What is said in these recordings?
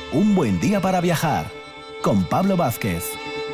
Un buen día para viajar con Pablo Vázquez.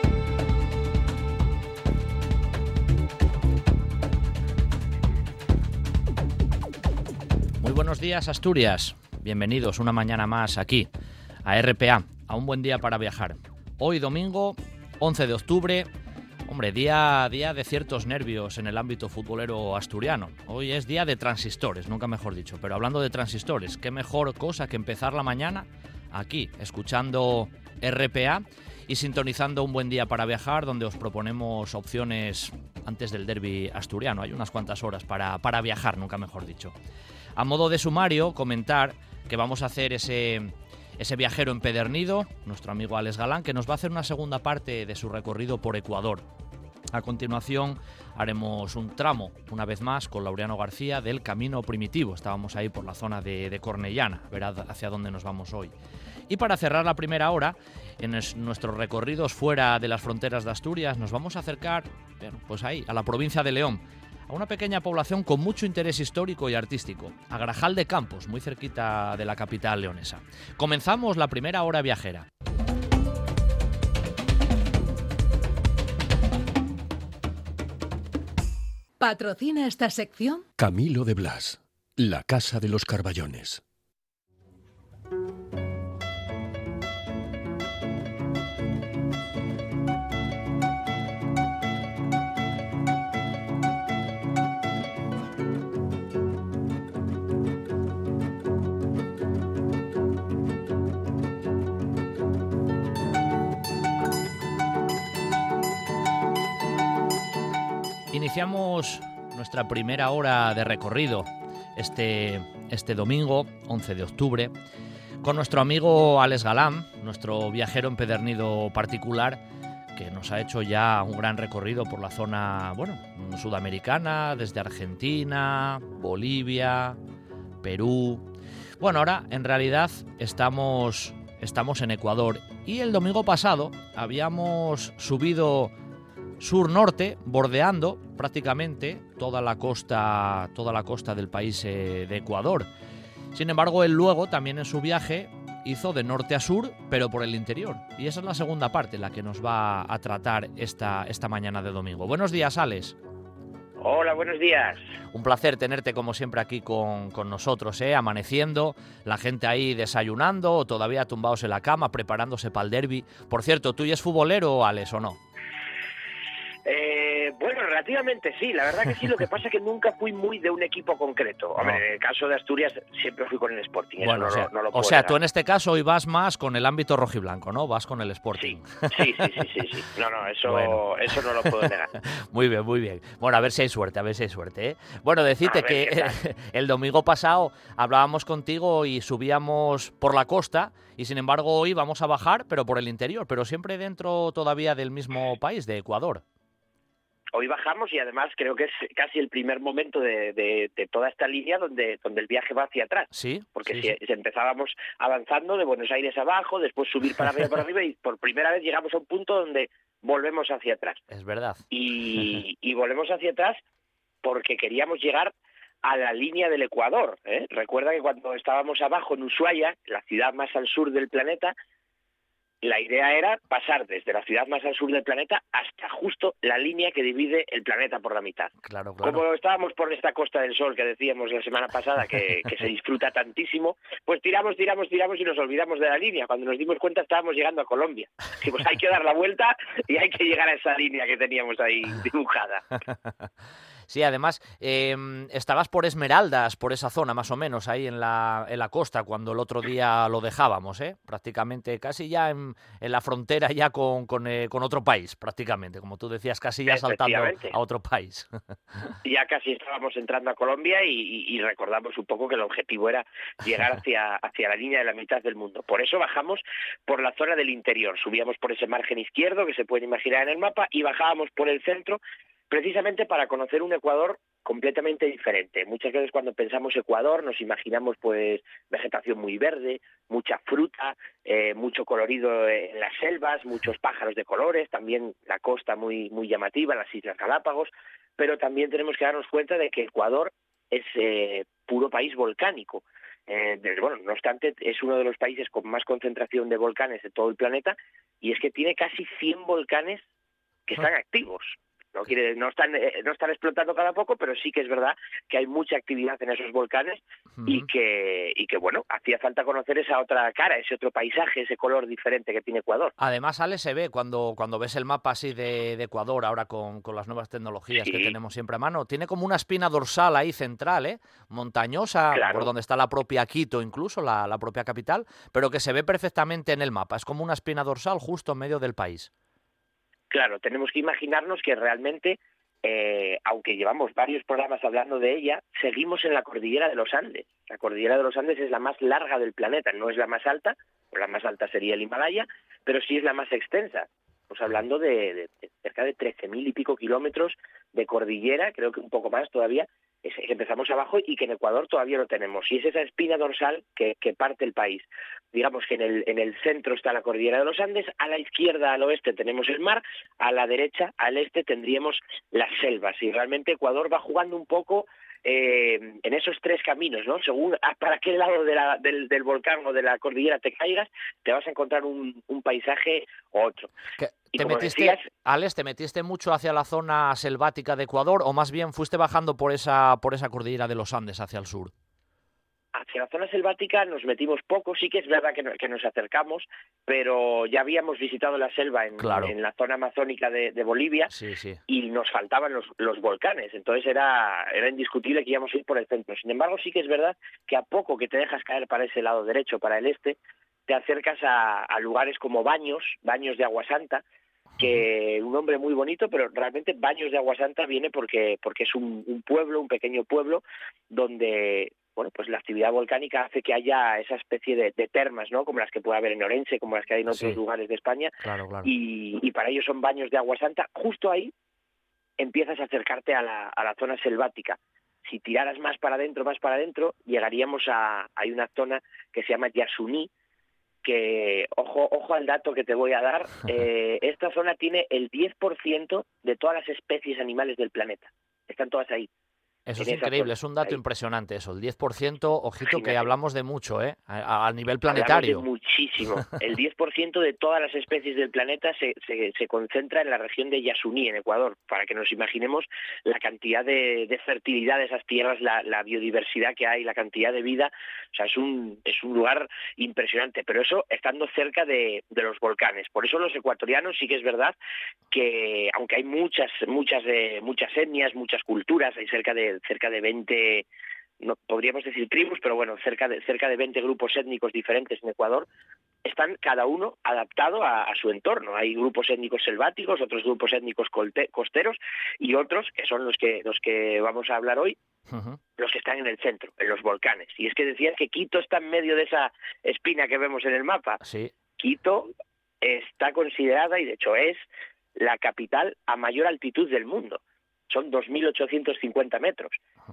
Muy buenos días, Asturias. Bienvenidos una mañana más aquí a RPA, a Un buen día para viajar. Hoy domingo, 11 de octubre, día de ciertos nervios en el ámbito futbolero asturiano. Hoy es día de transistores, nunca mejor dicho. Pero hablando de transistores, qué mejor cosa que empezar la mañana aquí, escuchando RPA y sintonizando Un buen día para viajar, donde os proponemos opciones antes del derbi asturiano. Hay unas cuantas horas para viajar, nunca mejor dicho. A modo de sumario, comentar que vamos a hacer ese viajero empedernido, nuestro amigo Alex Galán, que nos va a hacer una segunda parte de su recorrido por Ecuador. A continuación haremos un tramo, una vez más, con Laureano García del Camino Primitivo. Estábamos ahí por la zona de Cornellana, verad hacia dónde nos vamos hoy. Y para cerrar la primera hora, en nuestros recorridos fuera de las fronteras de Asturias, nos vamos a acercar, pues ahí, a la provincia de León, a una pequeña población con mucho interés histórico y artístico, a Grajal de Campos, muy cerquita de la capital leonesa. Comenzamos la primera hora viajera. ¿Patrocina esta sección? Camilo de Blas, la Casa de los Carballones. Iniciamos nuestra primera hora de recorrido este domingo, 11 de octubre, con nuestro amigo Alex Galán, nuestro viajero empedernido particular, que nos ha hecho ya un gran recorrido por la zona, sudamericana, desde Argentina, Bolivia, Perú. Ahora en realidad estamos en Ecuador y el domingo pasado habíamos subido sur-norte, bordeando prácticamente toda la costa del país de Ecuador. Sin embargo, él luego también en su viaje hizo de norte a sur, pero por el interior. Y esa es la segunda parte, la que nos va a tratar esta mañana de domingo. Buenos días, Alex. Hola, buenos días. Un placer tenerte como siempre aquí con nosotros, amaneciendo, la gente ahí desayunando o todavía tumbados en la cama, preparándose para el derbi. Por cierto, ¿tú ya es futbolero, Alex, o no? Relativamente sí, la verdad que sí, lo que pasa es que nunca fui muy de un equipo concreto. Hombre, en el caso de Asturias siempre fui con el Sporting, eso no lo puedo negar. Tú en este caso hoy vas más con el ámbito rojiblanco, ¿no? Vas con el Sporting. Sí. No, eso no lo puedo negar. Muy bien. Bueno, a ver si hay suerte, ¿eh? Bueno, decirte que el domingo pasado hablábamos contigo y subíamos por la costa y sin embargo hoy vamos a bajar, pero por el interior, pero siempre dentro todavía del mismo país, de Ecuador. Hoy bajamos y además creo que es casi el primer momento de toda esta línea donde el viaje va hacia atrás. Sí. Porque si empezábamos avanzando de Buenos Aires abajo, después subir para arriba y por primera vez llegamos a un punto donde volvemos hacia atrás. Es verdad. Y volvemos hacia atrás porque queríamos llegar a la línea del Ecuador, ¿eh? Recuerda que cuando estábamos abajo en Ushuaia, la ciudad más al sur del planeta, la idea era pasar desde la ciudad más al sur del planeta hasta justo la línea que divide el planeta por la mitad. Claro. Como estábamos por esta Costa del Sol que decíamos la semana pasada que se disfruta tantísimo, pues tiramos y nos olvidamos de la línea. Cuando nos dimos cuenta estábamos llegando a Colombia. Y pues hay que dar la vuelta y hay que llegar a esa línea que teníamos ahí dibujada. Sí, además, estabas por Esmeraldas, por esa zona más o menos, ahí en la costa, cuando el otro día lo dejábamos, prácticamente casi ya en la frontera ya con otro país, prácticamente, como tú decías, casi ya saltando a otro país. Ya casi estábamos entrando a Colombia y recordamos un poco que el objetivo era llegar hacia la línea de la mitad del mundo. Por eso bajamos por la zona del interior, subíamos por ese margen izquierdo que se puede imaginar en el mapa y bajábamos por el centro, precisamente para conocer un Ecuador completamente diferente. Muchas veces cuando pensamos Ecuador nos imaginamos pues vegetación muy verde, mucha fruta, mucho colorido en las selvas, muchos pájaros de colores, también la costa muy llamativa, las Islas Galápagos, pero también tenemos que darnos cuenta de que Ecuador es puro país volcánico. Bueno, no obstante, es uno de los países con más concentración de volcanes de todo el planeta, y es que tiene casi 100 volcanes que están activos. No están explotando cada poco, pero sí que es verdad que hay mucha actividad en esos volcanes y que bueno, hacía falta conocer esa otra cara, ese otro paisaje, ese color diferente que tiene Ecuador. Además, Ale, se ve cuando ves el mapa así de Ecuador, ahora con las nuevas tecnologías que tenemos siempre a mano, tiene como una espina dorsal ahí central, montañosa, Claro. por donde está la propia Quito, incluso la propia capital, pero que se ve perfectamente en el mapa. Es como una espina dorsal justo en medio del país. Claro, tenemos que imaginarnos que realmente, aunque llevamos varios programas hablando de ella, seguimos en la cordillera de los Andes. La cordillera de los Andes es la más larga del planeta, no es la más alta, la más alta sería el Himalaya, pero sí es la más extensa. Estamos hablando de cerca de 13.000 y pico kilómetros de cordillera, creo que un poco más todavía, que empezamos abajo y que en Ecuador todavía no tenemos. Y es esa espina dorsal que parte el país. Digamos que en el centro está la cordillera de los Andes, a la izquierda, al oeste, tenemos el mar, a la derecha, al este, tendríamos las selvas. Y realmente Ecuador va jugando un poco en esos tres caminos, ¿no? Según para qué lado del volcán o de la cordillera te caigas, te vas a encontrar un paisaje u otro. Alex, ¿te metiste mucho hacia la zona selvática de Ecuador o más bien fuiste bajando por esa cordillera de los Andes hacia el sur? Hacia la zona selvática nos metimos poco, sí que es verdad que nos acercamos, pero ya habíamos visitado la selva en la zona amazónica de Bolivia, y nos faltaban los volcanes, entonces era indiscutible que íbamos a ir por el centro. Sin embargo, sí que es verdad que a poco que te dejas caer para ese lado derecho, para el este, te acercas a lugares como Baños de Agua Santa, que un nombre muy bonito, pero realmente Baños de Agua Santa viene porque es un pueblo, un pequeño pueblo, donde bueno, pues la actividad volcánica hace que haya esa especie de termas, ¿no? Como las que puede haber en Orense, como las que hay en otros lugares de España. Claro. Y para ellos son Baños de Agua Santa. Justo ahí empiezas a acercarte a la zona selvática. Si tiraras más para adentro, llegaríamos hay una zona que se llama Yasuní, que, ojo al dato que te voy a dar, esta zona tiene el 10% de todas las especies animales del planeta. Están todas ahí. Eso es increíble, es un dato impresionante eso, el 10%, ojito. Imagínate. Que hablamos de mucho, a nivel planetario. Hablamos de muchísimo. El 10% de todas las especies del planeta se concentra en la región de Yasuní, en Ecuador, para que nos imaginemos la cantidad de fertilidad de esas tierras, la biodiversidad que hay, la cantidad de vida. O sea, es un lugar impresionante, pero eso estando cerca de los volcanes. Por eso los ecuatorianos sí que es verdad que, aunque hay muchas etnias, muchas culturas, hay cerca de 20, no podríamos decir tribus, pero bueno, cerca de 20 grupos étnicos diferentes en Ecuador, están cada uno adaptado a su entorno. Hay grupos étnicos selváticos, otros grupos étnicos costeros y otros que son los que vamos a hablar hoy, los que están en el centro, en los volcanes. Y es que decías que Quito está en medio de esa espina que vemos en el mapa. Sí. Quito está considerada, y de hecho es, la capital a mayor altitud del mundo. Son 2.850 metros.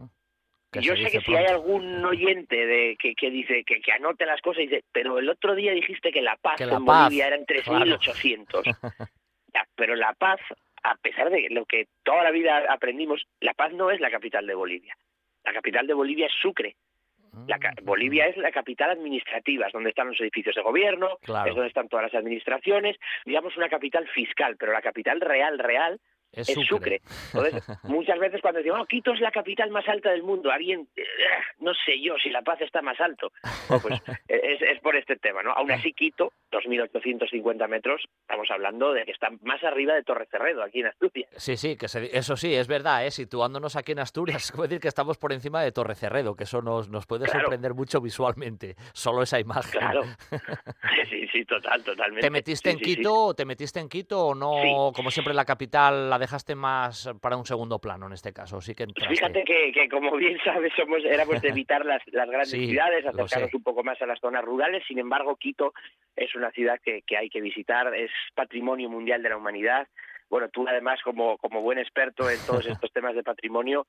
Y yo sé que si hay algún oyente que dice que anote las cosas y dice, pero el otro día dijiste que La Paz en Bolivia eran 3.800. Ya, pero La Paz, a pesar de lo que toda la vida aprendimos, La Paz no es la capital de Bolivia. La capital de Bolivia es Sucre. Bolivia es la capital administrativa, es donde están los edificios de gobierno, es donde están todas las administraciones, digamos una capital fiscal, pero la capital real es Sucre. Entonces, muchas veces cuando decimos, Quito es la capital más alta del mundo, alguien, no sé yo si La Paz está más alto. Pues es por este tema, ¿no? Aún así, Quito, 2.850 metros, estamos hablando de que está más arriba de Torrecerredo, aquí en Asturias. Sí, eso sí, es verdad, situándonos aquí en Asturias, puede decir que estamos por encima de Torrecerredo, que eso nos puede sorprender mucho visualmente, solo esa imagen. Claro, sí, totalmente. ¿Te metiste en Quito o no? Sí. Como siempre la capital la dejaste más para un segundo plano en este caso, sí que entraste. Fíjate que como bien sabes, éramos de evitar las grandes ciudades, acercarnos un poco más a las zonas rurales. Sin embargo, Quito es una ciudad que hay que visitar, es patrimonio mundial de la humanidad. Bueno, tú además como buen experto en todos estos temas de patrimonio,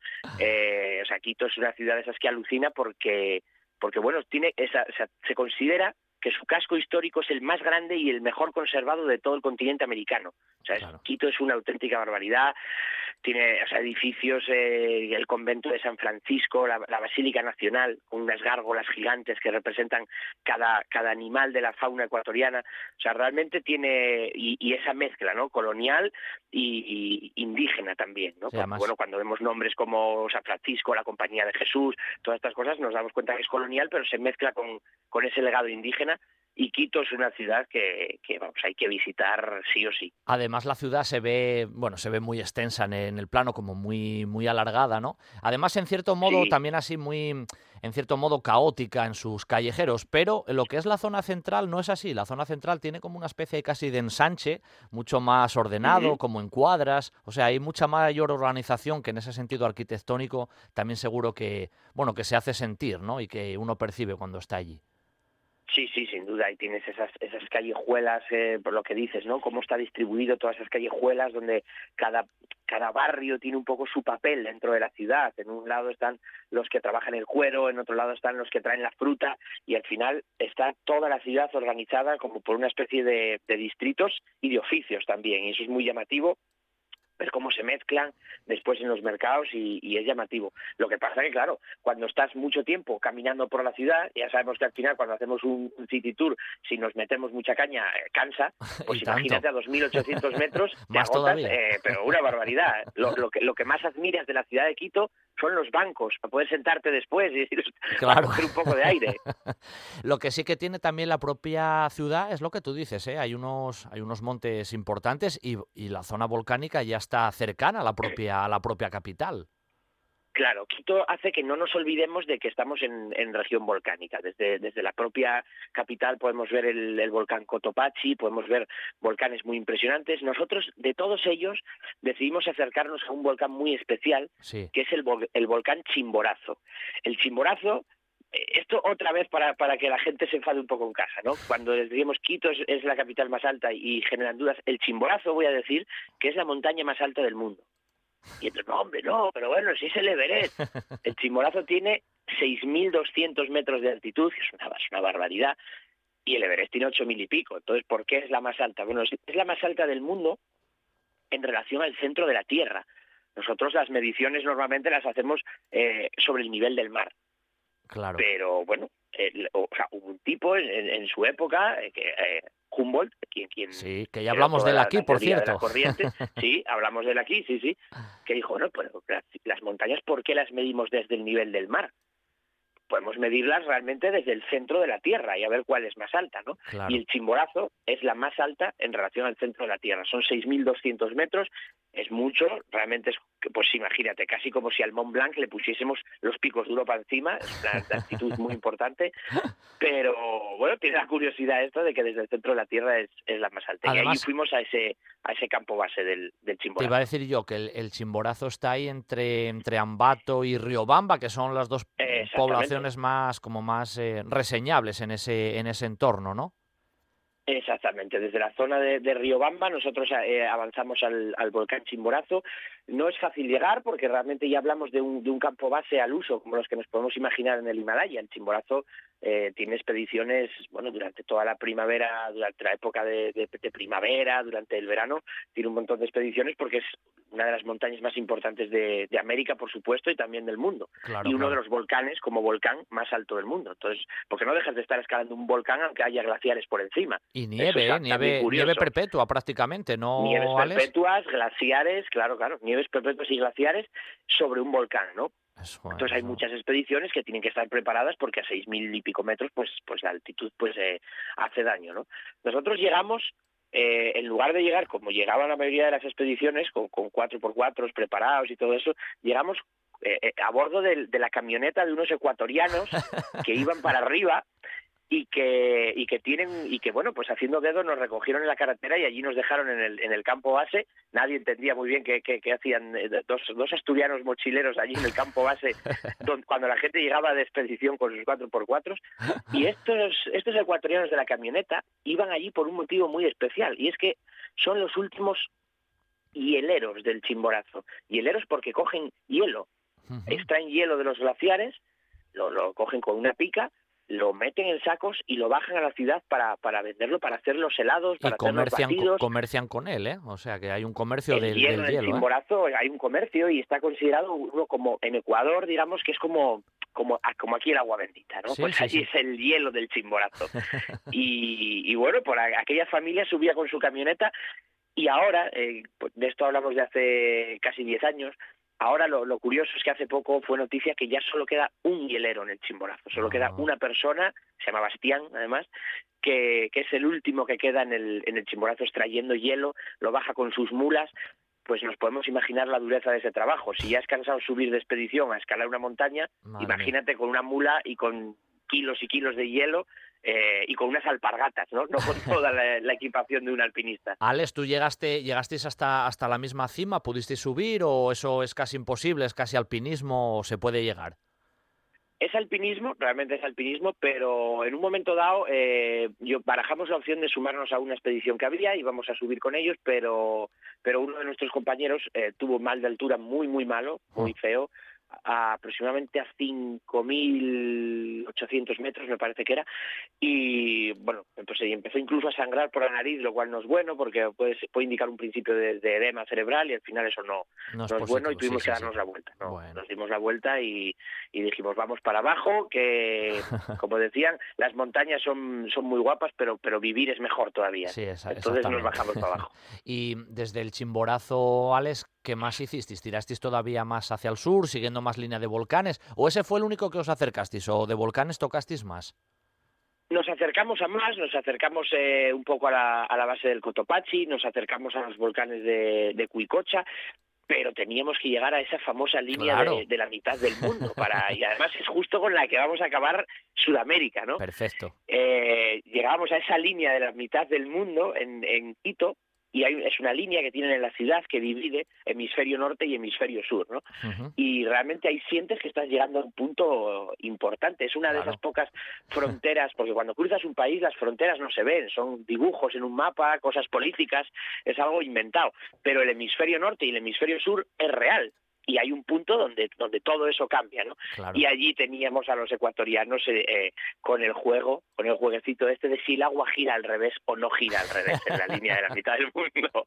Quito es una ciudad de esas que alucina porque bueno, se considera que su casco histórico es el más grande y el mejor conservado de todo el continente americano. O sea, Claro. Quito es una auténtica barbaridad. Tiene, o sea, edificios, el convento de San Francisco, la Basílica Nacional, con unas gárgolas gigantes que representan cada animal de la fauna ecuatoriana. O sea, realmente tiene, y esa mezcla, ¿no? Colonial y indígena también, ¿no? Sí, Porque, además, bueno, cuando vemos nombres como San Francisco, la Compañía de Jesús, todas estas cosas, nos damos cuenta que es colonial, pero se mezcla con ese legado indígena. Y Quito es una ciudad que vamos, hay que visitar sí o sí. además la ciudad se ve muy extensa en el plano, como muy, muy alargada, ¿no? Además, en cierto modo, Sí. también así muy, en cierto modo, caótica en sus callejeros, pero lo que es la zona central no es así. La zona central tiene como una especie casi de ensanche, mucho más ordenado, Ujú. como en cuadras, o sea, hay mucha mayor organización, que en ese sentido arquitectónico también seguro que, bueno, que se hace sentir, ¿no? Y que uno percibe cuando está allí. Sí, sí, sin duda, y tienes esas callejuelas, por lo que dices, ¿no? Cómo está distribuido todas esas callejuelas donde cada barrio tiene un poco su papel dentro de la ciudad. En un lado están los que trabajan el cuero, en otro lado están los que traen la fruta, y al final está toda la ciudad organizada como por una especie de distritos y de oficios también, y eso es muy llamativo. Ver cómo se mezclan después en los mercados y es llamativo. Lo que pasa que, claro, cuando estás mucho tiempo caminando por la ciudad, ya sabemos que al final cuando hacemos un city tour, si nos metemos mucha caña, cansa, pues Y tanto. imagínate a 2.800 metros, te Más agotas, todavía. pero una barbaridad. Lo que más admiras de la ciudad de Quito son los bancos, para poder sentarte después y para Claro. coger un poco de aire. Lo que sí que tiene también la propia ciudad es lo que tú dices, ¿eh? Hay unos montes importantes y la zona volcánica ya está cercana a la propia capital. Claro, Quito hace que no nos olvidemos de que estamos en región volcánica. Desde la propia capital podemos ver el volcán Cotopaxi, podemos ver volcanes muy impresionantes. Nosotros, de todos ellos, decidimos acercarnos a un volcán muy especial, Sí, que es el volcán Chimborazo. El Chimborazo, esto otra vez para que la gente se enfade un poco en casa, ¿no? Cuando les decimos Quito es la capital más alta y generan dudas, el Chimborazo, voy a decir, que es la montaña más alta del mundo. Y entonces, no, hombre, no, pero bueno, si es el Everest. El Chimborazo tiene 6.200 metros de altitud, que es una barbaridad, y el Everest tiene 8.000 y pico. Entonces, ¿por qué es la más alta? Bueno, es la más alta del mundo en relación al centro de la Tierra. Nosotros las mediciones normalmente las hacemos sobre el nivel del mar. claro. Pero bueno, hubo un tipo en su época, Humboldt, quien Sí, que ya creó hablamos toda de él aquí, la por teoría de cierto. la corriente. Sí, hablamos de él aquí, sí, que dijo, no, pero las montañas, ¿por qué las medimos desde el nivel del mar? Podemos medirlas realmente desde el centro de la Tierra y a ver cuál es más alta, ¿no? Claro. Y el Chimborazo es la más alta en relación al centro de la Tierra. Son 6.200 metros, es mucho, realmente es, pues imagínate, casi como si al Mont Blanc le pusiésemos los picos de Europa encima, es una altitud muy importante, pero bueno, tiene la curiosidad esto de que desde el centro de la Tierra es la más alta. Además, y ahí fuimos a ese campo base del te iba a Chimborazo. decir yo que el Chimborazo está ahí entre Ambato y Riobamba, que son las dos Exactamente. poblaciones más reseñables en ese entorno, ¿no? Exactamente, desde la zona de Riobamba nosotros avanzamos al volcán Chimborazo. No es fácil llegar porque realmente ya hablamos de un campo base al uso, como los que nos podemos imaginar en el Himalaya. El Chimborazo tiene expediciones, bueno, durante toda la primavera, durante la época de primavera, durante el verano, tiene un montón de expediciones porque es una de las montañas más importantes de América, por supuesto, y también del mundo. Claro, y uno claro. de los volcanes, como volcán, más alto del mundo. Entonces, porque no dejas de estar escalando un volcán aunque haya glaciares por encima. Y Eso nieve, es también curioso. nieve perpetua prácticamente, ¿no, Nieves Alex? perpetuas, glaciares, claro, nieves perpetuas y glaciares sobre un volcán, ¿no? Eso, Entonces hay eso. muchas expediciones que tienen que estar preparadas porque a 6.000 y pico metros, pues la altitud hace daño, ¿no? Nosotros llegamos, en lugar de llegar como llegaban la mayoría de las expediciones, con 4x4 preparados y todo eso, llegamos a bordo de la camioneta de unos ecuatorianos que iban para arriba y que bueno, pues haciendo dedo nos recogieron en la carretera y allí nos dejaron en el campo base. Nadie entendía muy bien qué hacían dos asturianos mochileros allí en el campo base cuando la gente llegaba de expedición con sus 4x4. Y estos ecuatorianos de la camioneta iban allí por un motivo muy especial, y es que son los últimos hieleros del Chimborazo. Hieleros porque cogen hielo, Ujú. extraen hielo de los glaciares, lo cogen con una pica, lo meten en sacos y lo bajan a la ciudad para venderlo, para hacer los helados, para hacer los batidos. Comercian con él, ¿eh? O sea, que hay un comercio del hielo. En el Chimborazo hay un comercio y está considerado uno como en Ecuador, digamos que es como aquí el agua bendita, ¿no? Sí, pues sí, allí sí. es el hielo del Chimborazo. y bueno, por aquella familia subía con su camioneta y ahora, pues de esto hablamos de hace casi 10 años, ahora lo curioso es que hace poco fue noticia que ya solo queda un hielero en el Chimborazo, solo queda una persona, se llama Bastián además, que es el último que queda en el Chimborazo extrayendo hielo, lo baja con sus mulas. Pues nos podemos imaginar la dureza de ese trabajo. Si ya es cansado subir de expedición a escalar una montaña, imagínate con una mula y con kilos y kilos de hielo y con unas alpargatas, ¿no? No con toda la equipación de un alpinista. Alex, ¿tú llegasteis hasta la misma cima? ¿Pudisteis subir o eso es casi imposible, es casi alpinismo o se puede llegar? Es alpinismo, realmente es alpinismo, pero en un momento dado barajamos la opción de sumarnos a una expedición que había, íbamos a subir con ellos, pero uno de nuestros compañeros tuvo mal de altura muy, muy malo, muy feo, aproximadamente a 5.800 metros me parece que era, y bueno, pues empezó incluso a sangrar por la nariz, lo cual no es bueno porque puede indicar un principio de edema cerebral y al final eso no es bueno y tuvimos que darnos la vuelta, ¿no? Bueno. Nos dimos la vuelta y dijimos vamos para abajo, que como decían, las montañas son muy guapas, pero vivir es mejor todavía. Sí, entonces nos bajamos para abajo. Y desde el Chimborazo, Alex, ¿qué más hicisteis? ¿Tirasteis todavía más hacia el sur, siguiendo más línea de volcanes? ¿O ese fue el único que os acercasteis? ¿O de volcanes tocasteis más? Nos acercamos a más, nos acercamos un poco a la base del Cotopaxi, nos acercamos a los volcanes de Cuicocha, pero teníamos que llegar a esa famosa línea de la mitad del mundo, y además es justo con la que vamos a acabar Sudamérica, ¿no? Perfecto. Llegábamos a esa línea de la mitad del mundo en Quito, y es una línea que tienen en la ciudad que divide hemisferio norte y hemisferio sur, ¿no? Uh-huh. Y realmente ahí sientes que estás llegando a un punto importante. Es una de esas pocas fronteras, porque cuando cruzas un país las fronteras no se ven, son dibujos en un mapa, cosas políticas, es algo inventado. Pero el hemisferio norte y el hemisferio sur es real. Y hay un punto donde todo eso cambia, ¿no? Claro. Y allí teníamos a los ecuatorianos con el jueguecito de si el agua gira al revés o no gira al revés en la línea de la mitad del mundo.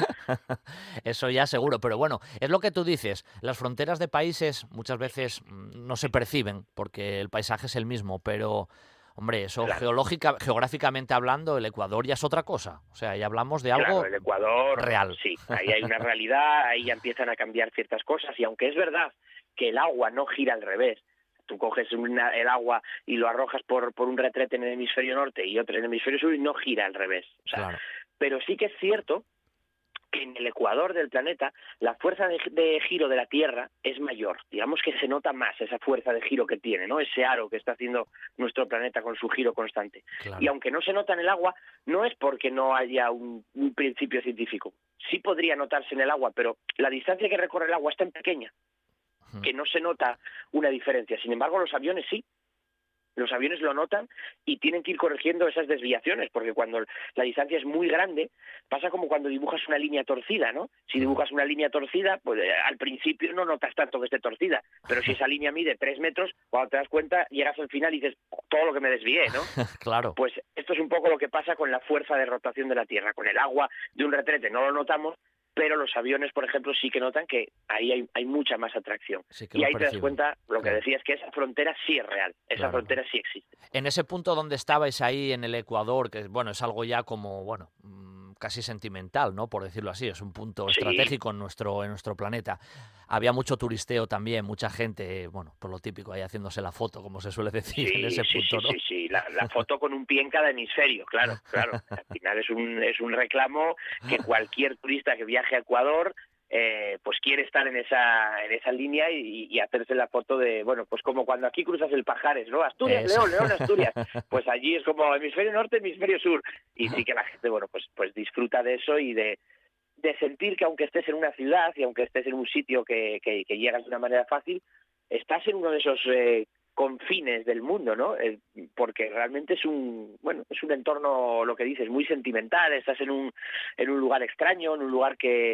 Eso ya seguro, pero bueno, es lo que tú dices, las fronteras de países muchas veces no se perciben porque el paisaje es el mismo, pero... Hombre, eso claro. Geográficamente hablando, el Ecuador ya es otra cosa. O sea, ya hablamos de algo el Ecuador, real. Sí, ahí hay una realidad, ahí ya empiezan a cambiar ciertas cosas. Y aunque es verdad que el agua no gira al revés, tú coges el agua y lo arrojas por un retrete en el hemisferio norte y otro en el hemisferio sur y no gira al revés. O sea, claro. Pero sí que es cierto que en el ecuador del planeta la fuerza de giro de la Tierra es mayor. Digamos que se nota más esa fuerza de giro que tiene, ¿no? Ese aro que está haciendo nuestro planeta con su giro constante. Claro. Y aunque no se nota en el agua, no es porque no haya un principio científico. Sí podría notarse en el agua, pero la distancia que recorre el agua es tan pequeña que no se nota una diferencia. Sin embargo, los aviones sí. Los aviones lo notan y tienen que ir corrigiendo esas desviaciones, porque cuando la distancia es muy grande, pasa como cuando dibujas una línea torcida, ¿no? Si dibujas una línea torcida, pues al principio no notas tanto que esté torcida, pero si esa línea mide 3 metros, cuando te das cuenta, llegas al final y dices, todo lo que me desvié, ¿no? Claro. Pues esto es un poco lo que pasa con la fuerza de rotación de la Tierra. Con el agua de un retrete no lo notamos, pero los aviones, por ejemplo, sí que notan que ahí hay mucha más atracción. Sí, y ahí te das cuenta, lo que decías, que esa frontera sí es real, esa frontera sí existe. En ese punto donde estabais ahí en el Ecuador, que bueno, es algo ya como, bueno, casi sentimental, ¿no? Por decirlo así, es un punto estratégico en nuestro planeta. Había mucho turisteo también, mucha gente, bueno, por lo típico, ahí haciéndose la foto, como se suele decir en ese punto, ¿no? Sí, la foto con un pie en cada hemisferio, claro. Al final es un reclamo que cualquier turista que viaje a Ecuador pues quiere estar en esa línea y hacerse la foto de, bueno, pues como cuando aquí cruzas el Pajares, ¿no? Asturias, León, Asturias. Pues allí es como hemisferio norte, hemisferio sur. Y sí que la gente, bueno, pues disfruta de eso y de sentir que aunque estés en una ciudad y aunque estés en un sitio que llegas de una manera fácil, estás en uno de esos confines del mundo, ¿no? Porque realmente es un entorno, lo que dices, muy sentimental. Estás en un lugar extraño, en un lugar que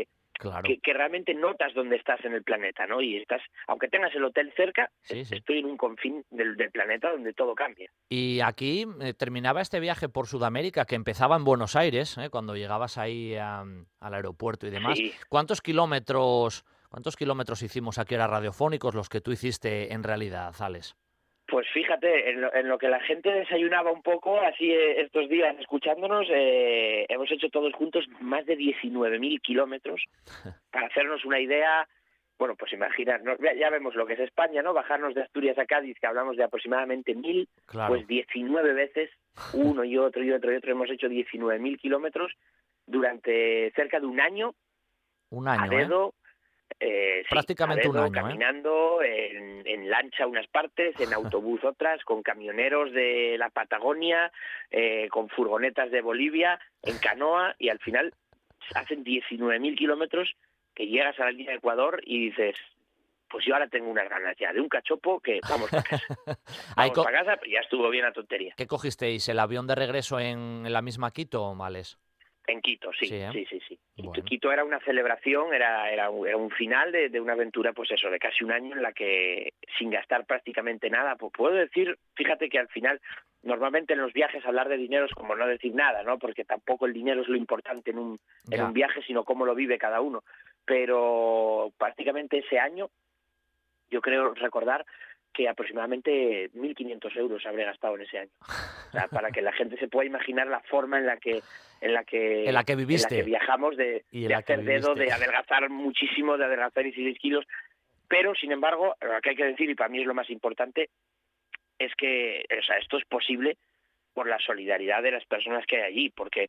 Claro. que realmente notas dónde estás en el planeta, ¿no? Y estás, aunque tengas el hotel cerca, Sí. estoy en un confín del planeta donde todo cambia. Y aquí terminaba este viaje por Sudamérica, que empezaba en Buenos Aires, cuando llegabas ahí al aeropuerto y demás. Sí. ¿Cuántos kilómetros hicimos aquí, era radiofónicos, los que tú hiciste en realidad, Alex? Pues fíjate, en lo que la gente desayunaba un poco, así estos días escuchándonos, hemos hecho todos juntos más de 19.000 kilómetros. Para hacernos una idea, bueno, pues imaginarnos, ya vemos lo que es España, ¿no? Bajarnos de Asturias a Cádiz, que hablamos de aproximadamente 1.000, Claro. pues 19 veces, uno y otro, hemos hecho 19.000 kilómetros durante cerca de un año, Un a año, dedo. Sí, prácticamente a dedo, un año, caminando, en lancha unas partes, en autobús otras, con camioneros de la Patagonia, con furgonetas de Bolivia, en canoa, y al final hacen 19.000 kilómetros que llegas a la línea de Ecuador y dices, pues yo ahora tengo unas ganas ya de un cachopo que vamos para casa. Vamos para casa, pero ya estuvo bien la tontería. ¿Qué cogisteis? ¿El avión de regreso en la misma Quito, Alex? En Quito, sí. Bueno. Quito era una celebración, era un final de una aventura, pues eso, de casi un año en la que, sin gastar prácticamente nada, pues puedo decir, fíjate que al final, normalmente en los viajes hablar de dinero es como no decir nada, ¿no? Porque tampoco el dinero es lo importante en un viaje, sino cómo lo vive cada uno. Pero prácticamente ese año, yo creo recordar que aproximadamente 1.500 euros habré gastado en ese año. O sea, para que la gente se pueda imaginar la forma en la que viviste, en la que viajamos, de hacer dedo, de adelgazar muchísimo, de adelgazar 16 kilos. Pero, sin embargo, lo que hay que decir, y para mí es lo más importante, es que, o sea, esto es posible por la solidaridad de las personas que hay allí, porque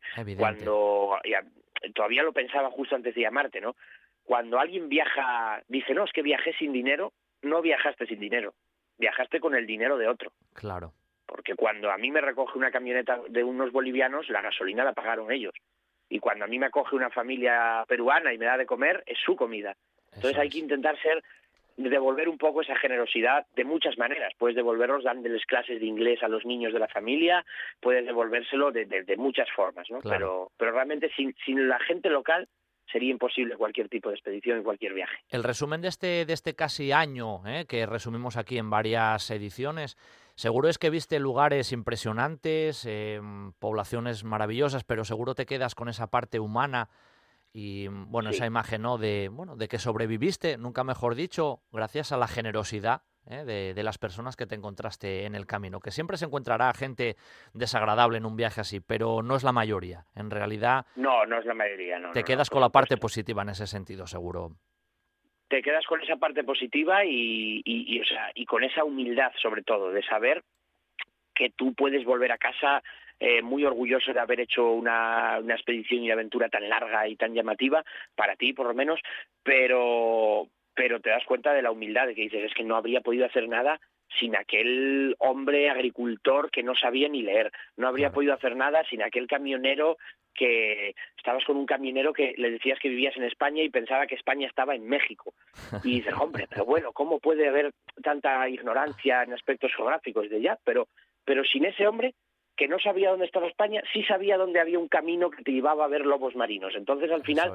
todavía lo pensaba justo antes de llamarte, ¿no? Cuando alguien viaja, dice, no, es que viajé sin dinero, no viajaste sin dinero, viajaste con el dinero de otro. Claro. Porque cuando a mí me recoge una camioneta de unos bolivianos, la gasolina la pagaron ellos. Y cuando a mí me acoge una familia peruana y me da de comer, es su comida. Entonces hay que intentar devolver un poco esa generosidad de muchas maneras. Puedes devolverlos dándoles clases de inglés a los niños de la familia, puedes devolvérselo de muchas formas, ¿no? Claro. Pero realmente sin la gente local sería imposible cualquier tipo de expedición y cualquier viaje. El resumen de este casi año, que resumimos aquí en varias ediciones, seguro es que viste lugares impresionantes, poblaciones maravillosas, pero seguro te quedas con esa parte humana y bueno, Sí. esa imagen, ¿no? de que sobreviviste, nunca mejor dicho, gracias a la generosidad de las personas que te encontraste en el camino, que siempre se encontrará gente desagradable en un viaje así, pero no es la mayoría. En realidad, No es la mayoría, no. te quedas con la parte positiva en ese sentido, seguro. Te quedas con esa parte positiva y con esa humildad, sobre todo, de saber que tú puedes volver a casa muy orgulloso de haber hecho una expedición y aventura tan larga y tan llamativa, para ti por lo menos, pero te das cuenta de la humildad de que dices, es que no habría podido hacer nada sin aquel hombre agricultor que no sabía ni leer, no habría podido hacer nada sin aquel camionero que estabas con un camionero que le decías que vivías en España y pensaba que España estaba en México. Y dices, hombre, pero bueno, ¿cómo puede haber tanta ignorancia en aspectos geográficos de ya? Pero sin ese hombre que no sabía dónde estaba España, sí sabía dónde había un camino que te llevaba a ver lobos marinos. Entonces, al final,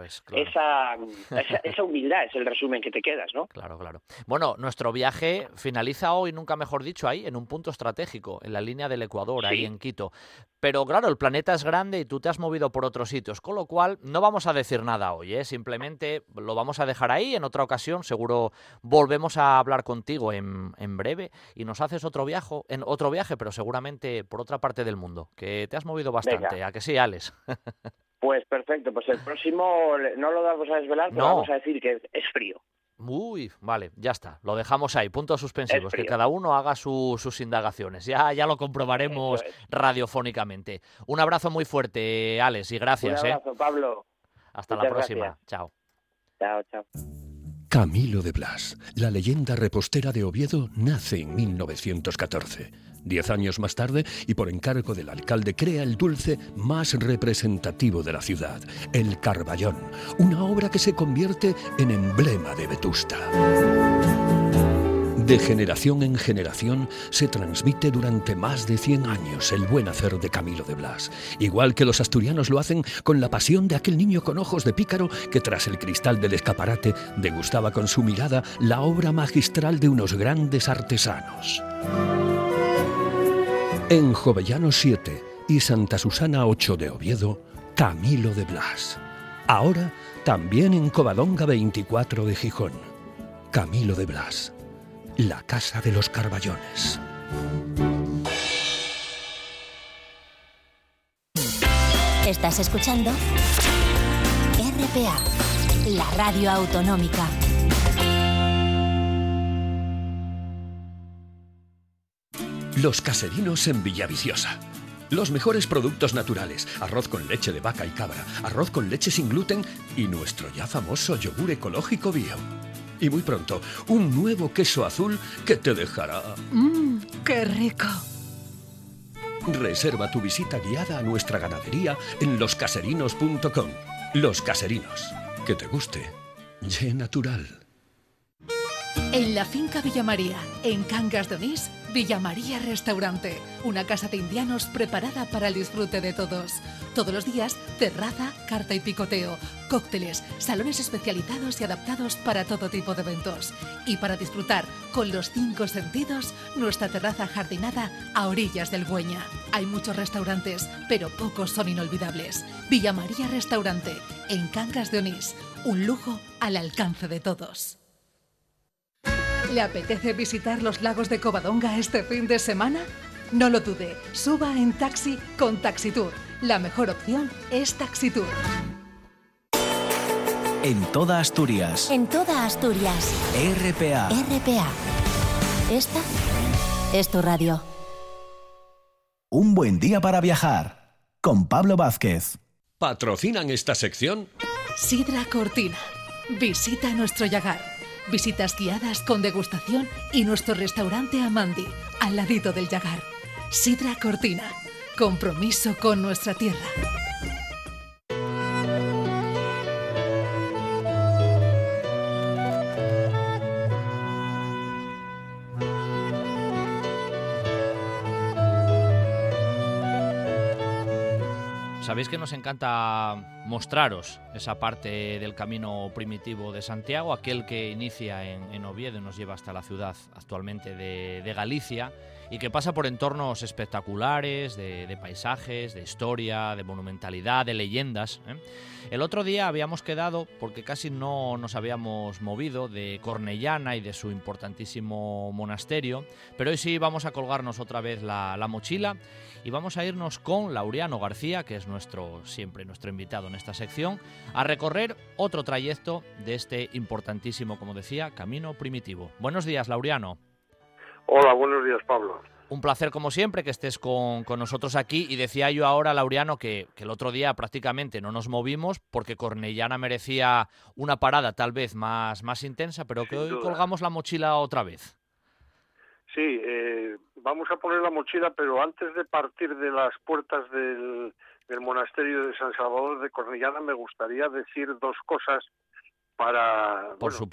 esa humildad es el resumen que te quedas, ¿no? Claro. Bueno, nuestro viaje finaliza hoy, nunca mejor dicho, ahí, en un punto estratégico, en la línea del Ecuador, ahí en Quito. Pero claro, el planeta es grande y tú te has movido por otros sitios, con lo cual no vamos a decir nada hoy, simplemente lo vamos a dejar ahí. En otra ocasión seguro volvemos a hablar contigo en breve y nos haces otro viaje, pero seguramente por otra parte del mundo, que te has movido bastante. Venga. ¿A que sí, Alex? Pues perfecto, pues el próximo no lo vamos a desvelar, pero vamos a decir que es frío. Uy, vale, ya está, lo dejamos ahí, puntos suspensivos, que cada uno haga sus indagaciones, ya lo comprobaremos radiofónicamente. Un abrazo muy fuerte, Alex, y gracias. Un abrazo, Pablo. Hasta la próxima, gracias. Chao. Chao. Camilo de Blas, la leyenda repostera de Oviedo, nace en 1914. 10 años más tarde, y por encargo del alcalde, crea el dulce más representativo de la ciudad, el Carballón, una obra que se convierte en emblema de Vetusta. De generación en generación se transmite durante más de 100 años el buen hacer de Camilo de Blas, igual que los asturianos lo hacen con la pasión de aquel niño con ojos de pícaro que tras el cristal del escaparate degustaba con su mirada la obra magistral de unos grandes artesanos. En Jovellano 7 y Santa Susana 8 de Oviedo, Camilo de Blas. Ahora también en Covadonga 24 de Gijón. Camilo de Blas. La Casa de los Carballones. Estás escuchando RPA, la radio autonómica. Los Caserinos en Villaviciosa. Los mejores productos naturales, arroz con leche de vaca y cabra, arroz con leche sin gluten y nuestro ya famoso yogur ecológico bio. Y muy pronto, un nuevo queso azul que te dejará... ¡Qué rico! Reserva tu visita guiada a nuestra ganadería en loscaserinos.com. Los Caserinos. Que te guste. Ye natural. En la finca Villamaría, en Cangas de Onís, Villamaría Restaurante, una casa de indianos preparada para el disfrute de todos. Todos los días, terraza, carta y picoteo, cócteles, salones especializados y adaptados para todo tipo de eventos. Y para disfrutar con los 5 sentidos, nuestra terraza jardinada a orillas del Güeña. Hay muchos restaurantes, pero pocos son inolvidables. Villamaría Restaurante, en Cangas de Onís, un lujo al alcance de todos. ¿Le apetece visitar los lagos de Covadonga este fin de semana? No lo dude, suba en taxi con Taxitour. La mejor opción es Taxitour. En toda Asturias. En toda Asturias. RPA. RPA. Esta es tu radio. Un buen día para viajar. Con Pablo Vázquez. ¿Patrocinan esta sección? Sidra Cortina. Visita nuestro Llagar. Visitas guiadas con degustación y nuestro restaurante Amandi, al ladito del Llagar. Sidra Cortina. Compromiso con nuestra tierra. Sabéis que nos encanta mostraros esa parte del camino primitivo de Santiago, aquel que inicia en Oviedo y nos lleva hasta la ciudad actualmente de Galicia, y que pasa por entornos espectaculares, de paisajes, de historia, de monumentalidad, de leyendas, ¿eh? El otro día habíamos quedado, porque casi no nos habíamos movido, de Cornellana y de su importantísimo monasterio, pero hoy sí vamos a colgarnos otra vez la mochila y vamos a irnos con Laureano García, que es siempre nuestro invitado en esta sección, a recorrer otro trayecto de este importantísimo, como decía, camino primitivo. Buenos días, Laureano. Hola, buenos días, Pablo. Un placer, como siempre, que estés con nosotros aquí. Y decía yo ahora, Laureano, que el otro día prácticamente no nos movimos porque Cornellana merecía una parada tal vez más intensa, pero que hoy colgamos la mochila otra vez. Sí, vamos a poner la mochila, pero antes de partir de las puertas del monasterio de San Salvador de Cornellana, me gustaría decir dos cosas para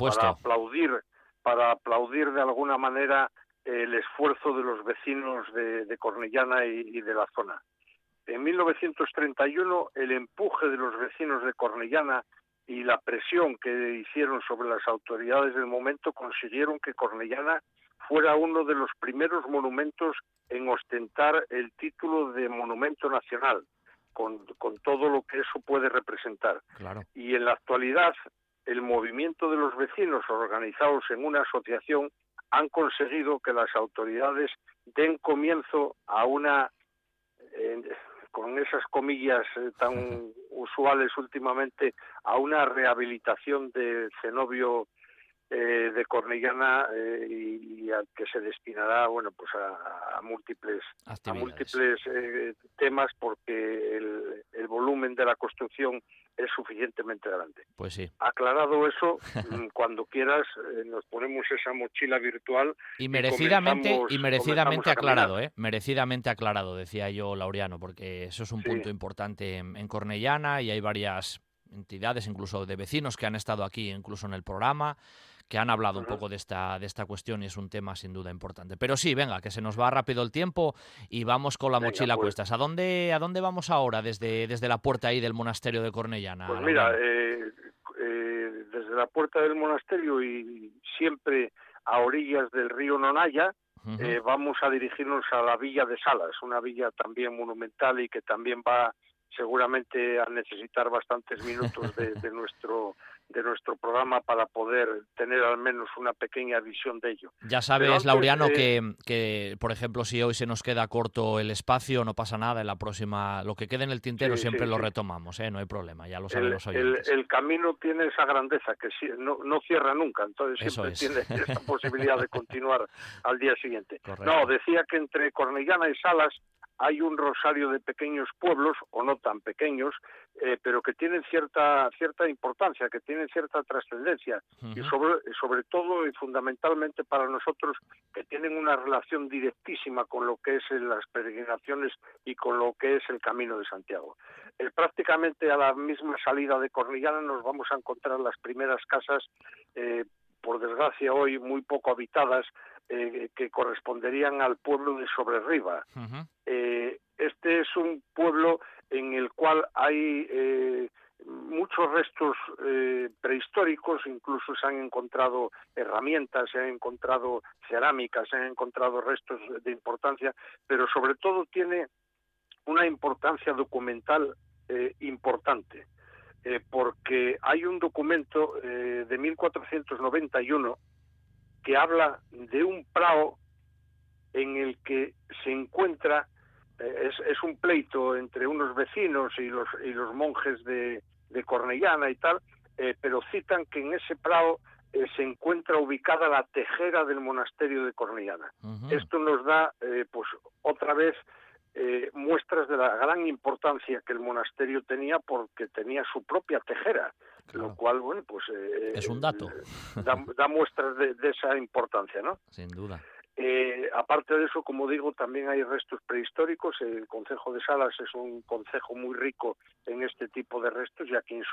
aplaudir de alguna manera el esfuerzo de los vecinos de Cornellana y de la zona. En 1931, el empuje de los vecinos de Cornellana y la presión que hicieron sobre las autoridades del momento consiguieron que Cornellana fuera uno de los primeros monumentos en ostentar el título de monumento nacional, con todo lo que eso puede representar. Claro. Y en la actualidad, el movimiento de los vecinos organizados en una asociación han conseguido que las autoridades den comienzo a una, con esas comillas tan usuales últimamente, a una rehabilitación del cenobio de Cornellana y al que se destinará, bueno, pues a múltiples temas, porque el volumen de la construcción es suficientemente grande. Pues sí. Aclarado eso, cuando quieras nos ponemos esa mochila virtual y merecidamente aclarado, merecidamente aclarado, decía yo, Laureano, porque eso es un punto importante en Cornellana, y hay varias entidades, incluso de vecinos, que han estado aquí, incluso en el programa, que han hablado un poco de esta cuestión y es un tema sin duda importante. Pero sí, venga, que se nos va rápido el tiempo y vamos con la mochila a cuestas. ¿A dónde vamos ahora desde la puerta ahí del monasterio de Cornellana? Pues mira, desde la puerta del monasterio y siempre a orillas del río Nonaya, vamos a dirigirnos a la villa de Salas, una villa también monumental y que también va seguramente a necesitar bastantes minutos de nuestro programa para poder tener al menos una pequeña visión de ello. Ya sabes, antes, Laureano, que por ejemplo, si hoy se nos queda corto el espacio, no pasa nada, en la próxima, lo que quede en el tintero siempre lo retomamos, no hay problema, ya lo saben los oyentes. El camino tiene esa grandeza, que no cierra nunca, entonces siempre tiene esa posibilidad de continuar al día siguiente. Correcto. No, decía que entre Cornellana y Salas hay un rosario de pequeños pueblos, o no tan pequeños, pero que tienen cierta importancia, que tienen cierta trascendencia, y sobre todo y fundamentalmente para nosotros, que tienen una relación directísima con lo que es las peregrinaciones y con lo que es el Camino de Santiago. Prácticamente a la misma salida de Cornellana nos vamos a encontrar las primeras casas, por desgracia hoy muy poco habitadas, que corresponderían al pueblo de Sobrerriba. Este es un pueblo en el cual hay muchos restos prehistóricos, incluso se han encontrado herramientas, se han encontrado cerámicas, se han encontrado restos de importancia, pero sobre todo tiene una importancia documental importante, porque hay un documento de 1491 que habla de un prado en el que se encuentra, es un pleito entre unos vecinos y los monjes de Cornellana y tal, pero citan que en ese prado se encuentra ubicada la tejera del monasterio de Cornellana. Esto nos da, pues otra vez, muestras de la gran importancia que el monasterio tenía, porque tenía su propia tejera. Claro. Lo cual, bueno, pues es un dato. Da muestras de esa importancia, ¿no? Sin duda. Aparte de eso, como digo, también hay restos prehistóricos. El concejo de Salas es un concejo muy rico en este tipo de restos, y aquí en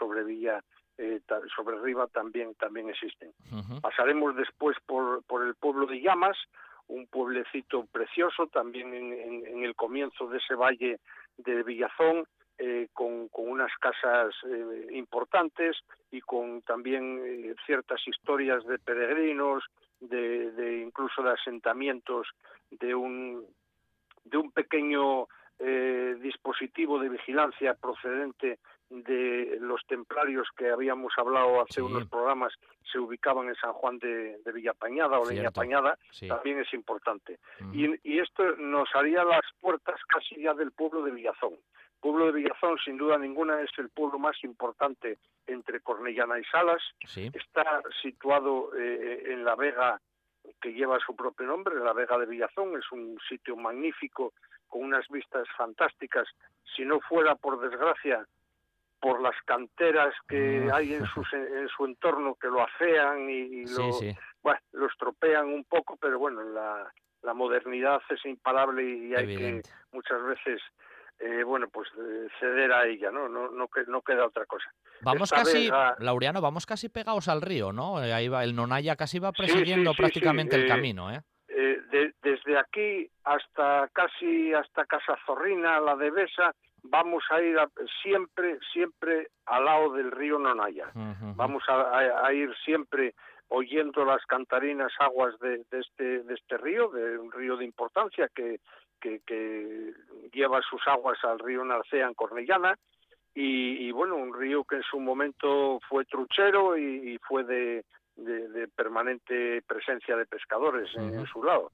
Sobrerriba también existen. Pasaremos después por el pueblo de Llamas, un pueblecito precioso, también en el comienzo de ese valle de Villazón, con unas casas importantes y con también ciertas historias de peregrinos, de incluso de asentamientos de un pequeño dispositivo de vigilancia procedente de los templarios que habíamos hablado hace unos programas, se ubicaban en San Juan de Villapañada o de Villapañada, también es importante. Y esto nos haría las puertas casi ya del pueblo de Villazón. El pueblo de Villazón, sin duda ninguna, es el pueblo más importante entre Cornellana y Salas. Está situado en la vega que lleva su propio nombre, la Vega de Villazón. Es un sitio magnífico, con unas vistas fantásticas, si no fuera, por desgracia, por las canteras que hay en su entorno, que lo afean y lo estropean un poco, pero bueno, la modernidad es imparable y hay que muchas veces ceder a ella, no queda otra cosa. Vamos Laureano, vamos casi pegados al río, ¿no? Ahí va, el Nonaya casi va presidiendo prácticamente el camino, desde aquí hasta Casa Zorrina, la de Besa, vamos a ir siempre al lado del río Nonaya. Vamos a ir siempre oyendo las cantarinas aguas de este río, de un río de importancia que lleva sus aguas al río Narcea en Cornellana, y bueno, un río que en su momento fue truchero y fue de permanente presencia de pescadores en su lado.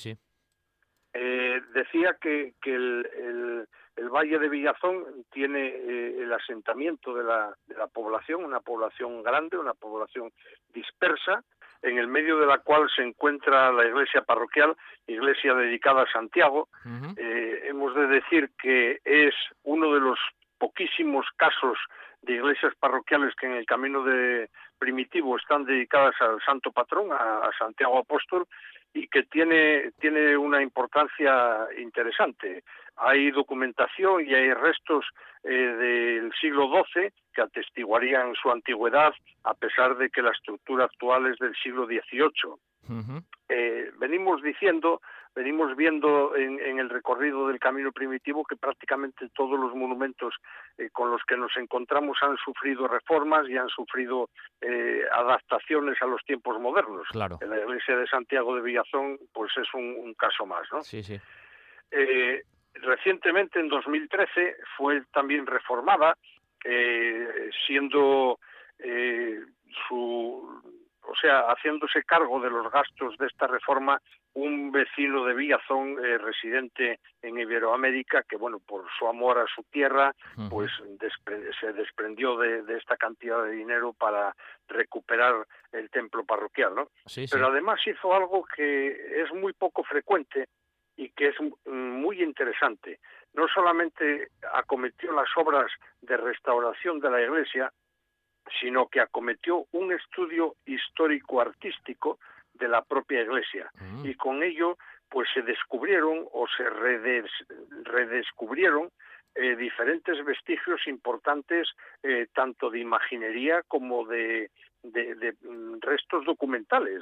Decía que el Valle de Villazón tiene el asentamiento de la población, una población grande, una población dispersa, en el medio de la cual se encuentra la iglesia parroquial, iglesia dedicada a Santiago. Hemos de decir que es uno de los poquísimos casos de iglesias parroquiales que en el camino de primitivo están dedicadas al santo patrón, a Santiago Apóstol, y que tiene una importancia interesante. Hay documentación y hay restos del siglo XII que atestiguarían su antigüedad, a pesar de que la estructura actual es del siglo XVIII. Ujú. Venimos viendo en el recorrido del camino primitivo que prácticamente todos los monumentos con los que nos encontramos han sufrido reformas y han sufrido adaptaciones a los tiempos modernos. Claro. La iglesia de Santiago de Villazón pues es un caso más, ¿no? Sí, sí. Recientemente, en 2013, fue también reformada, siendo haciéndose cargo de los gastos de esta reforma un vecino de Villazón, residente en Iberoamérica, que bueno, por su amor a su tierra, pues se desprendió de esta cantidad de dinero para recuperar el templo parroquial, ¿no? Sí, sí. Pero además hizo algo que es muy poco frecuente y que es muy interesante. No solamente acometió las obras de restauración de la iglesia, sino que acometió un estudio histórico-artístico de la propia iglesia. Y con ello pues se descubrieron o se redescubrieron diferentes vestigios importantes, tanto de imaginería como de restos documentales.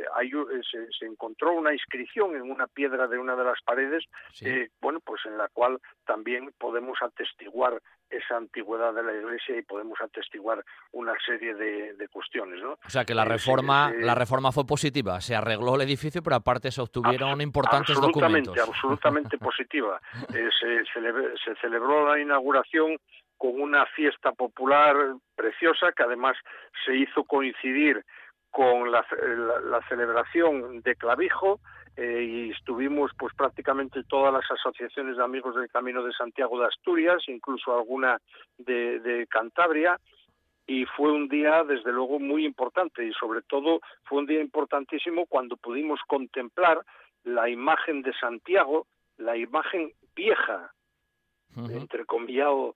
Se encontró una inscripción en una piedra de una de las paredes, Sí. bueno, pues en la cual también podemos atestiguar esa antigüedad de la iglesia y podemos atestiguar una serie de cuestiones, ¿no? O sea que la reforma fue positiva, se arregló el edificio, pero aparte se obtuvieron importantes documentos. Absolutamente positiva. Se celebró la inauguración con una fiesta popular preciosa que además se hizo coincidir con la celebración de Clavijo, y estuvimos pues prácticamente todas las asociaciones de amigos del Camino de Santiago de Asturias, incluso alguna de Cantabria, y fue un día desde luego muy importante, y sobre todo fue un día importantísimo cuando pudimos contemplar la imagen de Santiago, la imagen vieja, entrecomillado,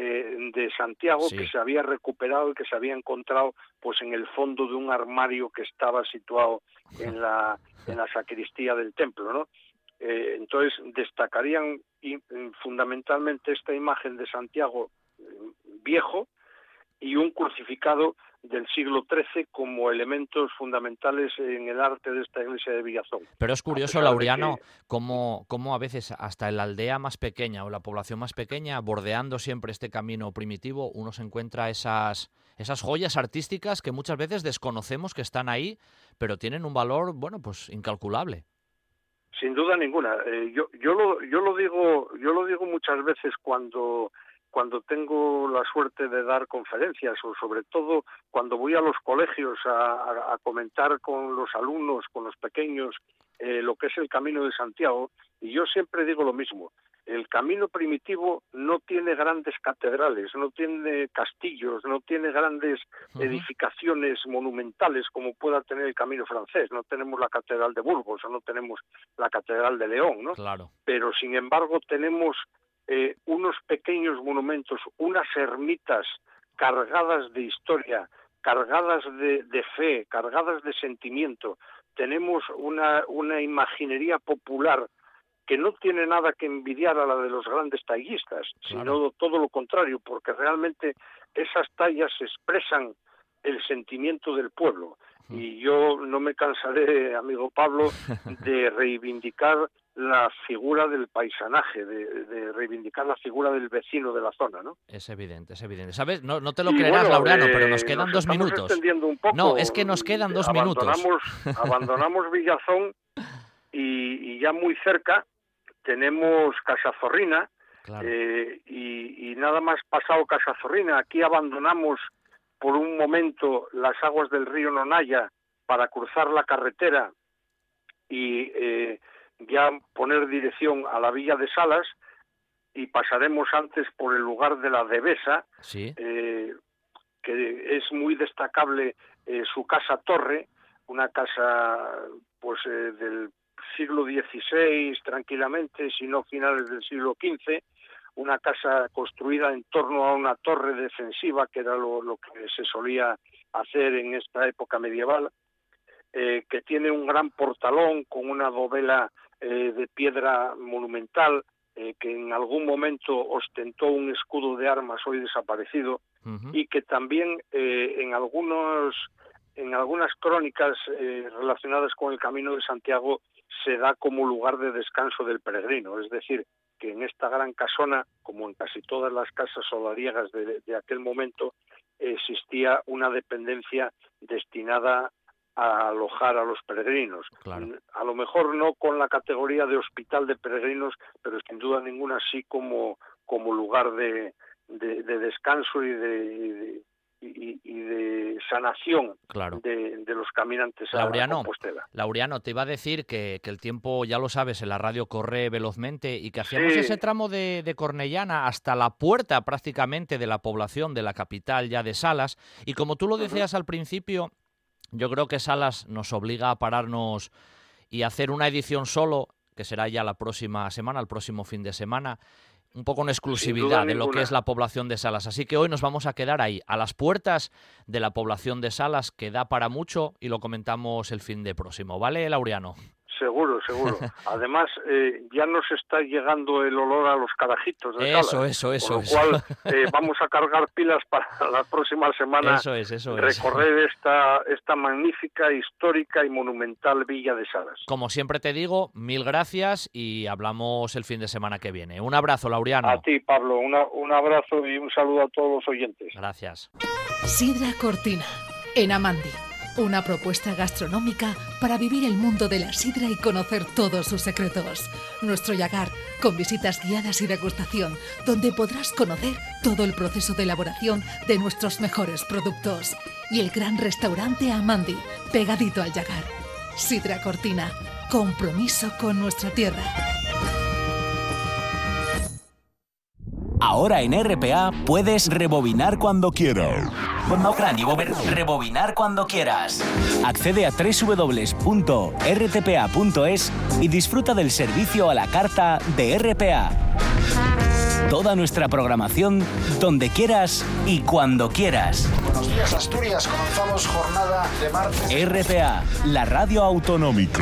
de Santiago, Sí. que se había recuperado y que se había encontrado pues en el fondo de un armario que estaba situado en la sacristía del templo, ¿no? Entonces destacarían fundamentalmente esta imagen de Santiago viejo y un crucificado del siglo XIII como elementos fundamentales en el arte de esta iglesia de Villazón. Pero es curioso, Laureano, cómo a veces hasta en la aldea más pequeña o la población más pequeña, bordeando siempre este camino primitivo, uno se encuentra esas joyas artísticas que muchas veces desconocemos que están ahí, pero tienen un valor, bueno, pues incalculable. Sin duda ninguna. Yo lo digo muchas veces cuando tengo la suerte de dar conferencias, o sobre todo cuando voy a los colegios a comentar con los alumnos, con los pequeños, lo que es el Camino de Santiago, y yo siempre digo lo mismo. El camino primitivo no tiene grandes catedrales, no tiene castillos, no tiene grandes edificaciones monumentales como pueda tener el camino francés. No tenemos la Catedral de Burgos o no tenemos la Catedral de León, ¿no? Claro. Pero sin embargo tenemos unos pequeños monumentos, unas ermitas cargadas de historia, cargadas de fe, cargadas de sentimiento. Tenemos una imaginería popular que no tiene nada que envidiar a la de los grandes tallistas, sino todo lo contrario, porque realmente esas tallas expresan el sentimiento del pueblo. Y yo no me cansaré, amigo Pablo, de reivindicar la figura del paisanaje, de reivindicar la figura del vecino de la zona, ¿no? Es evidente, es evidente. ¿Sabes? No te lo creerás, Laureano, pero nos quedan 2 minutos. Un poco. No, es que nos quedan 2 minutos. Abandonamos Villazón y ya muy cerca tenemos Casazorrina, claro. Y nada más pasado Casazorrina, aquí abandonamos por un momento las aguas del río Nonaya para cruzar la carretera y ya poner dirección a la villa de Salas, y pasaremos antes por el lugar de la Devesa, sí. Que es muy destacable su casa torre, una casa pues del siglo XVI tranquilamente, si no finales del siglo XV, una casa construida en torno a una torre defensiva, que era lo que se solía hacer en esta época medieval, que tiene un gran portalón con una dovela de piedra monumental, que en algún momento ostentó un escudo de armas hoy desaparecido, y que también en algunas crónicas relacionadas con el Camino de Santiago se da como lugar de descanso del peregrino. Es decir, que en esta gran casona, como en casi todas las casas solariegas de aquel momento, existía una dependencia destinada a alojar a los peregrinos. Claro. A lo mejor no con la categoría de hospital de peregrinos, pero sin duda ninguna sí como lugar de descanso y de sanación, claro, de los caminantes Laureano, a Compostela. Laureano, te iba a decir que el tiempo, ya lo sabes, en la radio corre velozmente y que hacíamos ese tramo de Cornellana hasta la puerta prácticamente de la población, de la capital ya de Salas, y como tú lo decías al principio, yo creo que Salas nos obliga a pararnos y hacer una edición solo, que será ya la próxima semana, el próximo fin de semana, un poco en exclusividad de lo que es la población de Salas. Así que hoy nos vamos a quedar ahí, a las puertas de la población de Salas, que da para mucho, y lo comentamos el fin de próximo. ¿Vale, Laureano? Seguro. Además, ya nos está llegando el olor a los carajitos de Salas. Eso. Con lo cual, vamos a cargar pilas para la próxima semana. Eso es. Recorrer esta magnífica, histórica y monumental villa de Salas. Como siempre te digo, mil gracias y hablamos el fin de semana que viene. Un abrazo, Laureano. A ti, Pablo. Un abrazo y un saludo a todos los oyentes. Gracias. Sidra Cortina, en Amandi. Una propuesta gastronómica para vivir el mundo de la sidra y conocer todos sus secretos. Nuestro Llagar, con visitas guiadas y degustación, donde podrás conocer todo el proceso de elaboración de nuestros mejores productos. Y el gran restaurante Amandi, pegadito al Llagar. Sidra Cortina, compromiso con nuestra tierra. Ahora en RPA puedes rebobinar cuando quieras. Rebobinar cuando quieras. Accede a www.rtpa.es y disfruta del servicio a la carta de RPA. Toda nuestra programación donde quieras y cuando quieras. Buenos días, Asturias. Comenzamos jornada de martes. RPA, la radio autonómica.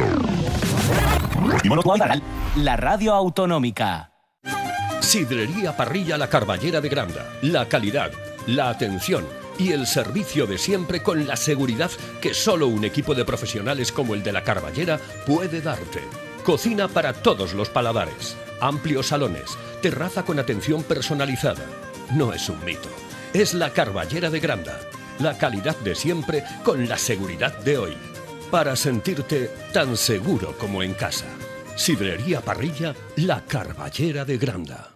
La radio autonómica. Sidrería Parrilla La Carballera de Granda. La calidad, la atención y el servicio de siempre con la seguridad que solo un equipo de profesionales como el de La Carballera puede darte. Cocina para todos los paladares. Amplios salones. Terraza con atención personalizada. No es un mito. Es La Carballera de Granda. La calidad de siempre con la seguridad de hoy. Para sentirte tan seguro como en casa. Sidrería Parrilla La Carballera de Granda.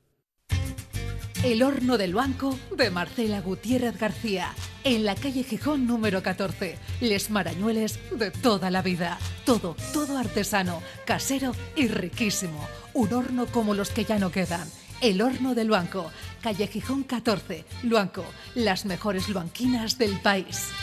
El Horno del Luanco de Marcela Gutiérrez García, en la calle Gijón número 14. Les marañueles de toda la vida. Todo artesano, casero y riquísimo. Un horno como los que ya no quedan. El Horno del Luanco, calle Gijón 14, Luanco. Las mejores luanquinas del país.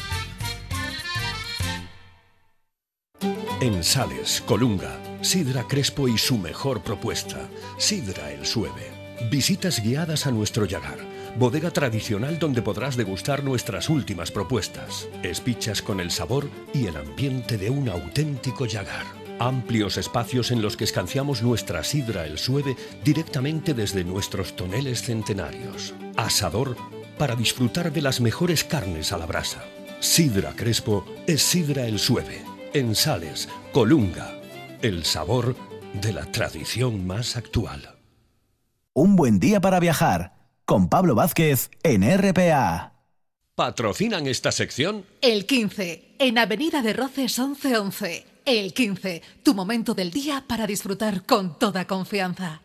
En Sales, Colunga, Sidra Crespo y su mejor propuesta, Sidra El Sueve. Visitas guiadas a nuestro Llagar, bodega tradicional donde podrás degustar nuestras últimas propuestas. Espichas con el sabor y el ambiente de un auténtico Llagar. Amplios espacios en los que escanciamos nuestra sidra El Sueve directamente desde nuestros toneles centenarios. Asador para disfrutar de las mejores carnes a la brasa. Sidra Crespo es Sidra El Sueve. En Sales, Colunga, el sabor de la tradición más actual. Un buen día para viajar, con Pablo Vázquez en RPA. ¿Patrocinan esta sección? El 15, en Avenida de Roces 1111. El 15, tu momento del día para disfrutar con toda confianza.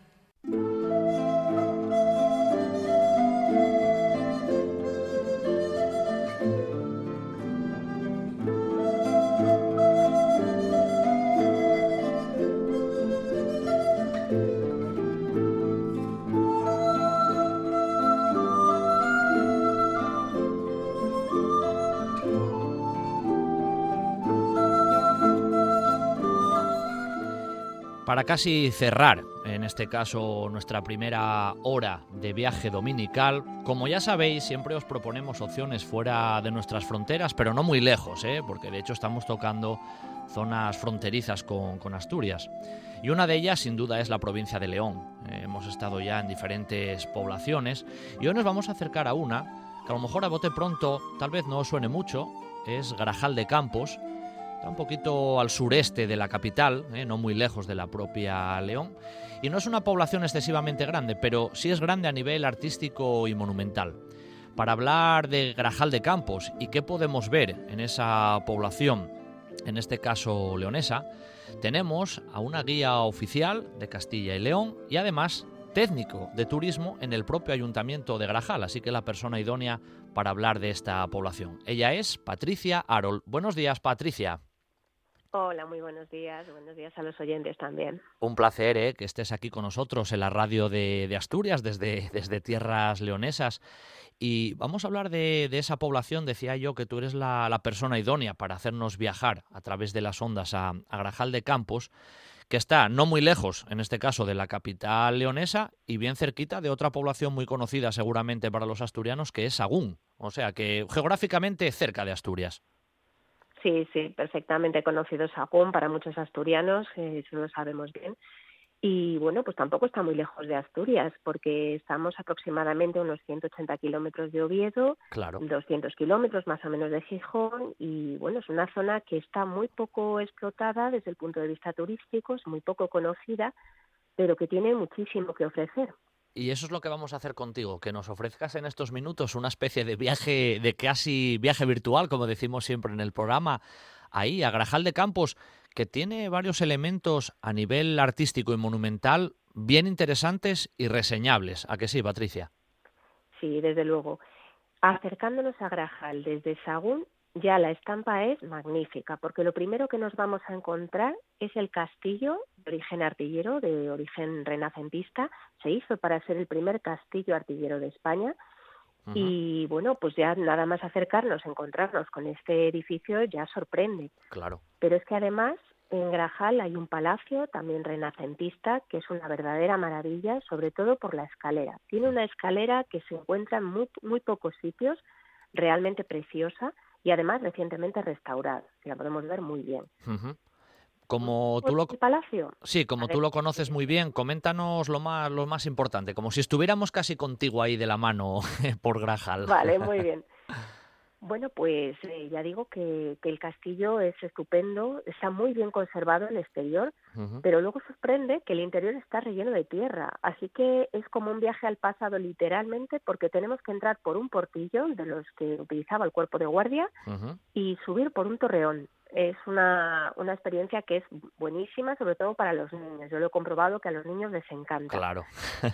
Para casi cerrar, en este caso, nuestra primera hora de viaje dominical, como ya sabéis, siempre os proponemos opciones fuera de nuestras fronteras, pero no muy lejos, porque de hecho estamos tocando zonas fronterizas con Asturias. Y una de ellas, sin duda, es la provincia de León. Hemos estado ya en diferentes poblaciones y hoy nos vamos a acercar a una que a lo mejor a bote pronto tal vez no os suene mucho. Es Grajal de Campos. Está un poquito al sureste de la capital, no muy lejos de la propia León. Y no es una población excesivamente grande, pero sí es grande a nivel artístico y monumental. Para hablar de Grajal de Campos y qué podemos ver en esa población, en este caso leonesa, tenemos a una guía oficial de Castilla y León y además técnico de turismo en el propio ayuntamiento de Grajal, así que la persona idónea para hablar de esta población. Ella es Patricia Arold. Buenos días, Patricia. Hola, muy buenos días a los oyentes también. Un placer que estés aquí con nosotros en la radio de Asturias, desde tierras leonesas. Y vamos a hablar de esa población. Decía yo que tú eres la persona idónea para hacernos viajar a través de las ondas a Grajal de Campos, que está no muy lejos, en este caso, de la capital leonesa y bien cerquita de otra población muy conocida seguramente para los asturianos, que es Sagún. O sea, que geográficamente cerca de Asturias. Sí, perfectamente conocido Sagún para muchos asturianos, eso lo sabemos bien. Y bueno, pues tampoco está muy lejos de Asturias, porque estamos aproximadamente a unos 180 kilómetros de Oviedo, claro. 200 kilómetros más o menos de Gijón, y bueno, es una zona que está muy poco explotada desde el punto de vista turístico, es muy poco conocida, pero que tiene muchísimo que ofrecer. Y eso es lo que vamos a hacer contigo, que nos ofrezcas en estos minutos una especie de viaje, de casi viaje virtual, como decimos siempre en el programa, ahí a Grajal de Campos, que tiene varios elementos a nivel artístico y monumental bien interesantes y reseñables. ¿A que sí, Patricia? Sí, desde luego. Acercándonos a Grajal desde Sagún, ya la estampa es magnífica, porque lo primero que nos vamos a encontrar es el castillo de origen artillero, de origen renacentista. Se hizo para ser el primer castillo artillero de España. Uh-huh. Y bueno, pues ya nada más acercarnos, encontrarnos con este edificio ya sorprende. Claro. Pero es que además en Grajal hay un palacio también renacentista que es una verdadera maravilla, sobre todo por la escalera. Tiene una escalera que se encuentra en muy pocos sitios, realmente preciosa y además recientemente restaurada, que la podemos ver muy bien. Uh-huh. Como tú lo... ¿El palacio? Sí, como tú lo conoces muy bien, coméntanos lo más importante, como si estuviéramos casi contigo ahí de la mano por Grajal. Vale, muy bien. Bueno, pues ya digo que el castillo es estupendo, está muy bien conservado el exterior, uh-huh. Pero luego sorprende que el interior está relleno de tierra, así que es como un viaje al pasado literalmente, porque tenemos que entrar por un portillo de los que utilizaba el cuerpo de guardia, uh-huh. Y subir por un torreón. Es una experiencia que es buenísima, sobre todo para los niños. Yo lo he comprobado que a los niños les encanta. Claro.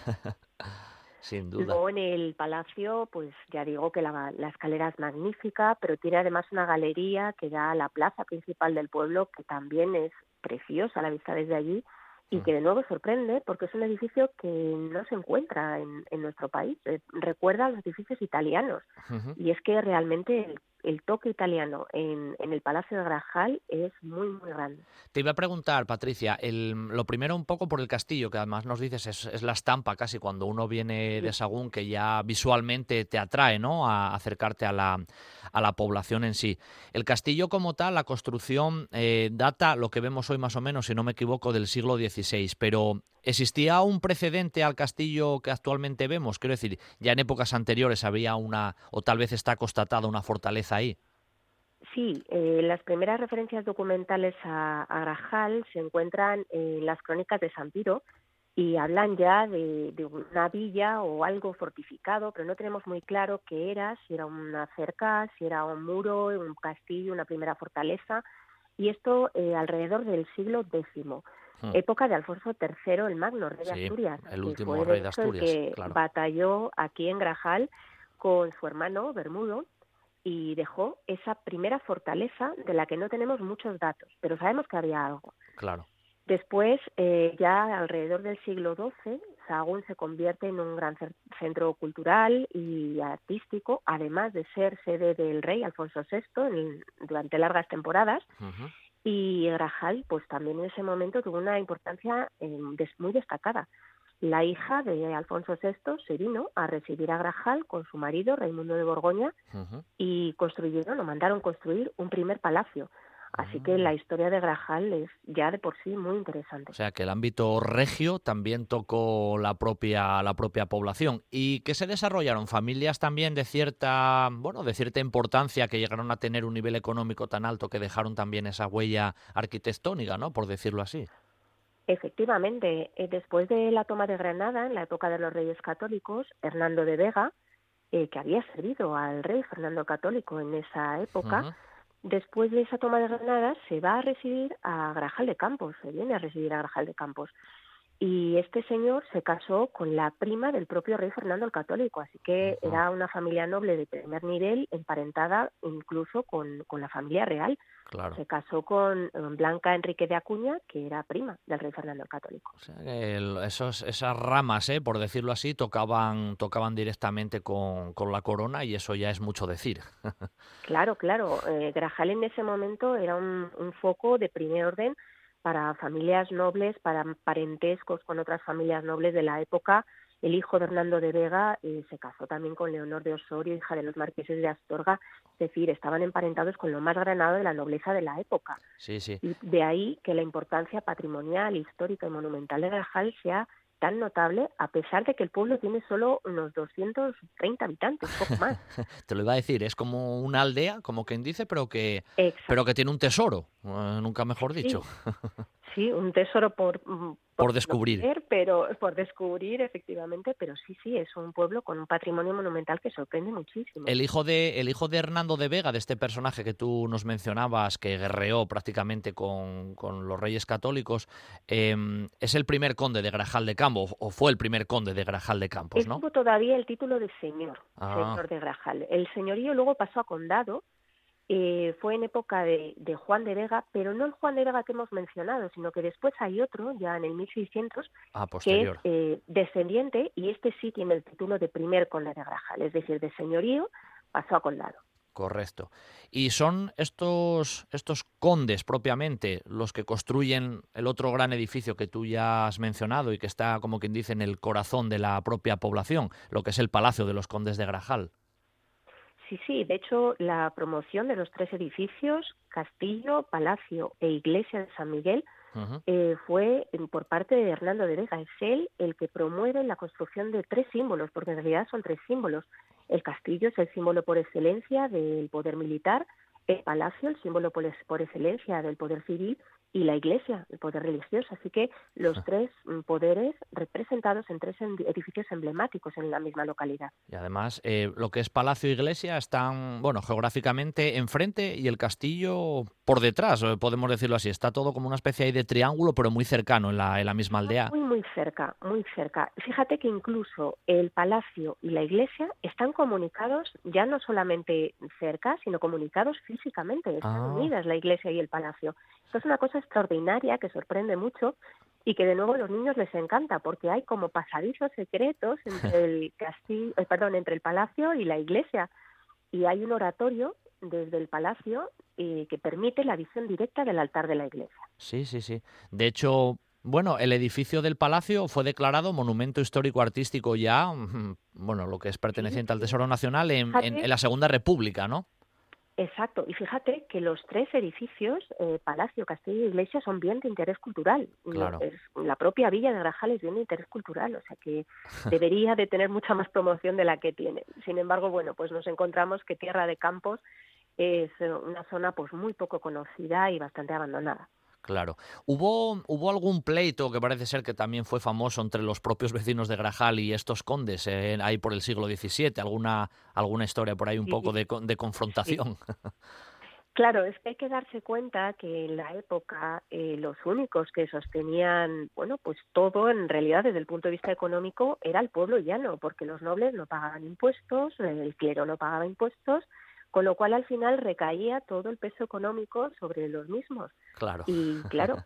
Sin duda. Luego en el palacio, pues ya digo que la escalera es magnífica, pero tiene además una galería que da a la plaza principal del pueblo, que también es preciosa a la vista desde allí, y que de nuevo sorprende porque es un edificio que no se encuentra en nuestro país. Recuerda a los edificios italianos. Uh-huh. Y es que realmente el toque italiano en el Palacio de Grajal es muy grande. Te iba a preguntar, Patricia, lo primero un poco por el castillo, que además nos dices es la estampa casi cuando uno viene de Sagún, que ya visualmente te atrae, ¿no?, a acercarte a la población en sí. El castillo como tal, la construcción data, lo que vemos hoy más o menos, si no me equivoco, del siglo XVI, pero ¿existía un precedente al castillo que actualmente vemos? Quiero decir, ya en épocas anteriores había o tal vez está constatada una fortaleza ahí. Sí, las primeras referencias documentales a Grajal se encuentran en las crónicas de San Piro y hablan ya de una villa o algo fortificado, pero no tenemos muy claro qué era, si era una cerca, si era un muro, un castillo, una primera fortaleza, y esto alrededor del siglo X. Época de Alfonso III el Magno, rey de Asturias, el último que fue rey de Asturias, el que claro. batalló aquí en Grajal con su hermano Bermudo y dejó esa primera fortaleza de la que no tenemos muchos datos, pero sabemos que había algo. Claro. Después, ya alrededor del siglo XII, Sahagún se convierte en un gran centro cultural y artístico, además de ser sede del rey Alfonso VI durante largas temporadas. Uh-huh. Y Grajal, pues también en ese momento tuvo una importancia muy destacada. La hija de Alfonso VI se vino a residir a Grajal con su marido, Raimundo de Borgoña, uh-huh. Y mandaron construir un primer palacio. Así que la historia de Grajal es ya de por sí muy interesante. O sea, que el ámbito regio también tocó la propia población. ¿Y qué se desarrollaron? ¿Familias también de cierta importancia que llegaron a tener un nivel económico tan alto que dejaron también esa huella arquitectónica, ¿no? Por decirlo así. Efectivamente, después de la toma de Granada, en la época de los Reyes Católicos, Hernando de Vega, que había servido al rey Fernando Católico en esa época, después de esa toma de Granada se va a residir a Grajal de Campos, se viene a residir a Grajal de Campos. Y este señor se casó con la prima del propio rey Fernando el Católico, así que era una familia noble de primer nivel, emparentada incluso con la familia real. Claro. Se casó con Blanca Enrique de Acuña, que era prima del rey Fernando el Católico. O sea, que esas ramas, por decirlo así, tocaban directamente con la corona, y eso ya es mucho decir. Claro. Grajal en ese momento era un foco de primer orden para familias nobles, para parentescos con otras familias nobles de la época. El hijo de Hernando de Vega se casó también con Leonor de Osorio, hija de los marqueses de Astorga, es decir, estaban emparentados con lo más granado de la nobleza de la época. Sí. Y de ahí que la importancia patrimonial, histórica y monumental de Grajal sea tan notable, a pesar de que el pueblo tiene solo unos 230 habitantes, poco más. Te lo iba a decir, es como una aldea, como quien dice, pero que tiene un tesoro, nunca mejor dicho. Sí, un tesoro por descubrir. Por descubrir, efectivamente, pero sí, es un pueblo con un patrimonio monumental que sorprende muchísimo. El hijo de Hernando de Vega, de este personaje que tú nos mencionabas, que guerreó prácticamente con los Reyes Católicos, es el primer conde de Grajal de Campos, o fue el primer conde de Grajal de Campos, ¿no? Tuvo todavía el título de señor de Grajal. El señorío luego pasó a condado. Fue en época de Juan de Vega, pero no el Juan de Vega que hemos mencionado, sino que después hay otro, ya en el 1600, posterior, que es descendiente, y este sí tiene el título de primer conde de Grajal, es decir, de señorío pasó a condado. Correcto. ¿Y son estos condes propiamente los que construyen el otro gran edificio que tú ya has mencionado y que está, como quien dice, en el corazón de la propia población, lo que es el Palacio de los Condes de Grajal? Sí, de hecho la promoción de los tres edificios, castillo, palacio e iglesia de San Miguel, fue por parte de Hernando de Vega. Es él el que promueve la construcción de tres símbolos, porque en realidad son tres símbolos. El castillo es el símbolo por excelencia del poder militar, el palacio el símbolo por excelencia del poder civil, y la iglesia, el poder religioso. Así que los tres poderes representados en tres edificios emblemáticos en la misma localidad. Y además, lo que es palacio e iglesia están, geográficamente enfrente y el castillo por detrás, podemos decirlo así. Está todo como una especie ahí de triángulo, pero muy cercano en la misma aldea. Muy cerca. Fíjate que incluso el palacio y la iglesia están comunicados ya no solamente cerca, sino comunicados físicamente. Están unidas la iglesia y el palacio. Esto es una cosa extraordinaria que sorprende mucho y que de nuevo a los niños les encanta, porque hay como pasadizos secretos entre el castillo, entre el palacio y la iglesia, y hay un oratorio desde el palacio que permite la visión directa del altar de la iglesia. Sí. De hecho, el edificio del palacio fue declarado monumento histórico artístico ya, lo que es perteneciente al Tesoro Nacional en la Segunda República, ¿no? Exacto, y fíjate que los tres edificios, palacio, castillo y iglesia, son bien de interés cultural. Claro. La propia villa de Grajal es bien de interés cultural, o sea que debería de tener mucha más promoción de la que tiene. Sin embargo, pues nos encontramos que Tierra de Campos es una zona pues muy poco conocida y bastante abandonada. Claro. ¿Hubo algún pleito que parece ser que también fue famoso entre los propios vecinos de Grajal y estos condes ahí por el siglo XVII? ¿Alguna historia por ahí un poco de confrontación? Sí. Claro, es que hay que darse cuenta que en la época los únicos que sostenían, pues todo en realidad desde el punto de vista económico era el pueblo llano, porque los nobles no pagaban impuestos, el clero no pagaba impuestos, con lo cual al final recaía todo el peso económico sobre los mismos. Claro. Y claro,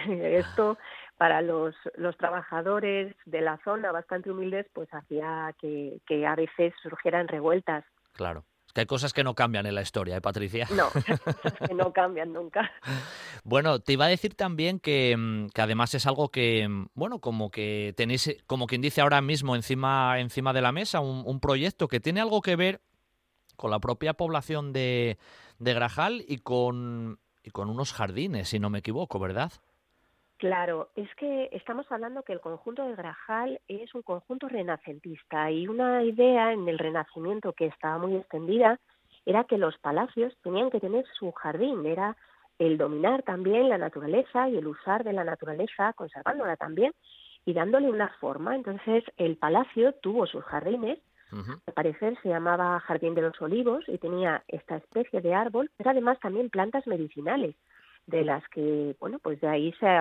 esto para los trabajadores de la zona bastante humildes pues hacía que a veces surgieran revueltas. Claro. Es que hay cosas que no cambian en la historia, Patricia? No, hay cosas que no cambian nunca. Bueno, te iba a decir también que además es algo que, como que tenéis, como quien dice ahora mismo encima de la mesa, un proyecto que tiene algo que ver con la propia población de Grajal y con y con unos jardines, si no me equivoco, ¿verdad? Claro, es que estamos hablando que el conjunto de Grajal es un conjunto renacentista y una idea en el Renacimiento que estaba muy extendida era que los palacios tenían que tener su jardín, era el dominar también la naturaleza y el usar de la naturaleza, conservándola también y dándole una forma. Entonces el palacio tuvo sus jardines, al parecer se llamaba Jardín de los Olivos y tenía esta especie de árbol, pero además también plantas medicinales, de las que, bueno, pues de ahí se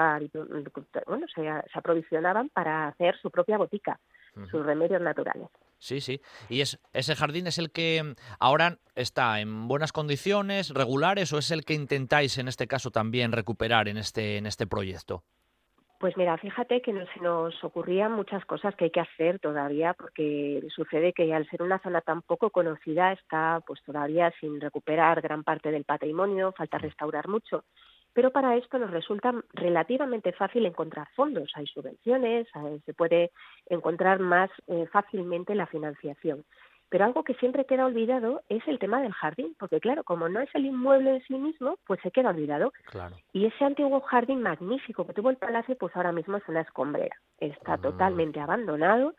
aprovisionaban para hacer su propia botica, sus remedios naturales. Sí, sí. ¿Y ese jardín es el que ahora está en buenas condiciones, regulares, o es el que intentáis en este caso también recuperar en este proyecto? Pues mira, fíjate que se nos ocurrían muchas cosas que hay que hacer todavía, porque sucede que al ser una zona tan poco conocida está pues todavía sin recuperar gran parte del patrimonio, falta restaurar mucho. Pero para esto nos resulta relativamente fácil encontrar fondos, hay subvenciones, se puede encontrar más fácilmente la financiación. Pero algo que siempre queda olvidado es el tema del jardín, porque claro, como no es el inmueble en sí mismo, pues se queda olvidado. Claro. Y ese antiguo jardín magnífico que tuvo el palacio, pues ahora mismo es una escombrera. Está totalmente abandonado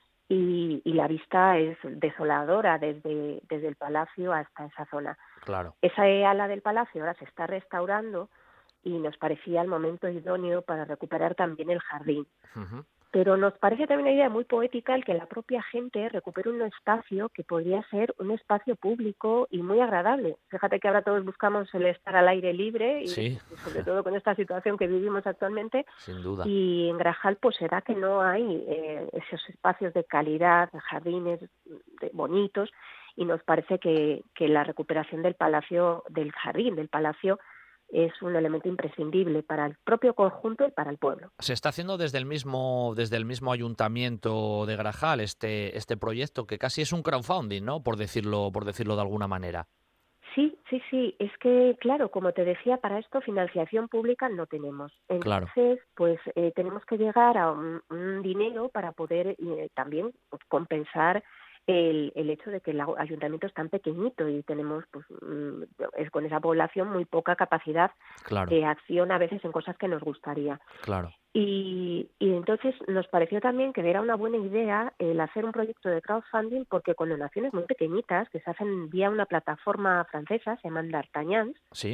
y la vista es desoladora desde el palacio hasta esa zona. Claro. Esa ala del palacio ahora se está restaurando y nos parecía el momento idóneo para recuperar también el jardín. Pero nos parece también una idea muy poética el que la propia gente recupere un espacio que podría ser un espacio público y muy agradable. Fíjate que ahora todos buscamos el estar al aire libre y sobre todo con esta situación que vivimos actualmente. Sin duda. Y en Grajal pues será que no hay esos espacios de calidad, jardines bonitos, y nos parece que la recuperación del palacio, del jardín del palacio, es un elemento imprescindible para el propio conjunto y para el pueblo. Se está haciendo desde el mismo ayuntamiento de Grajal este proyecto, que casi es un crowdfunding, ¿no? Por decirlo de alguna manera. Sí. Es que, claro, como te decía, para esto financiación pública no tenemos. Entonces, pues tenemos que llegar a un dinero para poder también compensar el hecho de que el ayuntamiento es tan pequeñito y tenemos pues con esa población muy poca capacidad de acción a veces en cosas que nos gustaría. Claro. Y entonces nos pareció también que era una buena idea el hacer un proyecto de crowdfunding, porque con donaciones muy pequeñitas que se hacen vía una plataforma francesa, se llaman D'Artagnans. Sí.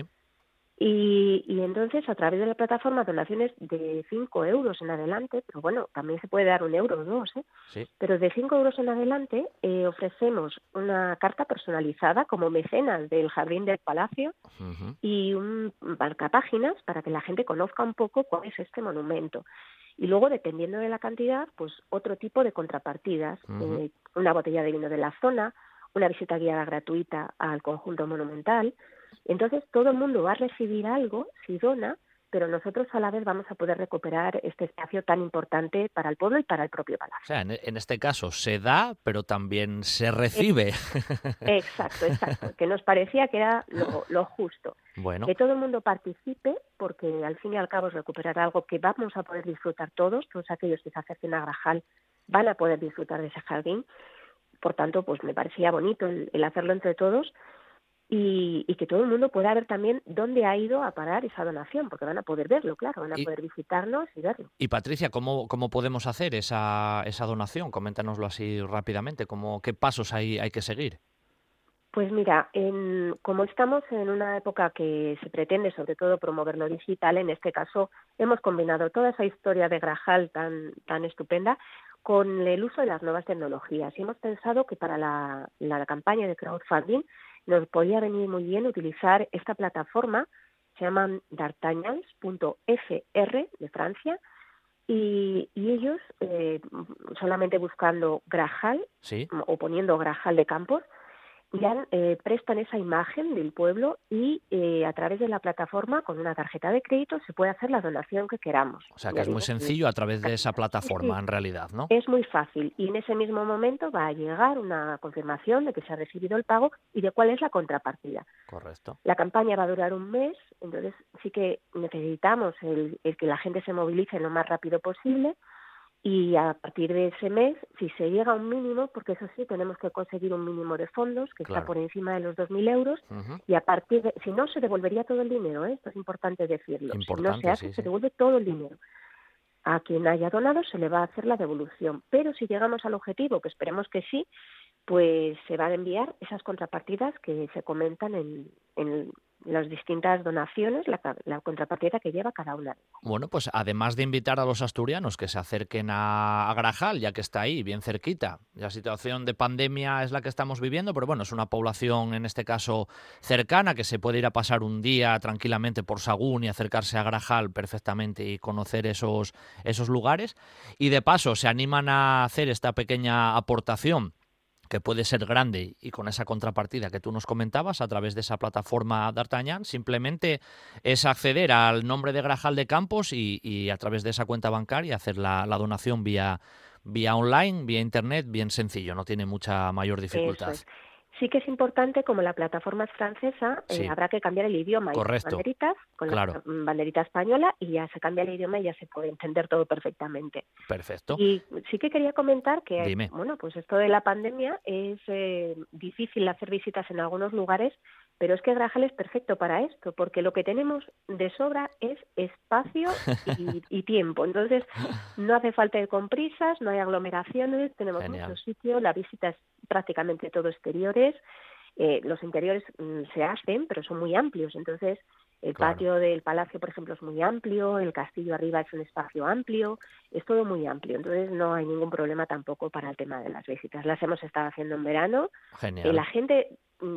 Y entonces a través de la plataforma donaciones de 5 euros en adelante, pero bueno, también se puede dar 1 euro o 2, sí. Pero de 5 euros en adelante ofrecemos una carta personalizada como mecenas del Jardín del Palacio y un marcapáginas para que la gente conozca un poco cuál es este monumento. Y luego, dependiendo de la cantidad, pues otro tipo de contrapartidas, una botella de vino de la zona, una visita guiada gratuita al conjunto monumental. Entonces todo el mundo va a recibir algo si dona, pero nosotros a la vez vamos a poder recuperar este espacio tan importante para el pueblo y para el propio palacio. O sea, en este caso se da, pero también se recibe. Exacto, que nos parecía que era lo justo. Bueno. Que todo el mundo participe, porque al fin y al cabo es recuperar algo que vamos a poder disfrutar todos aquellos que se acerquen a Grajal van a poder disfrutar de ese jardín. Por tanto, pues me parecía bonito el hacerlo entre todos. Y que todo el mundo pueda ver también dónde ha ido a parar esa donación, porque van a poder verlo, claro, van a poder visitarnos y verlo. Y Patricia, ¿cómo podemos hacer esa donación? Coméntanoslo así rápidamente, ¿qué pasos hay que seguir? Pues mira, como estamos en una época que se pretende sobre todo promover lo digital, en este caso hemos combinado toda esa historia de Grajal tan estupenda con el uso de las nuevas tecnologías. Y hemos pensado que para la campaña de crowdfunding nos podía venir muy bien utilizar esta plataforma, se llaman D'Artagnans.fr de Francia, y ellos, solamente buscando Grajal, ¿sí? O poniendo Grajal de Campos, ya prestan esa imagen del pueblo y a través de la plataforma, con una tarjeta de crédito, se puede hacer la donación que queramos. O sea, que es muy sencillo a través de esa plataforma, en realidad, ¿no? Es muy fácil y en ese mismo momento va a llegar una confirmación de que se ha recibido el pago y de cuál es la contrapartida. Correcto. La campaña va a durar un mes, entonces sí que necesitamos el que la gente se movilice lo más rápido posible. Y a partir de ese mes, si se llega a un mínimo, porque eso sí, tenemos que conseguir un mínimo de fondos que está por encima de los 2.000 euros, y a partir de, si no, se devolvería todo el dinero, esto es importante decirlo. Si no se hace, se devuelve todo el dinero. A quien haya donado se le va a hacer la devolución, pero si llegamos al objetivo, que esperemos que sí, pues se van a enviar esas contrapartidas que se comentan en las distintas donaciones, la contrapartida que lleva cada una. Bueno, pues además de invitar a los asturianos que se acerquen a Grajal, ya que está ahí, bien cerquita, la situación de pandemia es la que estamos viviendo, pero bueno, es una población en este caso cercana, que se puede ir a pasar un día tranquilamente por Sagún y acercarse a Grajal perfectamente y conocer esos lugares, y de paso se animan a hacer esta pequeña aportación, que puede ser grande, y con esa contrapartida que tú nos comentabas a través de esa plataforma D'Artagnan, simplemente es acceder al nombre de Grajal de Campos y a través de esa cuenta bancaria hacer la donación vía online, vía internet, bien sencillo, no tiene mucha mayor dificultad. Eso es. Sí que es importante, como la plataforma es francesa, habrá que cambiar el idioma. Correcto. Y las banderitas, con la banderita española, y ya se cambia el idioma y ya se puede entender todo perfectamente. Perfecto. Y sí que quería comentar que, Dime. bueno, pues esto de la pandemia es difícil hacer visitas en algunos lugares, pero es que Grajal es perfecto para esto, porque lo que tenemos de sobra es espacio y tiempo. Entonces, no hace falta ir con prisas, no hay aglomeraciones, tenemos mucho sitio, la visita es prácticamente todo exteriores. Los interiores se hacen, pero son muy amplios. Entonces, el patio del palacio, por ejemplo, es muy amplio, el castillo arriba es un espacio amplio, es todo muy amplio. Entonces, no hay ningún problema tampoco para el tema de las visitas. Las hemos estado haciendo en verano. Genial. La gente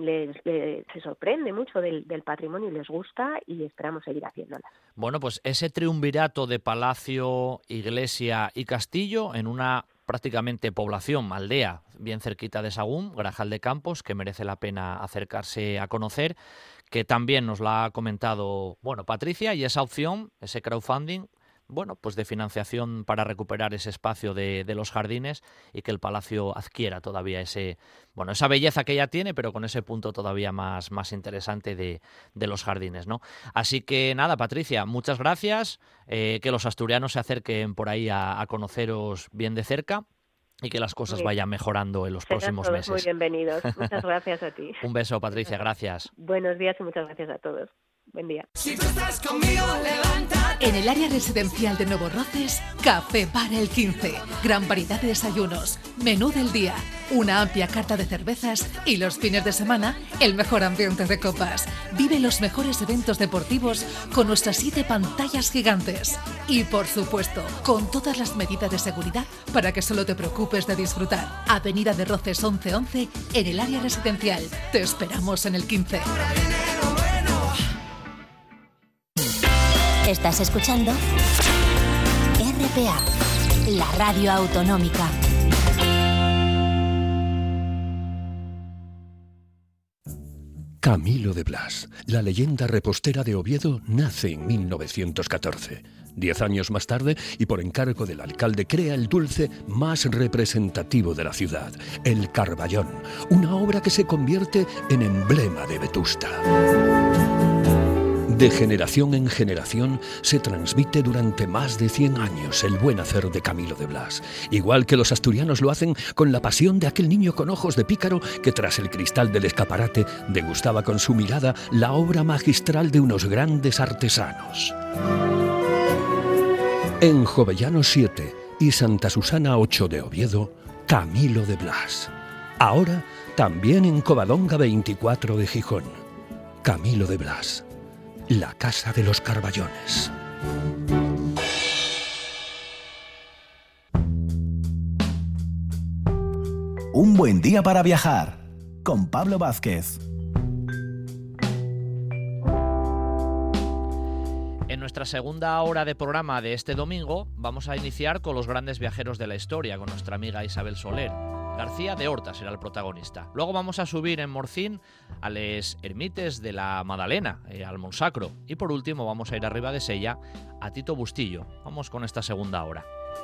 se sorprende mucho del patrimonio y les gusta, y esperamos seguir haciéndolas. Bueno, pues ese triunvirato de palacio, iglesia y castillo en una prácticamente población, aldea, bien cerquita de Sagún, Grajal de Campos, que merece la pena acercarse a conocer, que también nos la ha comentado, bueno, Patricia, y esa opción, ese crowdfunding, bueno, pues de financiación para recuperar ese espacio de los jardines y que el palacio adquiera todavía esa belleza que ya tiene, pero con ese punto todavía más interesante de los jardines, ¿no? Así que nada, Patricia, muchas gracias, que los asturianos se acerquen por ahí a conoceros bien de cerca y que las cosas vayan mejorando en los próximos meses. Muy bienvenidos. Muchas gracias a ti. Un beso, Patricia, gracias. Buenos días y muchas gracias a todos. Buen día. Si tú estás conmigo, levántate. En el área residencial de Nuevo Roces, Café Bar El 15. Gran variedad de desayunos, menú del día, una amplia carta de cervezas y los fines de semana, el mejor ambiente de copas. Vive los mejores eventos deportivos con nuestras 7 pantallas gigantes. Y por supuesto, con todas las medidas de seguridad para que solo te preocupes de disfrutar. Avenida de Roces 1111 en el área residencial. Te esperamos en el 15. Estás escuchando RPA, la radio autonómica. Camilo de Blas, la leyenda repostera de Oviedo, nace en 1914. 10 años más tarde, y por encargo del alcalde, crea el dulce más representativo de la ciudad, el Carballón, una obra que se convierte en emblema de Vetusta. De generación en generación se transmite durante más de 100 años el buen hacer de Camilo de Blas, igual que los asturianos lo hacen con la pasión de aquel niño con ojos de pícaro que tras el cristal del escaparate degustaba con su mirada la obra magistral de unos grandes artesanos. En Jovellano 7 y Santa Susana 8 de Oviedo, Camilo de Blas. Ahora también en Covadonga 24 de Gijón. Camilo de Blas. La Casa de los Carballones. Un buen día para viajar con Pablo Vázquez. En nuestra segunda hora de programa de este domingo vamos a iniciar con los grandes viajeros de la historia, con nuestra amiga Isabel Soler. García de Horta será el protagonista. Luego vamos a subir en Morcín a les ermites de la Madalena, al Monsacro. Y por último vamos a ir arriba de Sella a Tito Bustillo. Vamos con esta segunda hora.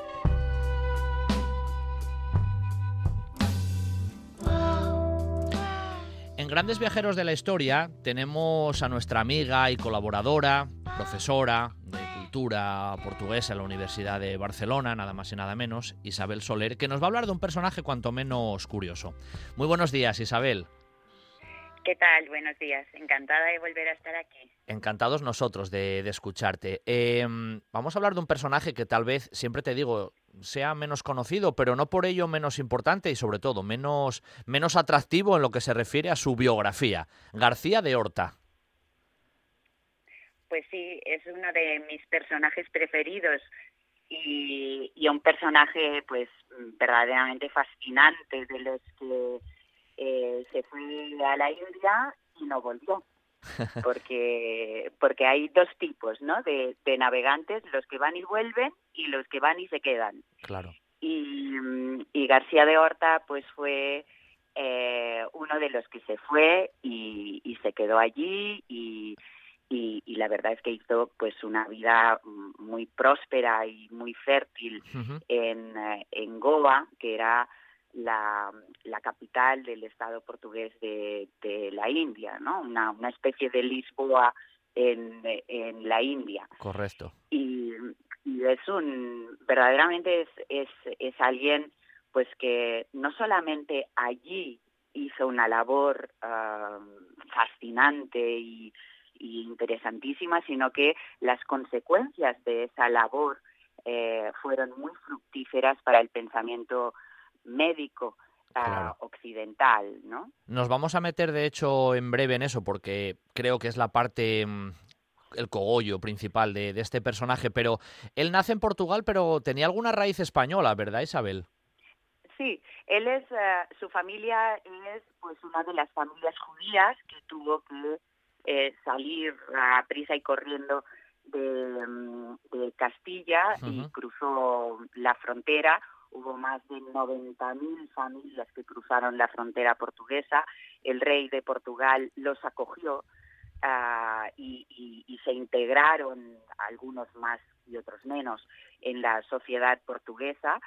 En Grandes Viajeros de la Historia tenemos a nuestra amiga y colaboradora, profesora de cultura portuguesa en la Universidad de Barcelona, nada más y nada menos, Isabel Soler, que nos va a hablar de un personaje cuanto menos curioso. Muy buenos días, Isabel. ¿Qué tal? Buenos días. Encantada de volver a estar aquí. Encantados nosotros de escucharte. Vamos a hablar de un personaje que tal vez, siempre te digo, sea menos conocido, pero no por ello menos importante y sobre todo menos atractivo en lo que se refiere a su biografía. García de Horta. Pues sí, es uno de mis personajes preferidos y un personaje pues verdaderamente fascinante, de los que se fue a la India y no volvió. Porque hay dos tipos, ¿no? de navegantes, los que van y vuelven y los que van y se quedan. Claro. Y García de Horta pues fue uno de los que se fue y se quedó allí y la verdad es que hizo pues una vida muy próspera y muy fértil en Goa, que era la capital del estado portugués de la India, ¿no? Una especie de Lisboa en la India. Correcto. Y es verdaderamente es alguien pues que no solamente allí hizo una labor fascinante y interesantísima, sino que las consecuencias de esa labor fueron muy fructíferas para el pensamiento médico occidental, ¿no? Nos vamos a meter, de hecho, en breve en eso, porque creo que es la parte, el cogollo principal de este personaje, pero él nace en Portugal, pero tenía alguna raíz española, ¿verdad, Isabel? Sí, él su familia es pues una de las familias judías que tuvo que salir a prisa y corriendo de Castilla y cruzó la frontera. Hubo más de 90.000 familias que cruzaron la frontera portuguesa. El rey de Portugal los acogió y se integraron, algunos más y otros menos, en la sociedad portuguesa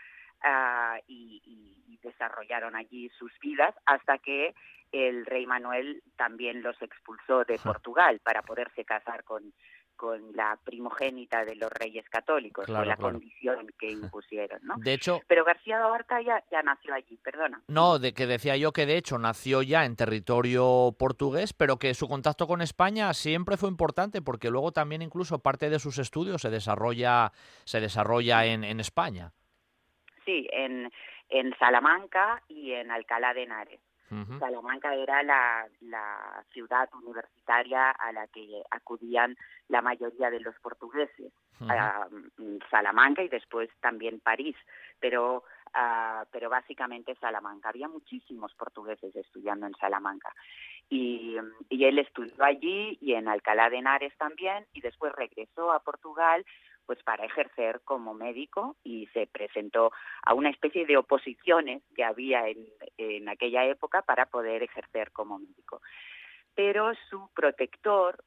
y desarrollaron allí sus vidas hasta que el rey Manuel también los expulsó de Portugal para poderse casar con la primogénita de los reyes católicos, claro, con la claro. condición que impusieron, ¿no? De hecho, pero García de Horta ya nació allí, perdona. No, de que decía yo que de hecho nació ya en territorio portugués, pero que su contacto con España siempre fue importante porque luego también incluso parte de sus estudios se desarrolla en España. Sí, en Salamanca y en Alcalá de Henares. Salamanca era la ciudad universitaria a la que acudían la mayoría de los portugueses. Salamanca y después también París, pero básicamente Salamanca. Había muchísimos portugueses estudiando en Salamanca y él estudió allí y en Alcalá de Henares también y después regresó a Portugal pues para ejercer como médico y se presentó a una especie de oposiciones que había en aquella época para poder ejercer como médico. Pero su protector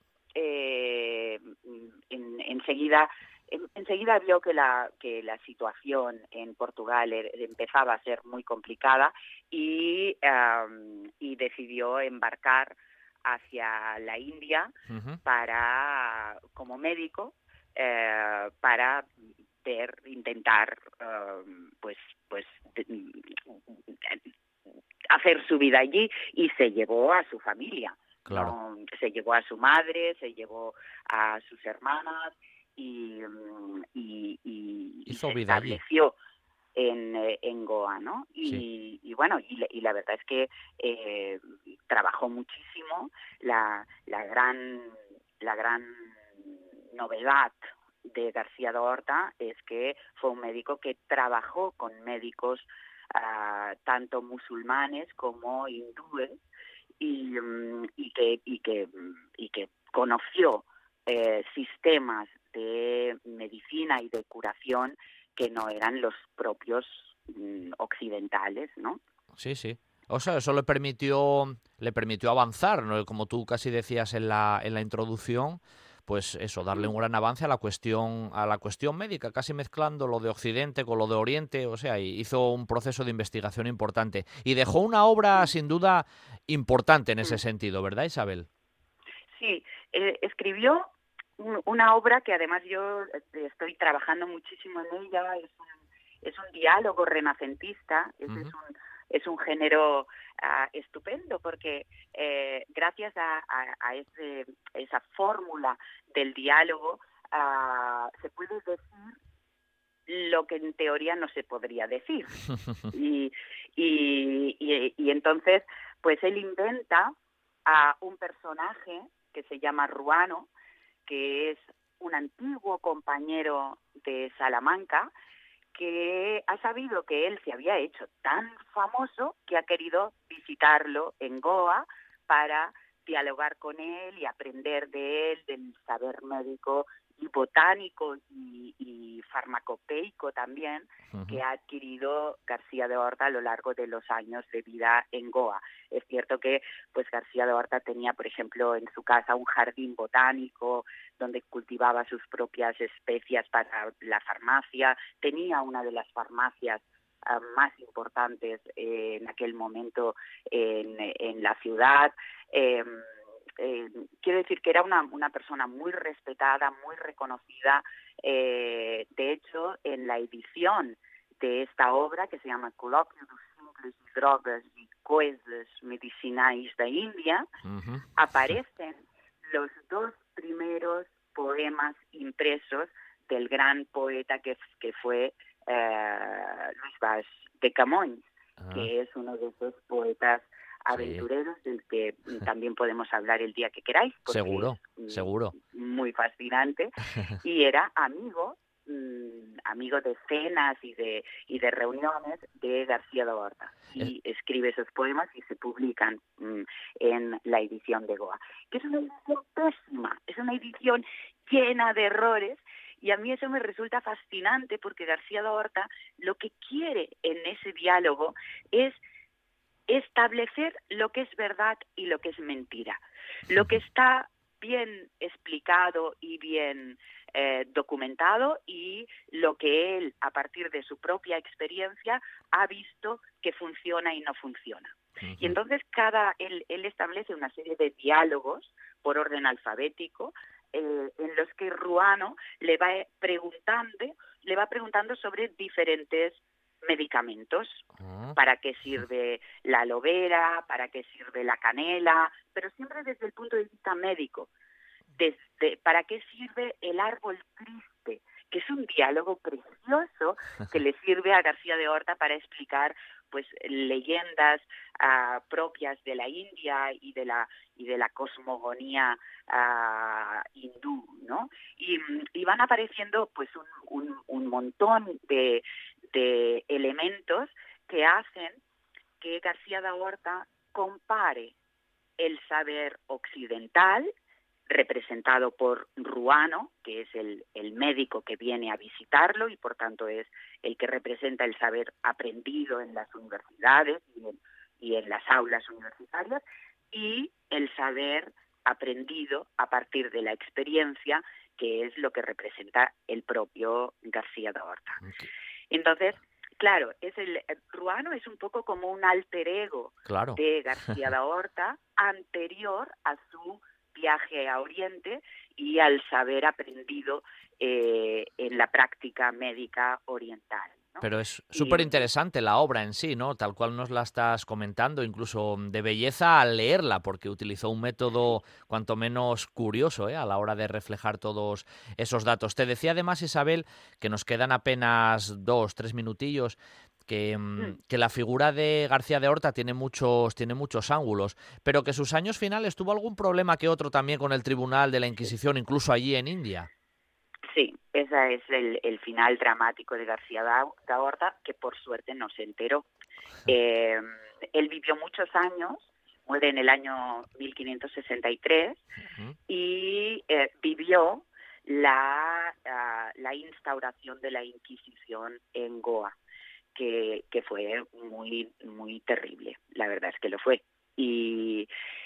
enseguida vio que la situación en Portugal empezaba a ser muy complicada y decidió embarcar hacia la India como médico para intentar hacer su vida allí y se llevó a su familia. Claro. ¿No? Se llevó a su madre, se llevó a sus hermanas y hizo se vida estableció en Goa, ¿no? Sí. Y bueno, y la verdad es que trabajó muchísimo. La gran novedad de García de Horta es que fue un médico que trabajó con médicos tanto musulmanes como hindúes y que conoció sistemas de medicina y de curación que no eran los propios occidentales, ¿no? Sí, sí. O sea, eso le permitió avanzar, ¿no? Como tú casi decías en la introducción, pues eso, darle un gran avance a la cuestión médica, casi mezclando lo de Occidente con lo de Oriente, o sea, hizo un proceso de investigación importante y dejó una obra sin duda importante en ese sentido, ¿verdad, Isabel? Sí, escribió una obra que además yo estoy trabajando muchísimo en ella. Es un diálogo renacentista, es un género estupendo, porque gracias a esa fórmula del diálogo se puede decir lo que en teoría no se podría decir. Y entonces, pues él inventa a un personaje que se llama Ruano, que es un antiguo compañero de Salamanca, que ha sabido que él se había hecho tan famoso que ha querido visitarlo en Goa para dialogar con él y aprender de él, del saber médico y botánico y farmacopeico también, que ha adquirido García de Horta a lo largo de los años de vida en Goa. Es cierto que pues García de Horta tenía, por ejemplo, en su casa un jardín botánico donde cultivaba sus propias especias para la farmacia, tenía una de las farmacias más importantes en aquel momento en la ciudad. Quiero decir que era una persona muy respetada, muy reconocida. De hecho, en la edición de esta obra, que se llama Col·loqui dos simples i drogues i coeses medicinais de India, aparecen los 2 primeros poemas impresos del gran poeta que fue Luis Baix de Camões, que es uno de esos poetas aventureros del que también podemos hablar el día que queráis, porque seguro, muy fascinante, y era amigo de cenas y de reuniones de García de Horta, y escribe esos poemas y se publican en la edición de Goa, que es una edición pésima, es una edición llena de errores. Y a mí eso me resulta fascinante, porque García de Horta lo que quiere en ese diálogo es establecer lo que es verdad y lo que es mentira. Lo que está bien explicado y bien documentado, y lo que él, a partir de su propia experiencia, ha visto que funciona y no funciona. Y entonces él establece una serie de diálogos por orden alfabético, en los que Ruano le va preguntando sobre diferentes medicamentos, para qué sirve la aloe vera, para qué sirve la canela, pero siempre desde el punto de vista médico, para qué sirve el árbol triste, que es un diálogo precioso que le sirve a García de Horta para explicar pues leyendas propias de la India y de la cosmogonía hindú, ¿no? Y van apareciendo pues un montón de elementos que hacen que García de Horta compare el saber occidental, representado por Ruano, que es el médico que viene a visitarlo y por tanto es el que representa el saber aprendido en las universidades y en las aulas universitarias, y el saber aprendido a partir de la experiencia, que es lo que representa el propio García de Horta. Entonces, claro, Ruano es un poco como un alter ego de García de Horta, anterior a su viaje a Oriente y al saber aprendido en la práctica médica oriental, ¿no? Pero es súper interesante la obra en sí, ¿no? Tal cual nos la estás comentando, incluso de belleza al leerla, porque utilizó un método cuanto menos curioso, a la hora de reflejar todos esos datos. Te decía además, Isabel, que nos quedan apenas 2-3 minutillos, que la figura de García de Horta tiene muchos ángulos, pero que sus años finales tuvo algún problema que otro también con el Tribunal de la Inquisición, incluso allí en India. Sí, ese es el final dramático de García de Horta, que por suerte no se enteró. Él vivió muchos años, muere en el año 1563, y vivió la instauración de la Inquisición en Goa, que fue muy, muy terrible, la verdad es que lo fue. Y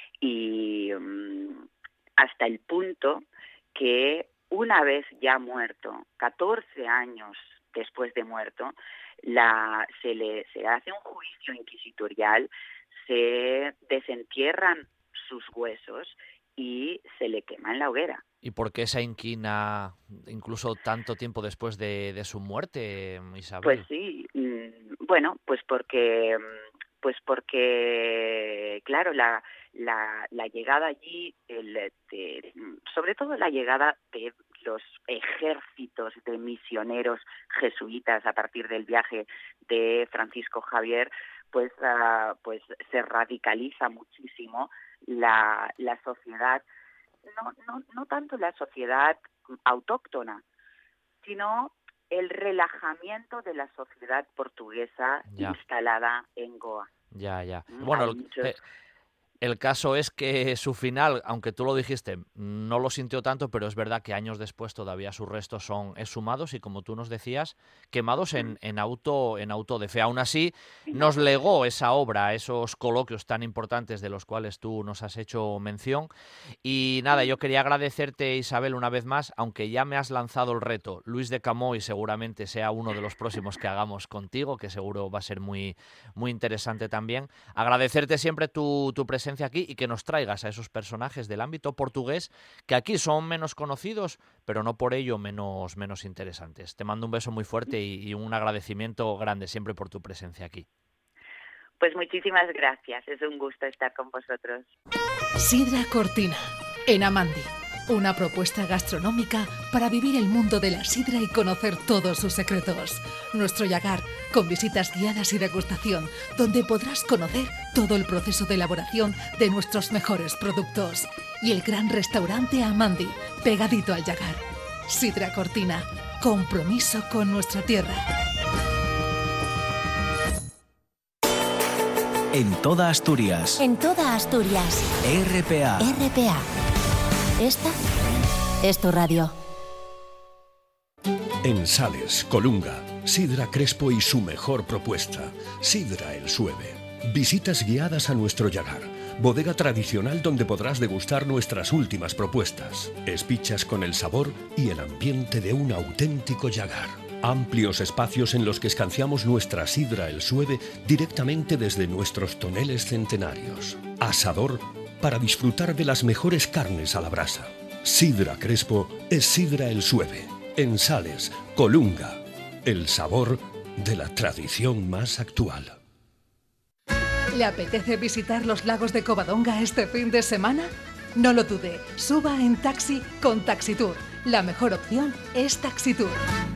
hasta el punto que una vez ya muerto, 14 años después de muerto, se le hace un juicio inquisitorial, se desentierran sus huesos y se le quema en la hoguera. ¿Y por qué esa inquina incluso tanto tiempo después de su muerte, Isabel? Pues sí, bueno, pues porque claro, la llegada allí, sobre todo la llegada de los ejércitos de misioneros jesuitas a partir del viaje de Francisco Javier, pues se radicaliza muchísimo la sociedad, no tanto la sociedad autóctona, sino el relajamiento de la sociedad portuguesa instalada en Goa. Ya. Bueno, el caso es que su final, aunque tú lo dijiste, no lo sintió tanto, pero es verdad que años después todavía sus restos son exhumados y, como tú nos decías, quemados en auto de fe. Aún así, nos legó esa obra, esos coloquios tan importantes de los cuales tú nos has hecho mención. Y nada, yo quería agradecerte, Isabel, una vez más, aunque ya me has lanzado el reto. Luis de Camões seguramente sea uno de los próximos que hagamos contigo, que seguro va a ser muy, muy interesante también. Agradecerte siempre tu presencia aquí y que nos traigas a esos personajes del ámbito portugués que aquí son menos conocidos, pero no por ello menos interesantes. Te mando un beso muy fuerte y un agradecimiento grande siempre por tu presencia aquí. Pues muchísimas gracias, es un gusto estar con vosotros. Sidra Cortina, en Amandi. Una propuesta gastronómica para vivir el mundo de la sidra y conocer todos sus secretos. Nuestro Llagar, con visitas guiadas y degustación, donde podrás conocer todo el proceso de elaboración de nuestros mejores productos. Y el gran restaurante Amandi, pegadito al Llagar. Sidra Cortina, compromiso con nuestra tierra. En toda Asturias. En toda Asturias. RPA. RPA. Esta es tu radio. En Sales, Colunga, Sidra Crespo y su mejor propuesta, Sidra El Sueve. Visitas guiadas a nuestro Llagar, bodega tradicional donde podrás degustar nuestras últimas propuestas. Espichas con el sabor y el ambiente de un auténtico Llagar. Amplios espacios en los que escanciamos nuestra Sidra El Sueve directamente desde nuestros toneles centenarios. Asador para disfrutar de las mejores carnes a la brasa. Sidra Crespo es Sidra El Sueve. En Sales, Colunga, el sabor de la tradición más actual. ¿Le apetece visitar los lagos de Covadonga este fin de semana? No lo dude, suba en taxi con Taxitour. La mejor opción es Taxitour.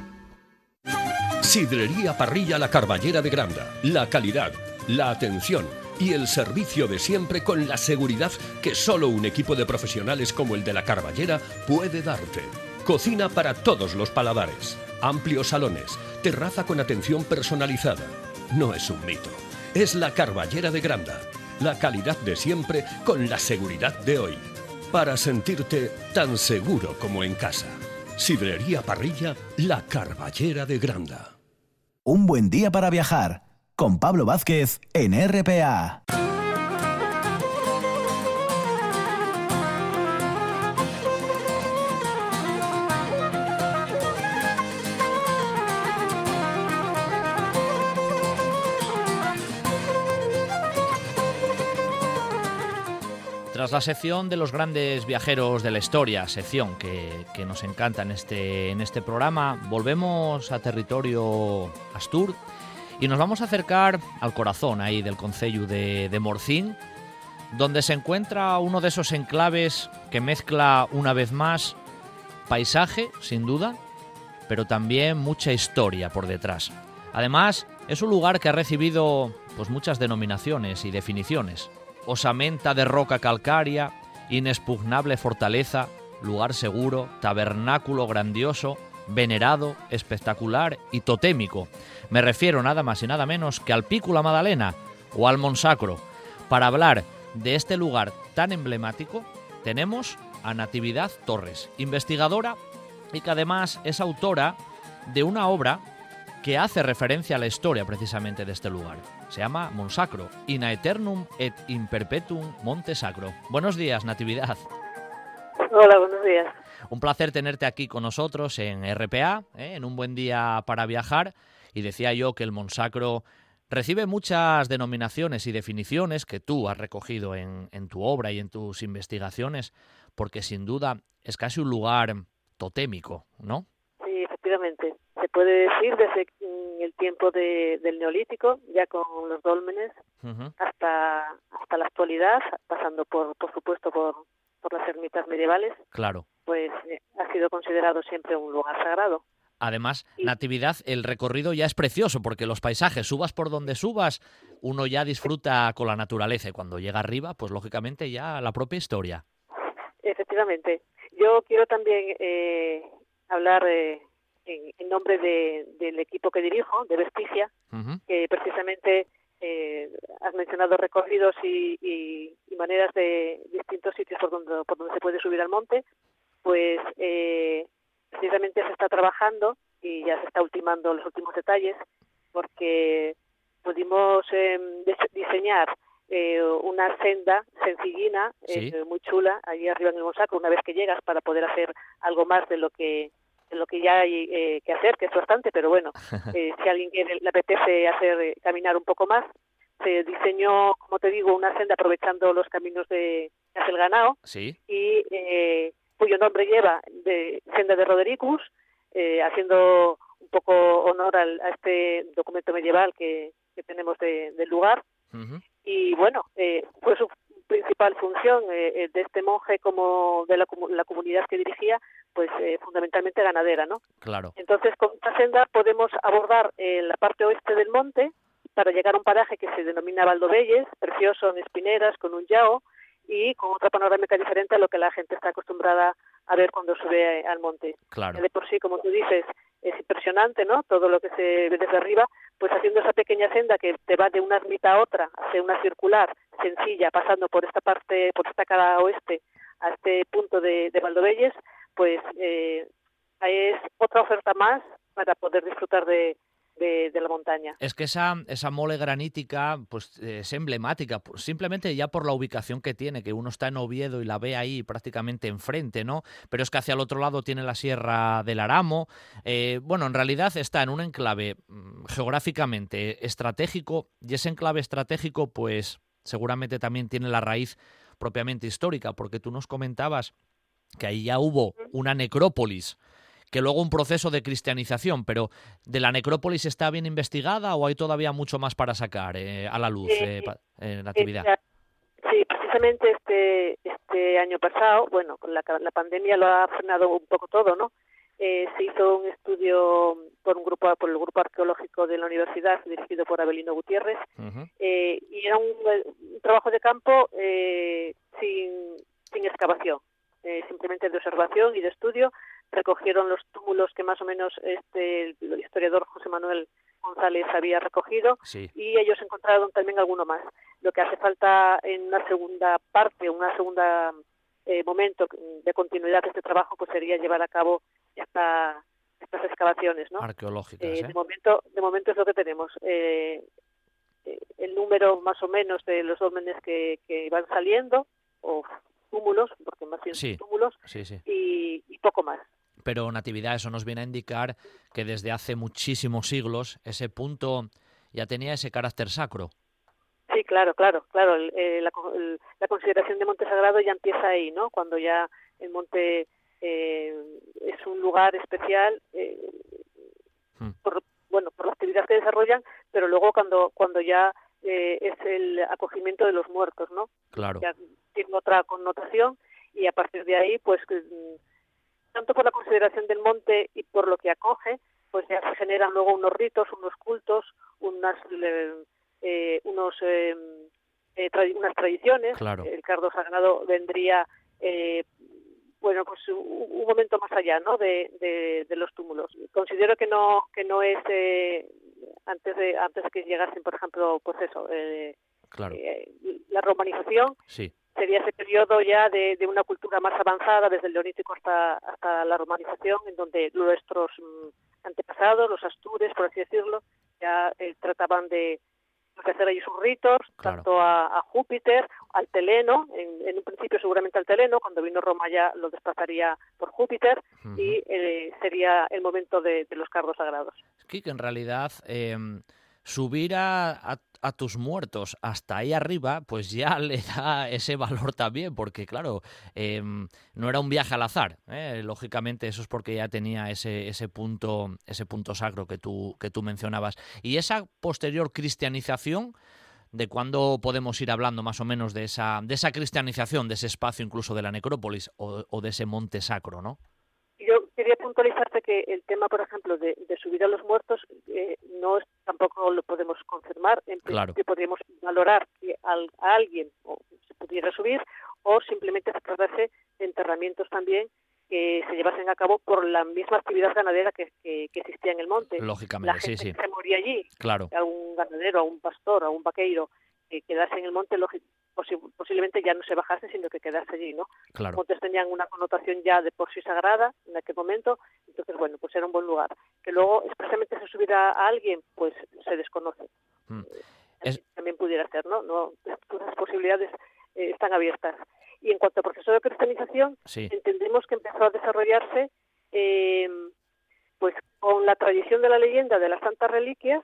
Sidrería Parrilla La Carballera de Granda. La calidad, la atención y el servicio de siempre con la seguridad que solo un equipo de profesionales como el de La Carballera puede darte. Cocina para todos los paladares. Amplios salones. Terraza con atención personalizada. No es un mito. Es La Carballera de Granda. La calidad de siempre con la seguridad de hoy. Para sentirte tan seguro como en casa. Sidrería Parrilla La Carballera de Granda. Un buen día para viajar. Con Pablo Vázquez en RPA. Tras la sección de los grandes viajeros de la historia, sección que nos encanta en este programa, volvemos a territorio astur y nos vamos a acercar al corazón ahí del concello de Morcín, donde se encuentra uno de esos enclaves que mezcla una vez más paisaje, sin duda, pero también mucha historia por detrás. Además, es un lugar que ha recibido pues muchas denominaciones y definiciones. Osamenta de roca calcárea, inexpugnable fortaleza, lugar seguro, tabernáculo grandioso, venerado, espectacular y totémico. Me refiero nada más y nada menos que al Pico La Madalena o al Monsacro. Para hablar de este lugar tan emblemático, tenemos a Natividad Torres, investigadora y que además es autora de una obra que hace referencia a la historia precisamente de este lugar. Se llama Monsacro, in aeternum et in perpetuum monte sacro. Buenos días, Natividad. Hola, buenos días. Un placer tenerte aquí con nosotros en RPA, en un buen día para viajar. Y decía yo que el Monsacro Recibe muchas denominaciones y definiciones que tú has recogido en tu obra y en tus investigaciones, porque sin duda es casi un lugar totémico, ¿no? Sí, efectivamente. Se puede decir desde el tiempo del Neolítico, ya con los dólmenes, hasta la actualidad, pasando por supuesto por las ermitas medievales. Claro. Pues ha sido considerado siempre un lugar sagrado. Además, Natividad, el recorrido ya es precioso, porque los paisajes, subas por donde subas, uno ya disfruta con la naturaleza, y cuando llega arriba, pues lógicamente ya la propia historia. Efectivamente. Yo quiero también hablar en nombre del equipo que dirijo, de Vestigia, que precisamente has mencionado recorridos y maneras de distintos sitios por donde se puede subir al monte. Pues precisamente se está trabajando y ya se está ultimando los últimos detalles, porque pudimos diseñar una senda sencillina, muy chula, allí arriba en el Monsaco, una vez que llegas, para poder hacer algo más de lo que ya hay que hacer, que es bastante, pero bueno, si a alguien le apetece caminar un poco más, se diseñó, como te digo, una senda aprovechando los caminos de Castelganao, y cuyo nombre lleva de Senda de Rodericus, haciendo un poco honor a este documento medieval que tenemos del lugar. Y bueno, fue su principal función de este monje como de la comunidad que dirigía, pues fundamentalmente ganadera, ¿no? Claro. Entonces, con esta senda podemos abordar la parte oeste del monte para llegar a un paraje que se denomina Valdovelles, precioso en espineras, con un yao, y con otra panorámica diferente a lo que la gente está acostumbrada a ver cuando sube al monte. Claro. De por sí, como tú dices, es impresionante, ¿no? Todo lo que se ve desde arriba, pues haciendo esa pequeña senda que te va de una ermita a otra, hacia una circular sencilla, pasando por esta parte, por esta cara oeste, a este punto de Valdovelles, pues es otra oferta más para poder disfrutar de la montaña. Es que esa mole granítica pues es emblemática, simplemente ya por la ubicación que tiene, que uno está en Oviedo y la ve ahí prácticamente enfrente, ¿no? Pero es que hacia el otro lado tiene la Sierra del Aramo. Bueno, en realidad está en un enclave geográficamente estratégico, y ese enclave estratégico pues seguramente también tiene la raíz propiamente histórica, porque tú nos comentabas que ahí ya hubo una necrópolis, que luego un proceso de cristianización, pero ¿de la necrópolis está bien investigada o hay todavía mucho más para sacar a la luz, Natividad? Sí, precisamente este año pasado, bueno, con la pandemia lo ha frenado un poco todo, ¿no? Se hizo un estudio por el grupo arqueológico de la universidad, dirigido por Abelino Gutiérrez, y era un trabajo de campo sin excavación, simplemente de observación y de estudio. Recogieron los túmulos que más o menos el historiador José Manuel González había recogido, y ellos encontraron también alguno más. Lo que hace falta en una segunda parte, momento de continuidad de este trabajo, pues sería llevar a cabo estas excavaciones, ¿no? Arqueológicas. De momento es lo que tenemos. El número más o menos de los dólmenes que van saliendo, o túmulos, porque más bien son túmulos, y poco más. Pero, Natividad, eso nos viene a indicar que desde hace muchísimos siglos ese punto ya tenía ese carácter sacro. Sí, claro. La consideración de monte sagrado ya empieza ahí, ¿no? Cuando ya el monte es un lugar especial por la actividad que desarrollan, pero luego cuando ya es el acogimiento de los muertos, ¿no? Claro. Ya tiene otra connotación, y a partir de ahí, pues tanto por la consideración del monte y por lo que acoge, pues ya se generan luego unos ritos, unos cultos, unas tradiciones. Claro. El cardo sagrado vendría, pues un momento más allá, ¿no? de los túmulos. Considero que no es antes de que llegasen, por ejemplo, pues eso, la romanización. Sí. Sería ese periodo ya de una cultura más avanzada, desde el Neolítico hasta la romanización, en donde nuestros antepasados, los astures, por así decirlo, ya trataban de hacer allí sus ritos, tanto a Júpiter, al Teleno, en un principio seguramente al Teleno, cuando vino Roma ya lo desplazaría por Júpiter, y sería el momento de los cardos sagrados. Es que en realidad subir a tus muertos hasta ahí arriba, pues ya le da ese valor también, porque claro, no era un viaje al azar, lógicamente eso es porque ya tenía ese punto sacro que tú mencionabas. Y esa posterior cristianización, ¿de cuándo podemos ir hablando más o menos de esa cristianización, de ese espacio incluso de la necrópolis o de ese monte sacro, ¿no? Yo quería puntualizarte que el tema, por ejemplo, de subir a los muertos, tampoco lo podemos confirmar. En principio podríamos valorar que a alguien se pudiera subir, o simplemente se tratase de enterramientos también que se llevasen a cabo por la misma actividad ganadera que existía en el monte. Lógicamente, la gente sí. que se moría allí, claro. A un ganadero, a un pastor, a un vaqueiro, que quedase en el monte, posiblemente ya no se bajase, sino que quedase allí, ¿no? Claro. Los montes tenían una connotación ya de por sí sagrada en aquel momento, entonces, bueno, pues era un buen lugar. Que luego expresamente se subiera a alguien, pues se desconoce. También pudiera ser, ¿no? Todas las posibilidades están abiertas. Y en cuanto al proceso de cristianización, entendemos que empezó a desarrollarse pues con la tradición de la leyenda de las santas reliquias,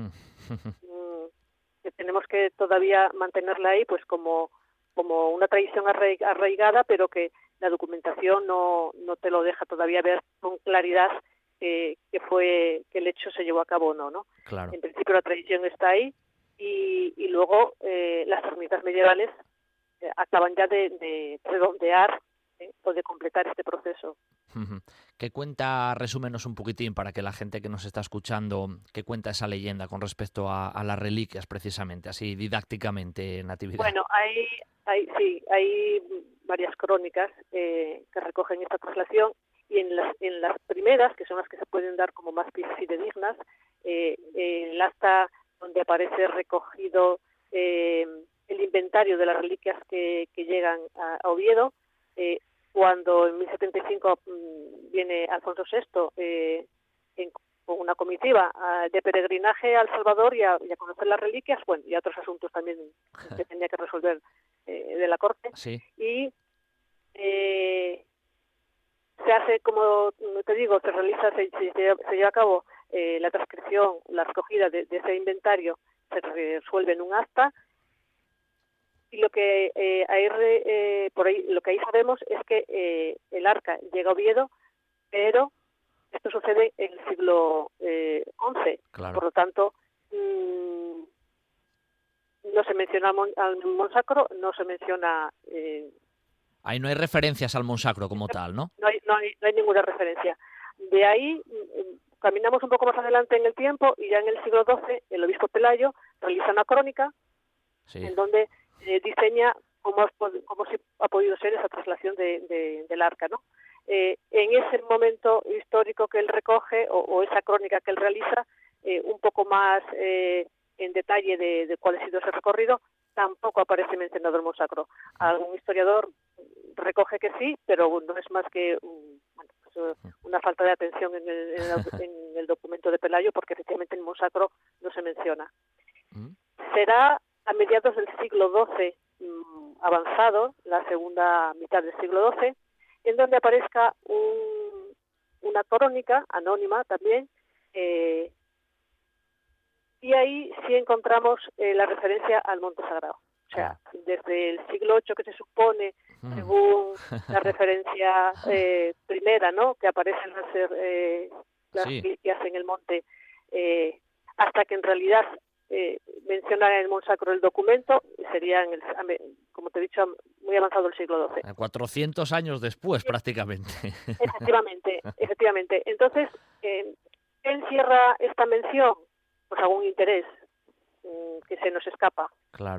que tenemos que todavía mantenerla ahí pues como una tradición arraigada, pero que la documentación no te lo deja todavía ver con claridad que el hecho se llevó a cabo o no. Claro. En principio la tradición está ahí y luego las ermitas medievales acaban ya de redondear o de completar este proceso. ¿Qué cuenta, resúmenos un poquitín para que la gente que nos está escuchando, qué cuenta esa leyenda con respecto a las reliquias precisamente, así didácticamente, Natividad? Bueno, hay varias crónicas que recogen esta traslación, y en las primeras, que son las que se pueden dar como más fidedignas, el acta donde aparece recogido el inventario de las reliquias que llegan a Oviedo, cuando en 1075 viene Alfonso VI con una comitiva de peregrinaje a El Salvador y a conocer las reliquias, bueno, y a otros asuntos también que tenía que resolver de la corte. Sí. Y se hace, como te digo, se lleva a cabo la transcripción, la recogida de ese inventario, se resuelve en un acta. Y lo que lo que ahí sabemos es que el arca llega a Oviedo, pero esto sucede en el siglo XI. Claro. Por lo tanto, no se menciona al Monsacro, no se menciona... ahí no hay referencias al Monsacro como tal, ¿no? No hay ninguna referencia. De ahí caminamos un poco más adelante en el tiempo y ya en el siglo XII el obispo Pelayo realiza una crónica en donde diseña cómo se ha podido ser esa traslación del arca, ¿no? En ese momento histórico que él recoge, o esa crónica que él realiza, un poco más en detalle de cuál ha sido ese recorrido, tampoco aparece mencionado el Monsacro. Algún historiador recoge que sí, pero no es más que una falta de atención en el documento de Pelayo, porque efectivamente el Monsacro no se menciona. Será a mediados del siglo XII avanzado, la segunda mitad del siglo XII, en donde aparezca una crónica anónima también, y ahí sí encontramos la referencia al Monte Sagrado. O sea, desde el siglo VIII, que se supone, según la referencia primera, ¿no?, que aparecen las reliquias en el monte, hasta que en realidad menciona el Monsacro el documento, sería, como te he dicho, muy avanzado el siglo XII. 400 años después, prácticamente. Efectivamente. Entonces, ¿qué encierra esta mención? Pues algún interés que se nos escapa. Claro.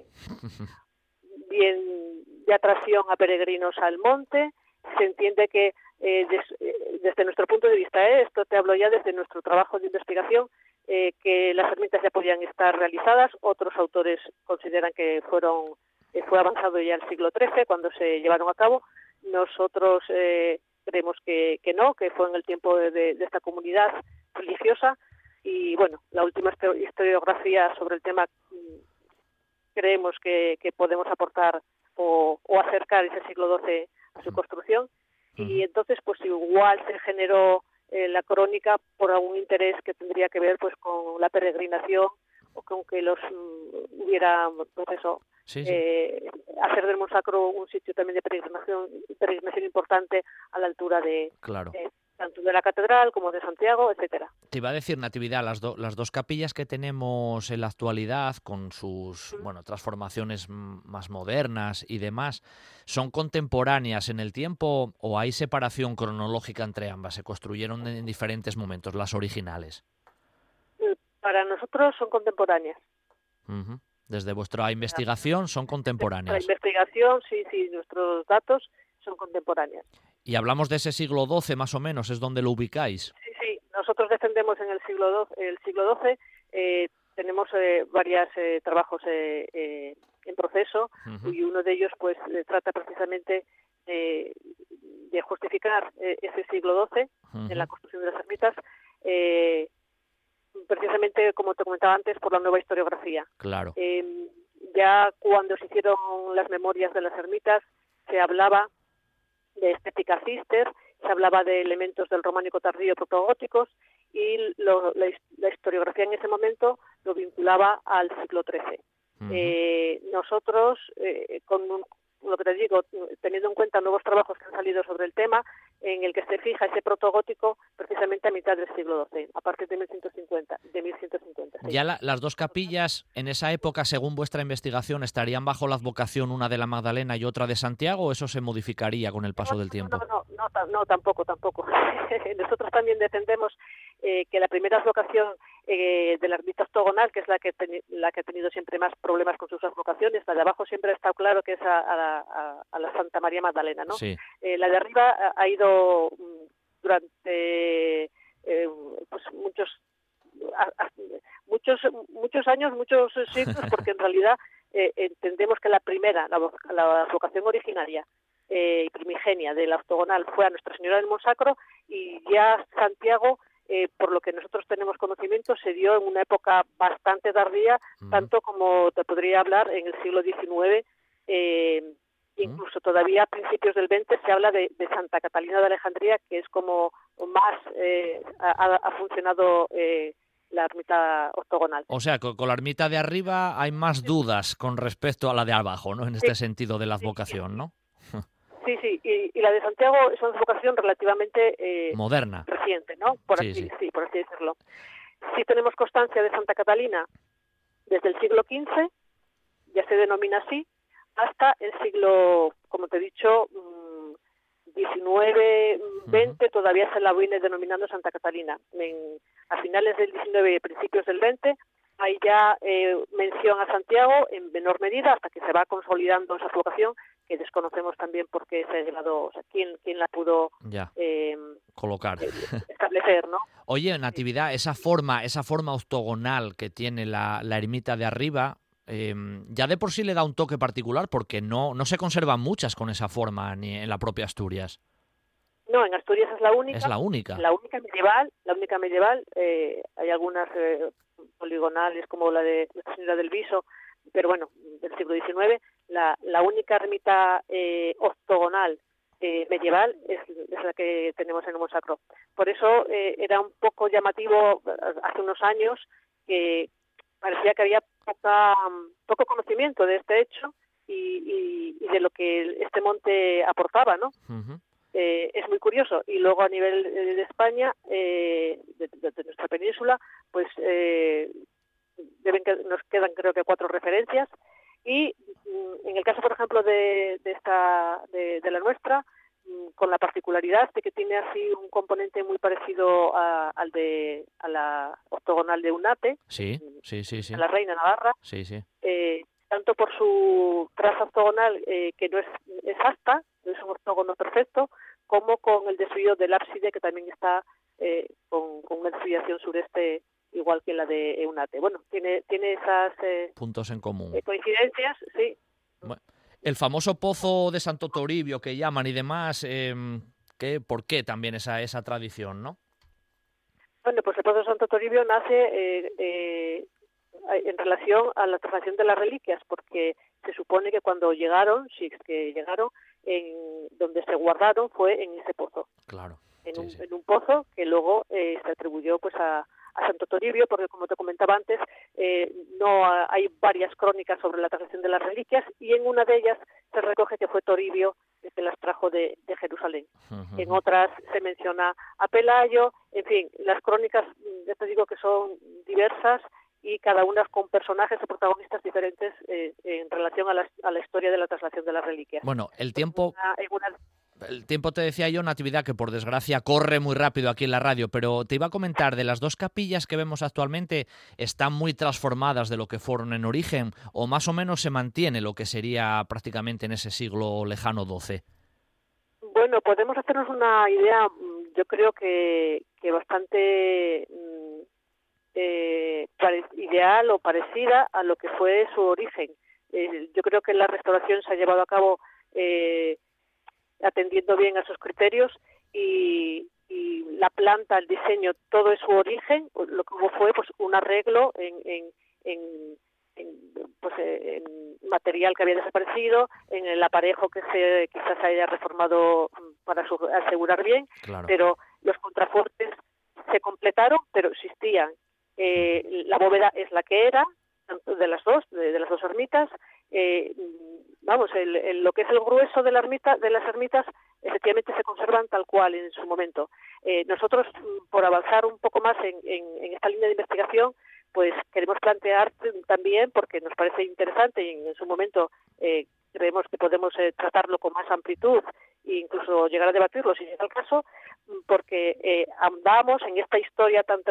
Bien de atracción a peregrinos al monte. Se entiende que desde nuestro punto de vista, esto te hablo ya desde nuestro trabajo de investigación, que las ermitas ya podían estar realizadas. Otros autores consideran que fue avanzado ya el siglo XIII cuando se llevaron a cabo. Nosotros creemos que no, que fue en el tiempo de esta comunidad religiosa. Y bueno, la última historiografía sobre el tema creemos que podemos aportar o acercar ese siglo XII a su construcción. Y entonces pues igual se generó la crónica por algún interés que tendría que ver pues con la peregrinación o con que los hubiera, pues eso, hacer del Monsacro un sitio también de peregrinación importante a la altura de tanto de la catedral como de Santiago, etcétera. Te iba a decir, Natividad, las dos capillas que tenemos en la actualidad, con sus transformaciones más modernas y demás, ¿son contemporáneas en el tiempo o hay separación cronológica entre ambas? ¿Se construyeron en diferentes momentos las originales? Para nosotros son contemporáneas. Desde vuestra investigación son contemporáneas. La investigación, sí, nuestros datos son contemporáneas. Y hablamos de ese siglo XII más o menos, ¿es donde lo ubicáis? Sí, nosotros defendemos en el siglo XII, tenemos varios trabajos en proceso y uno de ellos pues trata precisamente de justificar ese siglo XII en la construcción de las ermitas, precisamente como te comentaba antes, por la nueva historiografía. Claro. Ya cuando se hicieron las memorias de las ermitas se hablaba de estética cister, se hablaba de elementos del románico tardío protogóticos y la historiografía en ese momento lo vinculaba al siglo XIII. Nosotros, con lo que te digo, teniendo en cuenta nuevos trabajos que han salido sobre el tema, en el que se fija ese protogótico precisamente a mitad del siglo XII, a partir de 1150. Sí. Ya las dos capillas en esa época, según vuestra investigación, ¿estarían bajo la advocación una de la Magdalena y otra de Santiago o eso se modificaría con el paso del tiempo? No, tampoco. Nosotros también defendemos que la primera advocación de la ermita octogonal, que es la que ha tenido siempre más problemas con sus advocaciones, la de abajo siempre ha estado claro que es a la Santa María Magdalena, ¿no? Sí. La de arriba ha ido durante pues muchos años, muchos siglos, porque en realidad entendemos que la primera, la advocación originaria y primigenia de la octogonal fue a Nuestra Señora del Monsacro, y ya Santiago, por lo que nosotros tenemos conocimiento, se dio en una época bastante tardía, tanto como te podría hablar en el siglo XIX, incluso todavía a principios del XX se habla de Santa Catalina de Alejandría, que es como más ha funcionado la ermita octogonal. O sea, con la ermita de arriba hay más dudas con respecto a la de abajo, ¿no? En este sentido de la advocación, ¿no? Sí, y la de Santiago es una advocación relativamente moderna, reciente, ¿no? Por así decirlo. Sí tenemos constancia de Santa Catalina desde el siglo XV, ya se denomina así, hasta el siglo, como te he dicho, XIX, XX, todavía se la viene denominando Santa Catalina. A finales del XIX y principios del XX hay ya mención a Santiago en menor medida, hasta que se va consolidando esa advocación, que desconocemos también por qué se ha llegado, o sea, quién la pudo colocar, establecer, ¿no? Oye, Natividad, esa forma octogonal que tiene la ermita de arriba, ya de por sí le da un toque particular, porque no se conservan muchas con esa forma ni en la propia Asturias. No, en Asturias es la única. Es la única. La única medieval. Hay algunas poligonales como la de Nuestra Señora del Viso, pero bueno, del siglo XIX. La única ermita octogonal medieval es la que tenemos en el Monsacro. Por eso era un poco llamativo hace unos años que parecía que había poco conocimiento de este hecho y de lo que este monte aportaba, ¿no? Es muy curioso. Y luego a nivel de España, de nuestra península, pues nos quedan creo que 4 referencias. Y en el caso, por ejemplo, de la nuestra, con la particularidad de que tiene así un componente muy parecido a la octogonal de Eunate, a la Reina Navarra, tanto por su traza octogonal, que no es exacta, no es un octógono perfecto, como con el desvío del ábside, que también está con una desviación sureste igual que la de Eunate. Bueno, tiene esas puntos en común, coincidencias, sí. Bueno, el famoso pozo de Santo Toribio que llaman y demás, ¿por qué también esa tradición, no? Bueno, pues el pozo de Santo Toribio nace en relación a la traslación de las reliquias, porque se supone que cuando llegaron, si es que llegaron, donde se guardaron fue en ese pozo. Claro. en un pozo que luego se atribuyó pues a Santo Toribio, porque como te comentaba antes, no hay varias crónicas sobre la traslación de las reliquias, y en una de ellas se recoge que fue Toribio el que las trajo de Jerusalén. En otras se menciona a Pelayo. En fin, las crónicas, ya te digo que son diversas y cada una con personajes o protagonistas diferentes en relación a la historia de la traslación de las reliquias. Bueno, el tiempo, te decía yo, Natividad, que por desgracia corre muy rápido aquí en la radio, pero te iba a comentar, de las dos capillas que vemos actualmente, ¿están muy transformadas de lo que fueron en origen o más o menos se mantiene lo que sería prácticamente en ese siglo lejano XII? Bueno, podemos hacernos una idea, yo creo que bastante ideal o parecida a lo que fue su origen. Yo creo que la restauración se ha llevado a cabo atendiendo bien a sus criterios y la planta, el diseño, todo es su origen. Lo que hubo fue pues un arreglo en material que había desaparecido, en el aparejo que quizás se haya reformado para asegurar bien, claro. Pero los contrafuertes se completaron, pero existían. La bóveda es la que era, de las dos ermitas. Lo que es el grueso de las ermitas, efectivamente se conservan tal cual en su momento. Nosotros, por avanzar un poco más en esta línea de investigación, pues queremos plantear también, porque nos parece interesante y en su momento creemos que podemos tratarlo con más amplitud e incluso llegar a debatirlo si llega el caso, porque andamos en esta historia tan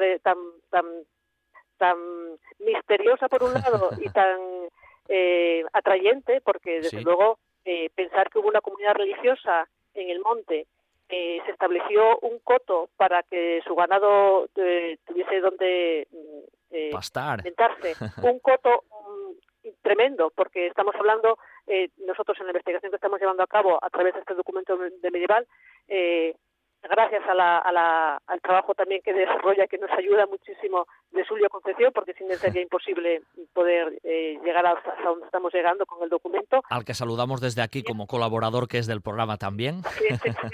misteriosa por un lado y tan atrayente, porque desde luego pensar que hubo una comunidad religiosa en el monte, se estableció un coto para que su ganado tuviese donde pastar, alimentarse, un coto tremendo, porque estamos hablando, nosotros en la investigación que estamos llevando a cabo a través de este documento de medieval, gracias al trabajo también que desarrolla, que nos ayuda muchísimo, de Xulio Concepción, porque sin él sería imposible poder llegar hasta donde estamos llegando con el documento. Al que saludamos desde aquí como colaborador que es del programa también. Sí.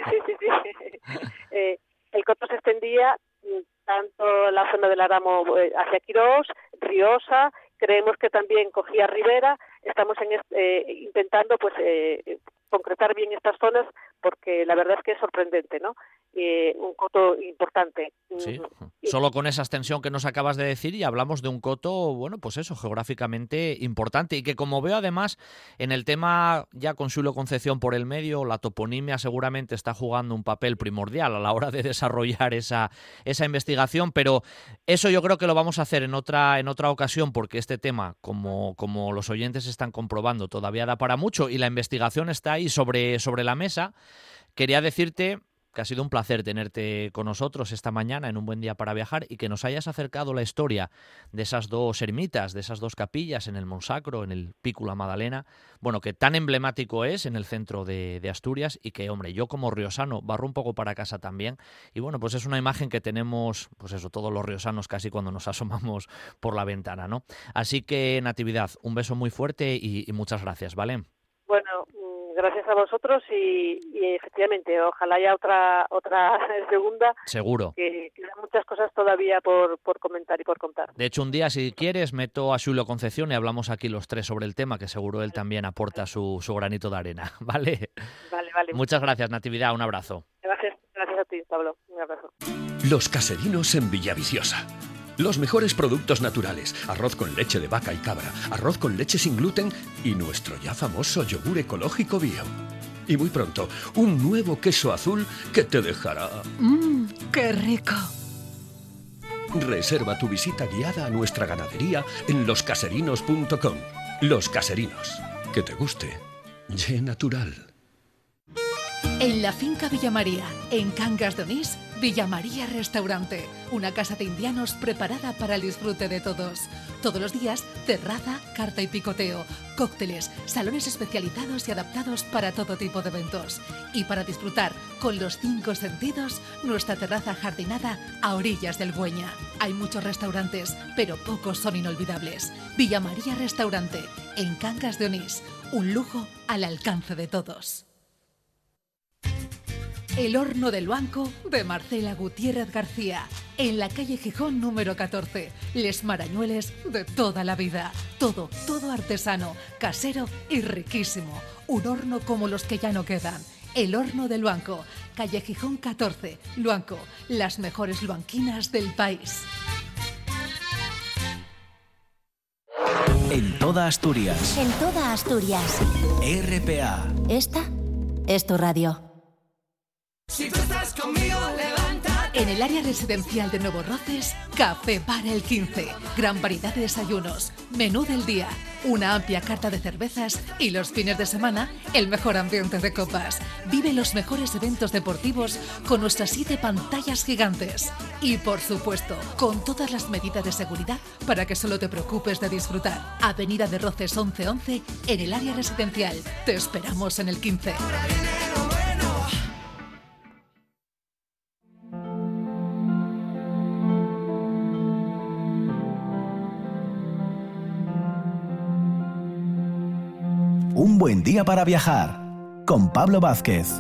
El coto se extendía tanto la zona del Aramo hacia Quirós, Riosa, creemos que también cogía Ribera. Estamos intentando pues concretar bien estas zonas, porque la verdad es que es sorprendente, ¿no? Un coto importante. Sí, solo con esa extensión que nos acabas de decir y hablamos de un coto, bueno, pues eso, geográficamente importante, y que como veo además en el tema, ya con Xulio Concepción por el medio, la toponimia seguramente está jugando un papel primordial a la hora de desarrollar esa investigación, pero eso yo creo que lo vamos a hacer en otra ocasión, porque este tema, como los oyentes están comprobando, todavía da para mucho y la investigación está ahí sobre la mesa. Quería decirte que ha sido un placer tenerte con nosotros esta mañana en Un Buen Día para Viajar y que nos hayas acercado la historia de esas dos ermitas, de esas dos capillas en el Monsacro, en el Pícula Madalena, bueno, que tan emblemático es en el centro de Asturias y que, hombre, yo como riosano barro un poco para casa también y, bueno, pues es una imagen que tenemos, pues eso, todos los riosanos casi cuando nos asomamos por la ventana, ¿no? Así que, Natividad, un beso muy fuerte y muchas gracias, ¿vale? Bueno, gracias a vosotros y efectivamente, ojalá haya otra segunda. Seguro. Que quedan muchas cosas todavía por comentar y por contar. De hecho, un día, si quieres, meto a Xulio Concepción y hablamos aquí los tres sobre el tema, que seguro él también aporta su granito de arena, ¿vale? Vale. Muchas gracias, Natividad, un abrazo. Gracias a ti, Pablo, un abrazo. Los Caserinos en Villaviciosa. Los mejores productos naturales, arroz con leche de vaca y cabra, arroz con leche sin gluten y nuestro ya famoso yogur ecológico bio. Y muy pronto, un nuevo queso azul que te dejará... ¡Qué rico! Reserva tu visita guiada a nuestra ganadería en loscaserinos.com. Los Caserinos. Que te guste. Ye natural. En la finca Villa María, en Cangas de Onís, Villa María Restaurante, una casa de indianos preparada para el disfrute de todos. Todos los días, terraza, carta y picoteo, cócteles, salones especializados y adaptados para todo tipo de eventos. Y para disfrutar con los 5 sentidos, nuestra terraza jardinada a orillas del Güeña. Hay muchos restaurantes, pero pocos son inolvidables. Villa María Restaurante, en Cangas de Onís, un lujo al alcance de todos. El Horno del Luanco de Marcela Gutiérrez García. En la calle Gijón número 14. Les Marañueles de toda la vida. Todo artesano, casero y riquísimo. Un horno como los que ya no quedan. El Horno del Luanco. Calle Gijón 14. Luanco. Las mejores luanquinas del país. En toda Asturias. En toda Asturias. RPA. Esta es tu radio. Si tú estás conmigo, levántate. En el área residencial de Nuevos Roces, Café Bar El 15. Gran variedad de desayunos, menú del día, una amplia carta de cervezas y los fines de semana, el mejor ambiente de copas. Vive los mejores eventos deportivos con nuestras 7 pantallas gigantes. Y por supuesto, con todas las medidas de seguridad para que solo te preocupes de disfrutar. Avenida de Roces 1111 en el área residencial. Te esperamos en el 15. Un buen día para viajar con Pablo Vázquez.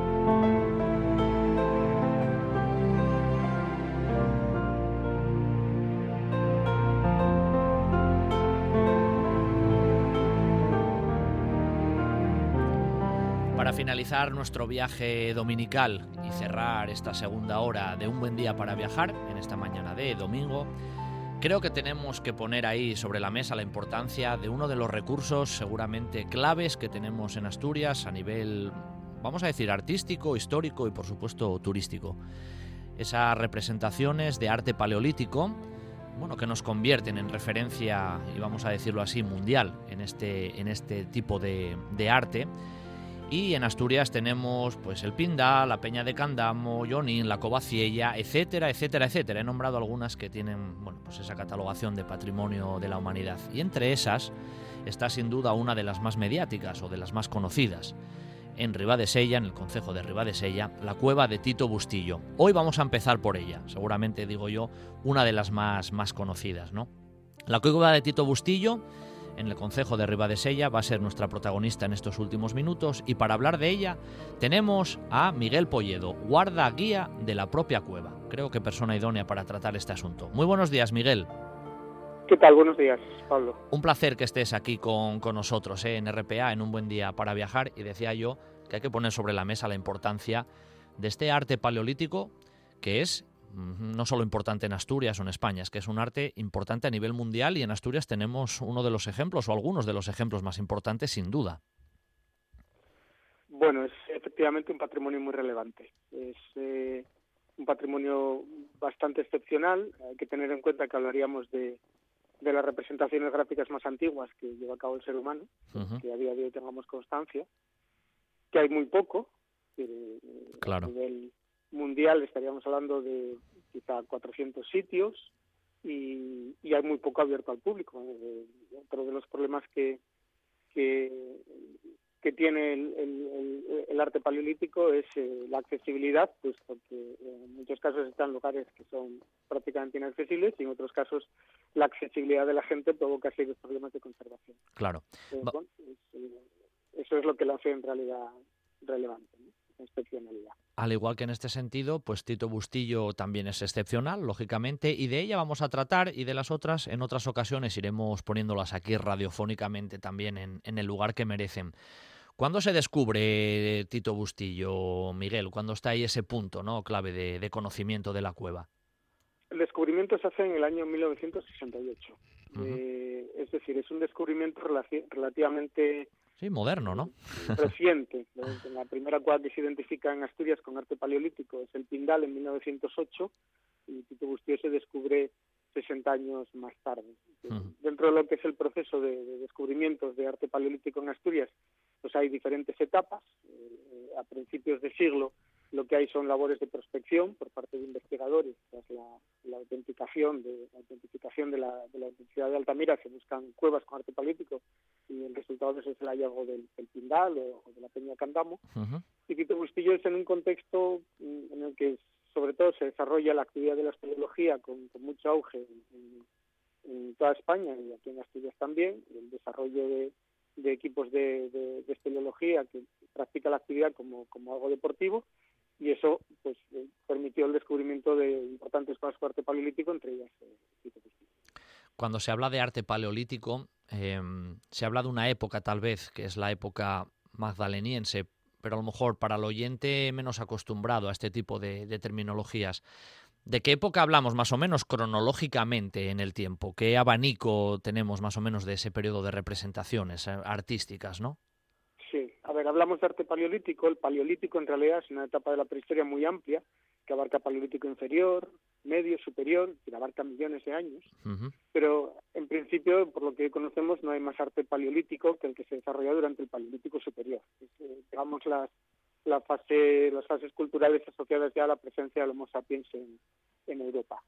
Para finalizar nuestro viaje dominical y cerrar esta segunda hora de Un buen día para viajar, en esta mañana de domingo, creo que tenemos que poner ahí sobre la mesa la importancia de uno de los recursos seguramente claves que tenemos en Asturias a nivel, vamos a decir, artístico, histórico y por supuesto turístico. Esas representaciones de arte paleolítico, bueno, que nos convierten en referencia, y vamos a decirlo así, mundial en este tipo de arte. Y en Asturias tenemos pues el Pindal, la Peña de Candamo, Llonín, la Covaciella, etcétera, etcétera, etcétera. He nombrado algunas que tienen, bueno, pues esa catalogación de patrimonio de la humanidad. Y entre esas está sin duda una de las más mediáticas o de las más conocidas. En Ribadesella, en el concejo de Ribadesella, la cueva de Tito Bustillo. Hoy vamos a empezar por ella, seguramente, digo yo, una de las más conocidas, ¿no? La cueva de Tito Bustillo, en el concejo de Ribadesella, va a ser nuestra protagonista en estos últimos minutos, y para hablar de ella tenemos a Miguel Polledo, guarda guía de la propia cueva. Creo que persona idónea para tratar este asunto. Muy buenos días, Miguel. ¿Qué tal? Buenos días, Pablo. Un placer que estés aquí con nosotros en RPA, en Un buen día para viajar, y decía yo que hay que poner sobre la mesa la importancia de este arte paleolítico, que es no solo importante en Asturias o en España, es que es un arte importante a nivel mundial, y en Asturias tenemos uno de los ejemplos, o algunos de los ejemplos más importantes, sin duda. Bueno, es efectivamente un patrimonio muy relevante. Es un patrimonio bastante excepcional. Hay que tener en cuenta que hablaríamos de las representaciones gráficas más antiguas que lleva a cabo el ser humano, que a día de hoy tengamos constancia, que hay muy poco. Claro. A nivel mundial estaríamos hablando de quizá 400 sitios y hay muy poco abierto al público. Otro de los problemas que tiene el arte paleolítico es la accesibilidad, pues porque en muchos casos están lugares que son prácticamente inaccesibles y en otros casos la accesibilidad de la gente provoca serios problemas de conservación. Claro. Bueno, eso es lo que lo hace en realidad relevante, ¿no? Excepcionalidad. Al igual que en este sentido, pues Tito Bustillo también es excepcional, lógicamente, y de ella vamos a tratar, y de las otras en otras ocasiones iremos poniéndolas aquí radiofónicamente también en el lugar que merecen. ¿Cuándo se descubre Tito Bustillo, Miguel? ¿Cuándo está ahí ese punto, ¿no?, clave de conocimiento de la cueva? El descubrimiento se hace en el año 1968. Es decir, es un descubrimiento relativamente... Sí, moderno, ¿no? Reciente. La primera cueva que se identifica en Asturias con arte paleolítico es el Pindal en 1908 y Tito Bustillo se descubre 60 años más tarde. Dentro de lo que es el proceso de descubrimientos de arte paleolítico en Asturias, pues hay diferentes etapas. A principios de siglo lo que hay son labores de prospección por parte de investigadores, tras la autenticación de la autenticidad de Altamira, se buscan cuevas con arte paleolítico y el resultado de eso es el hallazgo del Pindal o de la Peña Candamo. Y Tito Bustillo es en un contexto en el que sobre todo se desarrolla la actividad de la espeleología con mucho auge en toda España y aquí en Asturias también, el desarrollo de equipos de espeleología que practica la actividad como algo deportivo. y eso pues permitió el descubrimiento de importantes cosas por arte paleolítico, entre ellas Tito Bustillo. Cuando se habla de arte paleolítico, se habla de una época tal vez, que es la época magdaleniense, pero a lo mejor para el oyente menos acostumbrado a este tipo de terminologías. ¿De qué época hablamos más o menos cronológicamente en el tiempo? ¿Qué abanico tenemos más o menos de ese periodo de representaciones artísticas, no? Sí, a ver, hablamos de arte paleolítico. El paleolítico en realidad es una etapa de la prehistoria muy amplia, que abarca paleolítico inferior, medio, superior, que abarca millones de años. Pero en principio, por lo que conocemos, no hay más arte paleolítico que el que se desarrolló durante el paleolítico superior. Digamos las fases culturales asociadas ya a la presencia del Homo sapiens en Europa.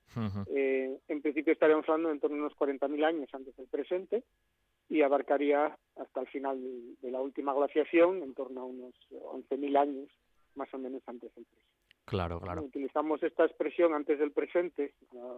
En principio estaríamos hablando de en torno a unos 40.000 años antes del presente, y abarcaría hasta el final de la última glaciación, en torno a unos 11.000 años más o menos antes del presente. Claro, claro. Utilizamos esta expresión antes del presente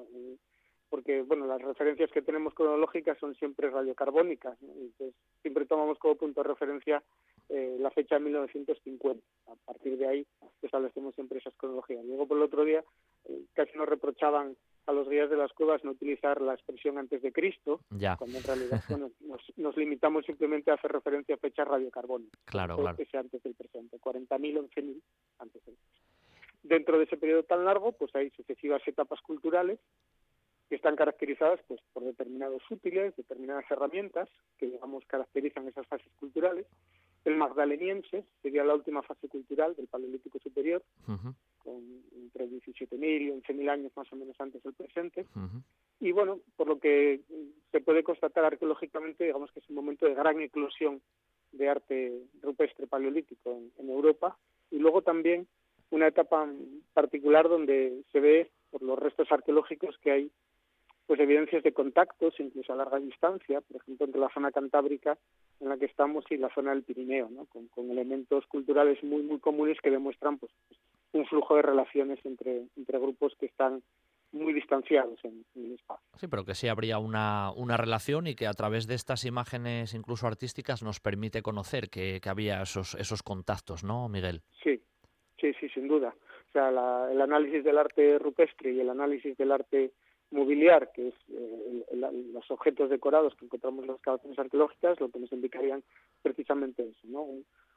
porque bueno, las referencias que tenemos cronológicas son siempre radiocarbónicas, ¿no? Entonces siempre tomamos como punto de referencia la fecha de 1950. A partir de ahí establecemos siempre esas cronologías. Luego, por el otro día, casi nos reprochaban a los guías de las cuevas no utilizar la expresión antes de Cristo, cuando en realidad bueno, nos limitamos simplemente a hacer referencia a fechas radiocarbónicas. Claro. Que sea antes del presente, 40.000, 11.000 antes del presente. Dentro de ese periodo tan largo, pues hay sucesivas etapas culturales que están caracterizadas pues por determinados útiles, determinadas herramientas que, digamos, caracterizan esas fases culturales. El magdaleniense sería la última fase cultural del Paleolítico Superior, con entre 17.000 y 11.000 años más o menos antes del presente. Y bueno, por lo que se puede constatar arqueológicamente, digamos que es un momento de gran eclosión de arte rupestre paleolítico en Europa, y luego también una etapa particular donde se ve por los restos arqueológicos que hay pues evidencias de contactos, incluso a larga distancia, por ejemplo, entre la zona cantábrica en la que estamos y la zona del Pirineo, ¿no? Con elementos culturales muy, muy comunes que demuestran pues un flujo de relaciones entre grupos que están muy distanciados en el espacio. Sí, pero que sí habría una relación y que a través de estas imágenes, incluso artísticas, nos permite conocer que había esos contactos, ¿no, Miguel? Sí, sin duda. O sea, el análisis del arte rupestre y el análisis del arte mobiliar, que es los objetos decorados que encontramos en las excavaciones arqueológicas, lo que nos indicarían precisamente eso, ¿no?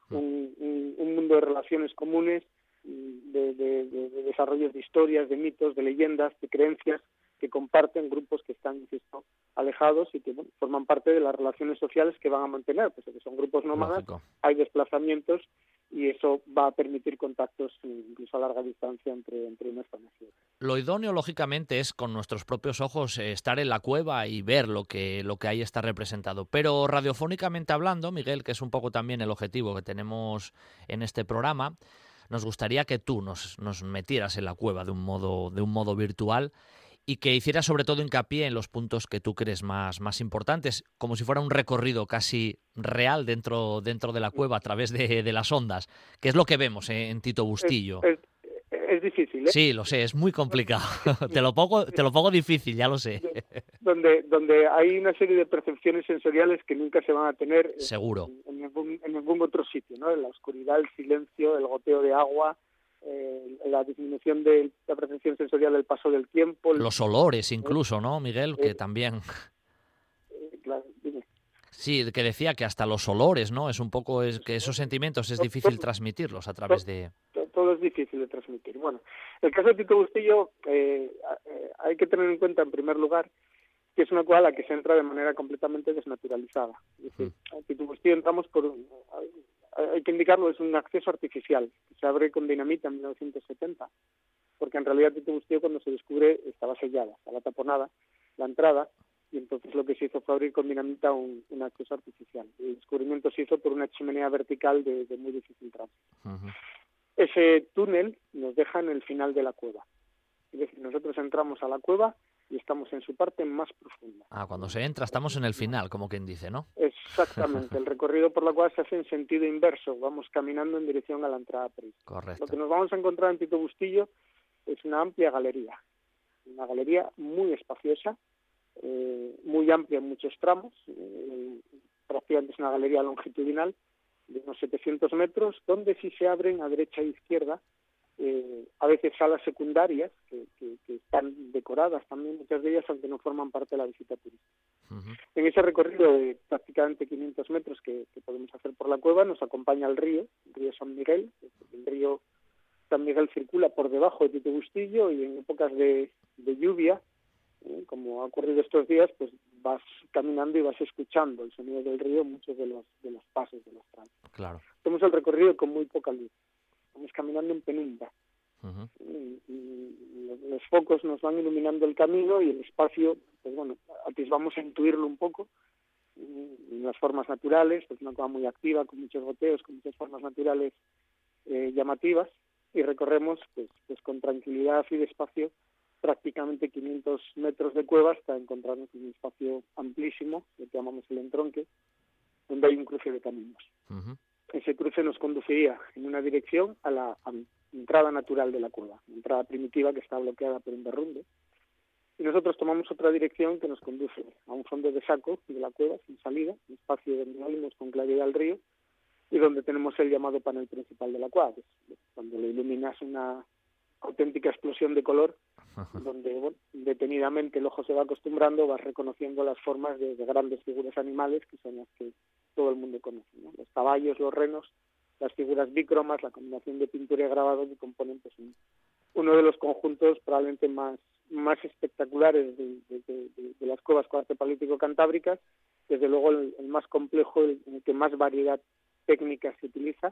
Un mundo de relaciones comunes, de desarrollos de historias, de mitos, de leyendas, de creencias que comparten grupos que están, insisto, alejados y que bueno, forman parte de las relaciones sociales que van a mantener, pues que son grupos nómadas, hay desplazamientos y eso va a permitir contactos incluso a larga distancia entre unas zonas y otras. Lo idóneo, lógicamente, es con nuestros propios ojos estar en la cueva y ver lo que ahí está representado. Pero radiofónicamente hablando, Miguel, que es un poco también el objetivo que tenemos en este programa, nos gustaría que tú nos metieras en la cueva de un modo virtual y que hicieras sobre todo hincapié en los puntos que tú crees más importantes, como si fuera un recorrido casi real dentro de la cueva a través de las ondas, que es lo que vemos en Tito Bustillo. Es difícil, ¿eh? Sí, lo sé, es muy complicado. te lo pongo difícil, ya lo sé. Donde hay una serie de percepciones sensoriales que nunca se van a tener seguro en ningún otro sitio, ¿no? La oscuridad, el silencio, el goteo de agua, la disminución de la percepción sensorial del paso del tiempo. Los olores incluso, ¿no, Miguel? Que también... Claro, dime. Sí, que decía que hasta los olores, ¿no? Es un poco que esos sentimientos es difícil transmitirlos a través de... Todo es difícil de transmitir. Bueno, el caso de Tito Bustillo hay que tener en cuenta, en primer lugar, que es una cueva a la que se entra de manera completamente desnaturalizada. Es decir, a Tito Bustillo entramos hay que indicarlo, es un acceso artificial, que se abre con dinamita en 1970, porque en realidad Tito Bustillo cuando se descubre estaba sellada, estaba taponada la entrada, y entonces lo que se hizo fue abrir con dinamita un acceso artificial. El descubrimiento se hizo por una chimenea vertical de muy difícil tránsito. Ese túnel nos deja en el final de la cueva. Es decir, nosotros entramos a la cueva y estamos en su parte más profunda. Cuando se entra estamos en el final, como quien dice, ¿no? Exactamente. El recorrido por la cueva se hace en sentido inverso. Vamos caminando en dirección a la entrada prehistórica. Correcto. Lo que nos vamos a encontrar en Tito Bustillo es una amplia galería. Una galería muy espaciosa, muy amplia en muchos tramos. Prácticamente es una galería longitudinal de unos 700 metros, donde sí se abren a derecha e izquierda a veces salas secundarias que están decoradas también, muchas de ellas, aunque no forman parte de la visita turística. En ese recorrido de prácticamente 500 metros que podemos hacer por la cueva, nos acompaña el río San Miguel. El río San Miguel circula por debajo de Tito Bustillo, y en épocas de lluvia, como ha ocurrido estos días, pues vas caminando y vas escuchando el sonido del río en muchos de los pasos de los tramos. Claro. Hacemos el recorrido con muy poca luz. Estamos caminando en penumbra. Y los focos nos van iluminando el camino, y el espacio, pues bueno, vamos a intuirlo un poco en las formas naturales, pues una cueva muy activa, con muchos goteos, con muchas formas naturales llamativas, y recorremos pues con tranquilidad y despacio prácticamente 500 metros de cueva hasta encontrarnos en un espacio amplísimo, lo que llamamos el entronque, donde hay un cruce de caminos. Ese cruce nos conduciría en una dirección a la entrada natural de la cueva, la entrada primitiva que está bloqueada por un derrumbe, y nosotros tomamos otra dirección que nos conduce a un fondo de saco de la cueva, sin salida, un espacio donde vemos con claridad el río, y donde tenemos el llamado panel principal de la cueva, cuando lo iluminas una auténtica explosión de color, donde detenidamente el ojo se va acostumbrando, vas reconociendo las formas de grandes figuras animales, que son las que todo el mundo conoce, ¿no? Los caballos, los renos, las figuras bícromas, la combinación de pintura y grabado, que componen pues uno de los conjuntos probablemente más espectaculares de las cuevas con arte paleolítico cantábricas, desde luego el más complejo, en el que más variedad técnica se utiliza,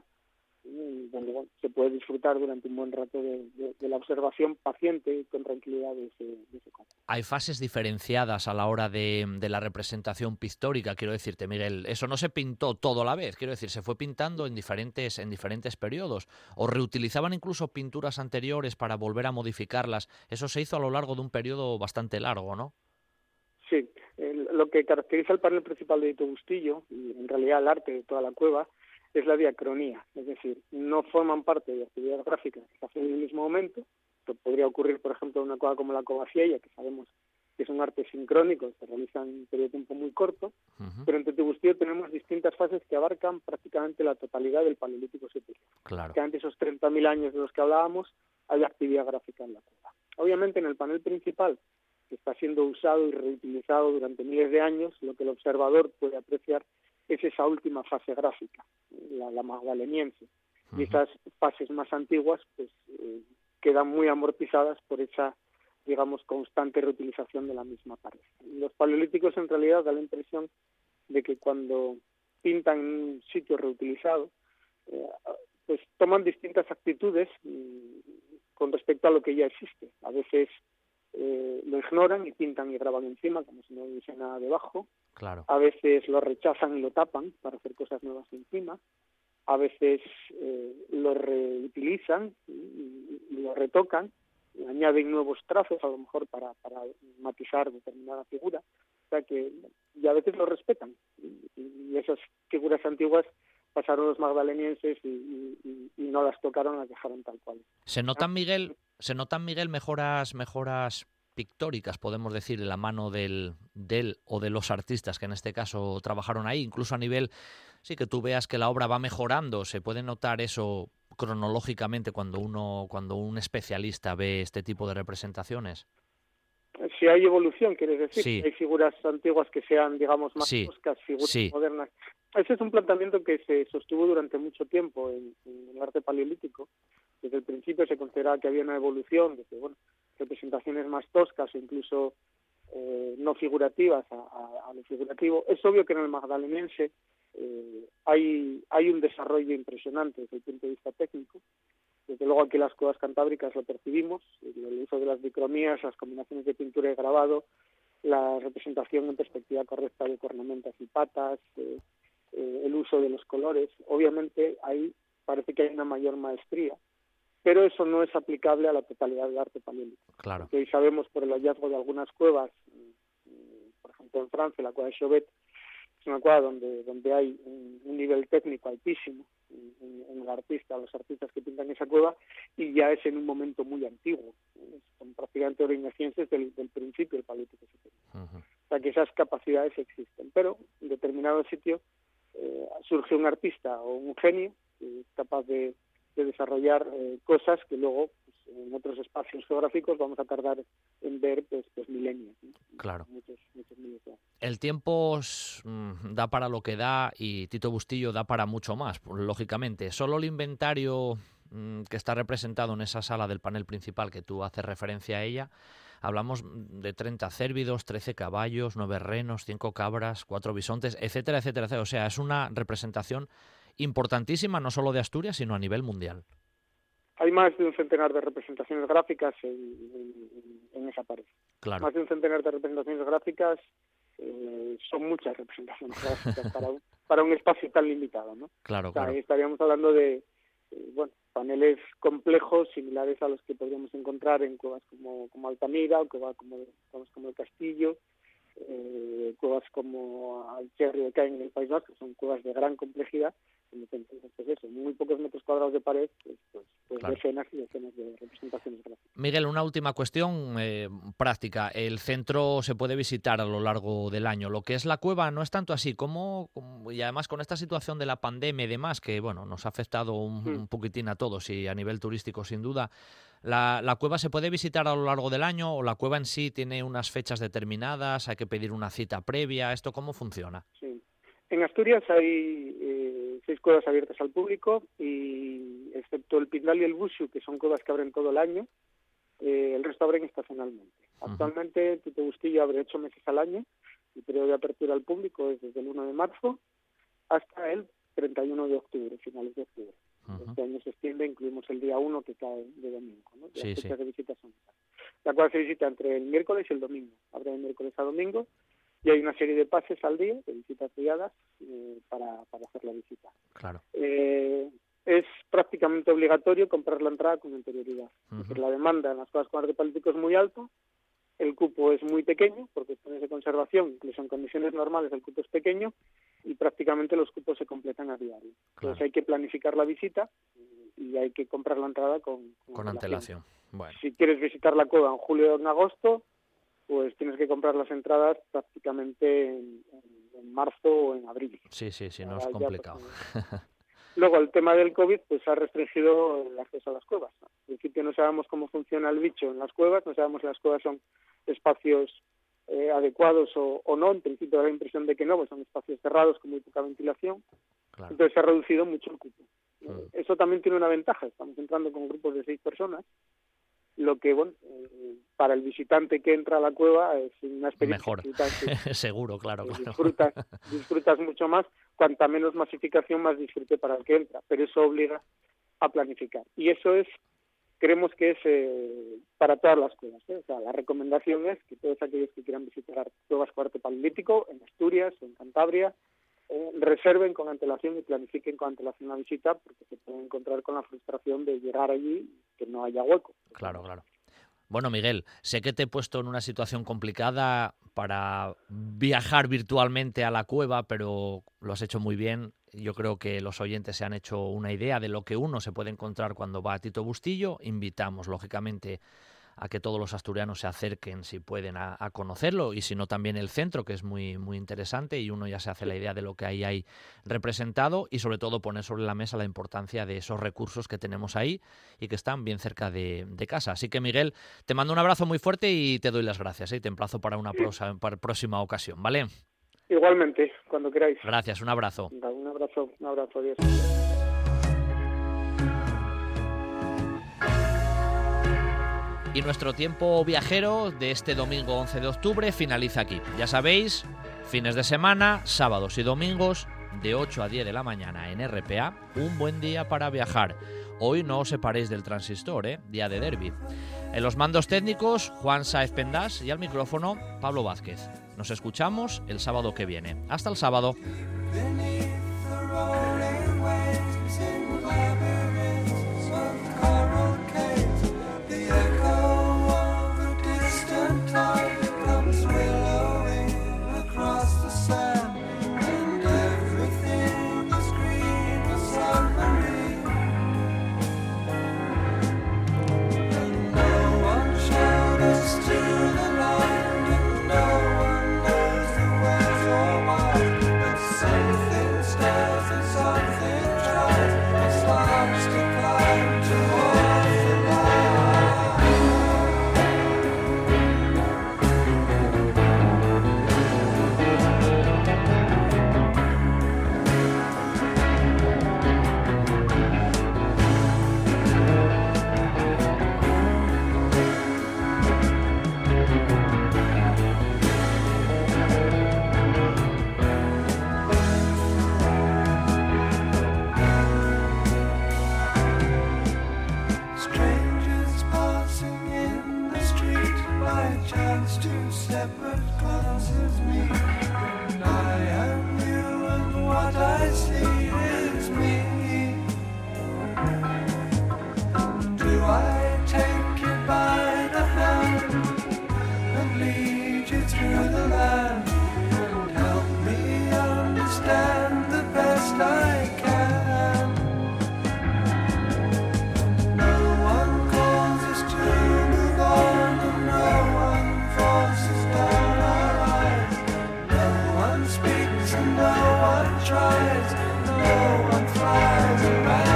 donde se puede disfrutar durante un buen rato de la observación paciente y con tranquilidad de ese conjunto. Hay fases diferenciadas a la hora de la representación pictórica, quiero decirte, Miguel. Eso no se pintó todo a la vez, quiero decir, se fue pintando en diferentes periodos, o reutilizaban incluso pinturas anteriores para volver a modificarlas. Eso se hizo a lo largo de un periodo bastante largo, ¿no? Sí, lo que caracteriza el panel principal de Tito Bustillo, y en realidad el arte de toda la cueva, es la diacronía, es decir, no forman parte de actividades gráficas que se hacen en el mismo momento. Esto podría ocurrir, por ejemplo, en una cueva como la Cova Fiella, que sabemos que es un arte sincrónico, se realiza en un periodo de tiempo muy corto, pero en Tito Bustillo tenemos distintas fases que abarcan prácticamente la totalidad del Paleolítico superior. Claro. Prácticamente esos 30.000 años de los que hablábamos, hay actividad gráfica en la cueva. Obviamente, en el panel principal, que está siendo usado y reutilizado durante miles de años, lo que el observador puede apreciar es esa última fase gráfica, la magdaleniense. Y esas fases más antiguas pues quedan muy amortizadas por esa, digamos, constante reutilización de la misma pared. Los paleolíticos en realidad da la impresión de que cuando pintan en un sitio reutilizado, pues toman distintas actitudes con respecto a lo que ya existe. A veces lo ignoran y pintan y graban encima como si no hubiese nada debajo. Claro. A veces lo rechazan y lo tapan para hacer cosas nuevas encima. A veces lo reutilizan y lo retocan, y añaden nuevos trazos a lo mejor para matizar determinada figura. O sea que, y a veces lo respetan. Y esas figuras antiguas pasaron los magdalenienses y no las tocaron, las dejaron tal cual. ¿Se notan, Miguel, mejoras pictóricas, podemos decir, en la mano del o de los artistas que en este caso trabajaron ahí, incluso a nivel, sí, que tú veas que la obra va mejorando? ¿Se puede notar eso cronológicamente cuando un especialista ve este tipo de representaciones? Si hay evolución, quieres decir, sí. Hay figuras antiguas que sean, digamos, más toscas, figuras modernas. Ese es un planteamiento que se sostuvo durante mucho tiempo en el arte paleolítico. Desde el principio se consideraba que había una evolución, desde representaciones más toscas o incluso no figurativas a lo figurativo. Es obvio que en el magdaleniense hay un desarrollo impresionante desde el punto de vista técnico. Desde luego aquí las cuevas cantábricas lo percibimos, el uso de las bicromías, las combinaciones de pintura y grabado, la representación en perspectiva correcta de cornamentas y patas, el uso de los colores. Obviamente ahí parece que hay una mayor maestría, pero eso no es aplicable a la totalidad del arte paleolítico. Claro. Porque hoy sabemos por el hallazgo de algunas cuevas, por ejemplo en Francia, la cueva de Chauvet, es una cueva donde hay un nivel técnico altísimo en el artista, los artistas que pintan esa cueva, y ya es en un momento muy antiguo. Son prácticamente orignecienses del principio del Paleolítico superior. O sea que esas capacidades existen, pero en determinado sitio surge un artista o un genio capaz de desarrollar cosas que luego pues, en otros espacios geográficos vamos a tardar en ver pues milenios, ¿no? Claro. Muchos miles de años. El tiempo da para lo que da y Tito Bustillo da para mucho más, lógicamente. Solo el inventario que está representado en esa sala del panel principal que tú haces referencia a ella, hablamos de 30 cérvidos, 13 caballos, 9 renos, 5 cabras, 4 bisontes, etcétera, etcétera, etcétera. O sea, es una representación importantísima no solo de Asturias, sino a nivel mundial. Hay más de un centenar de representaciones gráficas en esa pared. Claro. Más de un centenar de representaciones gráficas son muchas representaciones gráficas para un espacio tan limitado, ¿no? Claro, o sea, claro. ahí estaríamos hablando de paneles complejos similares a los que podríamos encontrar en cuevas como Altamira, o cuevas como el Castillo, cuevas como Alcherri de Caen en el País Vasco, son cuevas de gran complejidad. Entonces, eso, muy pocos metros cuadrados de pared, pues claro. Decenas y decenas de representaciones gráficas. Miguel, una última cuestión práctica. El centro se puede visitar a lo largo del año. Lo que es la cueva no es tanto así como y además con esta situación de la pandemia y demás, que bueno, nos ha afectado un poquitín a todos y a nivel turístico sin duda. ¿La cueva se puede visitar a lo largo del año o la cueva en sí tiene unas fechas determinadas? ¿Hay que pedir una cita previa? ¿Esto cómo funciona? Sí. En Asturias hay 6 cuevas abiertas al público y excepto el Pindal y el Buxu, que son cuevas que abren todo el año, el resto abren estacionalmente. Actualmente Tito Bustillo abre 8 meses al año. El periodo de apertura al público es desde el 1 de marzo hasta el 31 de octubre, finales de octubre. Este año se extiende, incluimos el día 1 que cae de domingo, ¿no? Las fechas de visita son esas. La cual se visita entre el miércoles y el domingo. Abre de miércoles a domingo y hay una serie de pases al día, de visitas guiadas, para hacer la visita. Claro. Es prácticamente obligatorio comprar la entrada con anterioridad. Porque la demanda en las cuevas con arte paleolítico es muy alta, el cupo es muy pequeño, por cuestiones de conservación, incluso en condiciones normales el cupo es pequeño, y prácticamente los cupos se completan a diario. Claro. Entonces hay que planificar la visita y hay que comprar la entrada con antelación. Bueno. Si quieres visitar la cueva en julio o en agosto, pues tienes que comprar las entradas prácticamente en marzo o en abril. Sí, no es complicado. Luego, el tema del COVID pues ha restringido el acceso a las cuevas. Al principio no sabemos cómo funciona el bicho en las cuevas, no sabemos si las cuevas son espacios adecuados o no. En principio da la impresión de que no, pues son espacios cerrados con muy poca ventilación. Claro. Entonces se ha reducido mucho el cupo. Eso también tiene una ventaja, estamos entrando con grupos de 6 personas, lo que, para el visitante que entra a la cueva es una experiencia mejor. Seguro, claro. Disfrutas mucho más, cuanta menos masificación, más disfrute para el que entra, pero eso obliga a planificar. Y eso creemos que es para todas las cuevas, ¿eh? O sea, la recomendación es que todos aquellos que quieran visitar cuevas con arte paleolítico, en Asturias o en Cantabria, reserven con antelación y planifiquen con antelación la visita, porque se pueden encontrar con la frustración de llegar allí y que no haya hueco. Claro. Bueno, Miguel, sé que te he puesto en una situación complicada para viajar virtualmente a la cueva, pero lo has hecho muy bien. Yo creo que los oyentes se han hecho una idea de lo que uno se puede encontrar cuando va a Tito Bustillo. Invitamos, lógicamente, a que todos los asturianos se acerquen si pueden a conocerlo, y si no también el centro, que es muy, muy interesante, y uno ya se hace la idea de lo que ahí hay representado, y sobre todo poner sobre la mesa la importancia de esos recursos que tenemos ahí y que están bien cerca de casa. Así que, Miguel, te mando un abrazo muy fuerte y te doy las gracias, y te emplazo para una próxima ocasión, ¿vale? Igualmente, cuando queráis. Gracias, un abrazo. Un abrazo, adiós. Y nuestro tiempo viajero de este domingo 11 de octubre finaliza aquí. Ya sabéis, fines de semana, sábados y domingos, de 8 a 10 de la mañana en RPA, un buen día para viajar. Hoy no os separéis del transistor, día de derbi. En los mandos técnicos, Juan Sáez Pendas, y al micrófono, Pablo Vázquez. Nos escuchamos el sábado que viene. Hasta el sábado. Something stirs inside. stand the best I can. No one calls us to move on, and no one forces down our eyes. No one speaks and no one tries, no one flies around.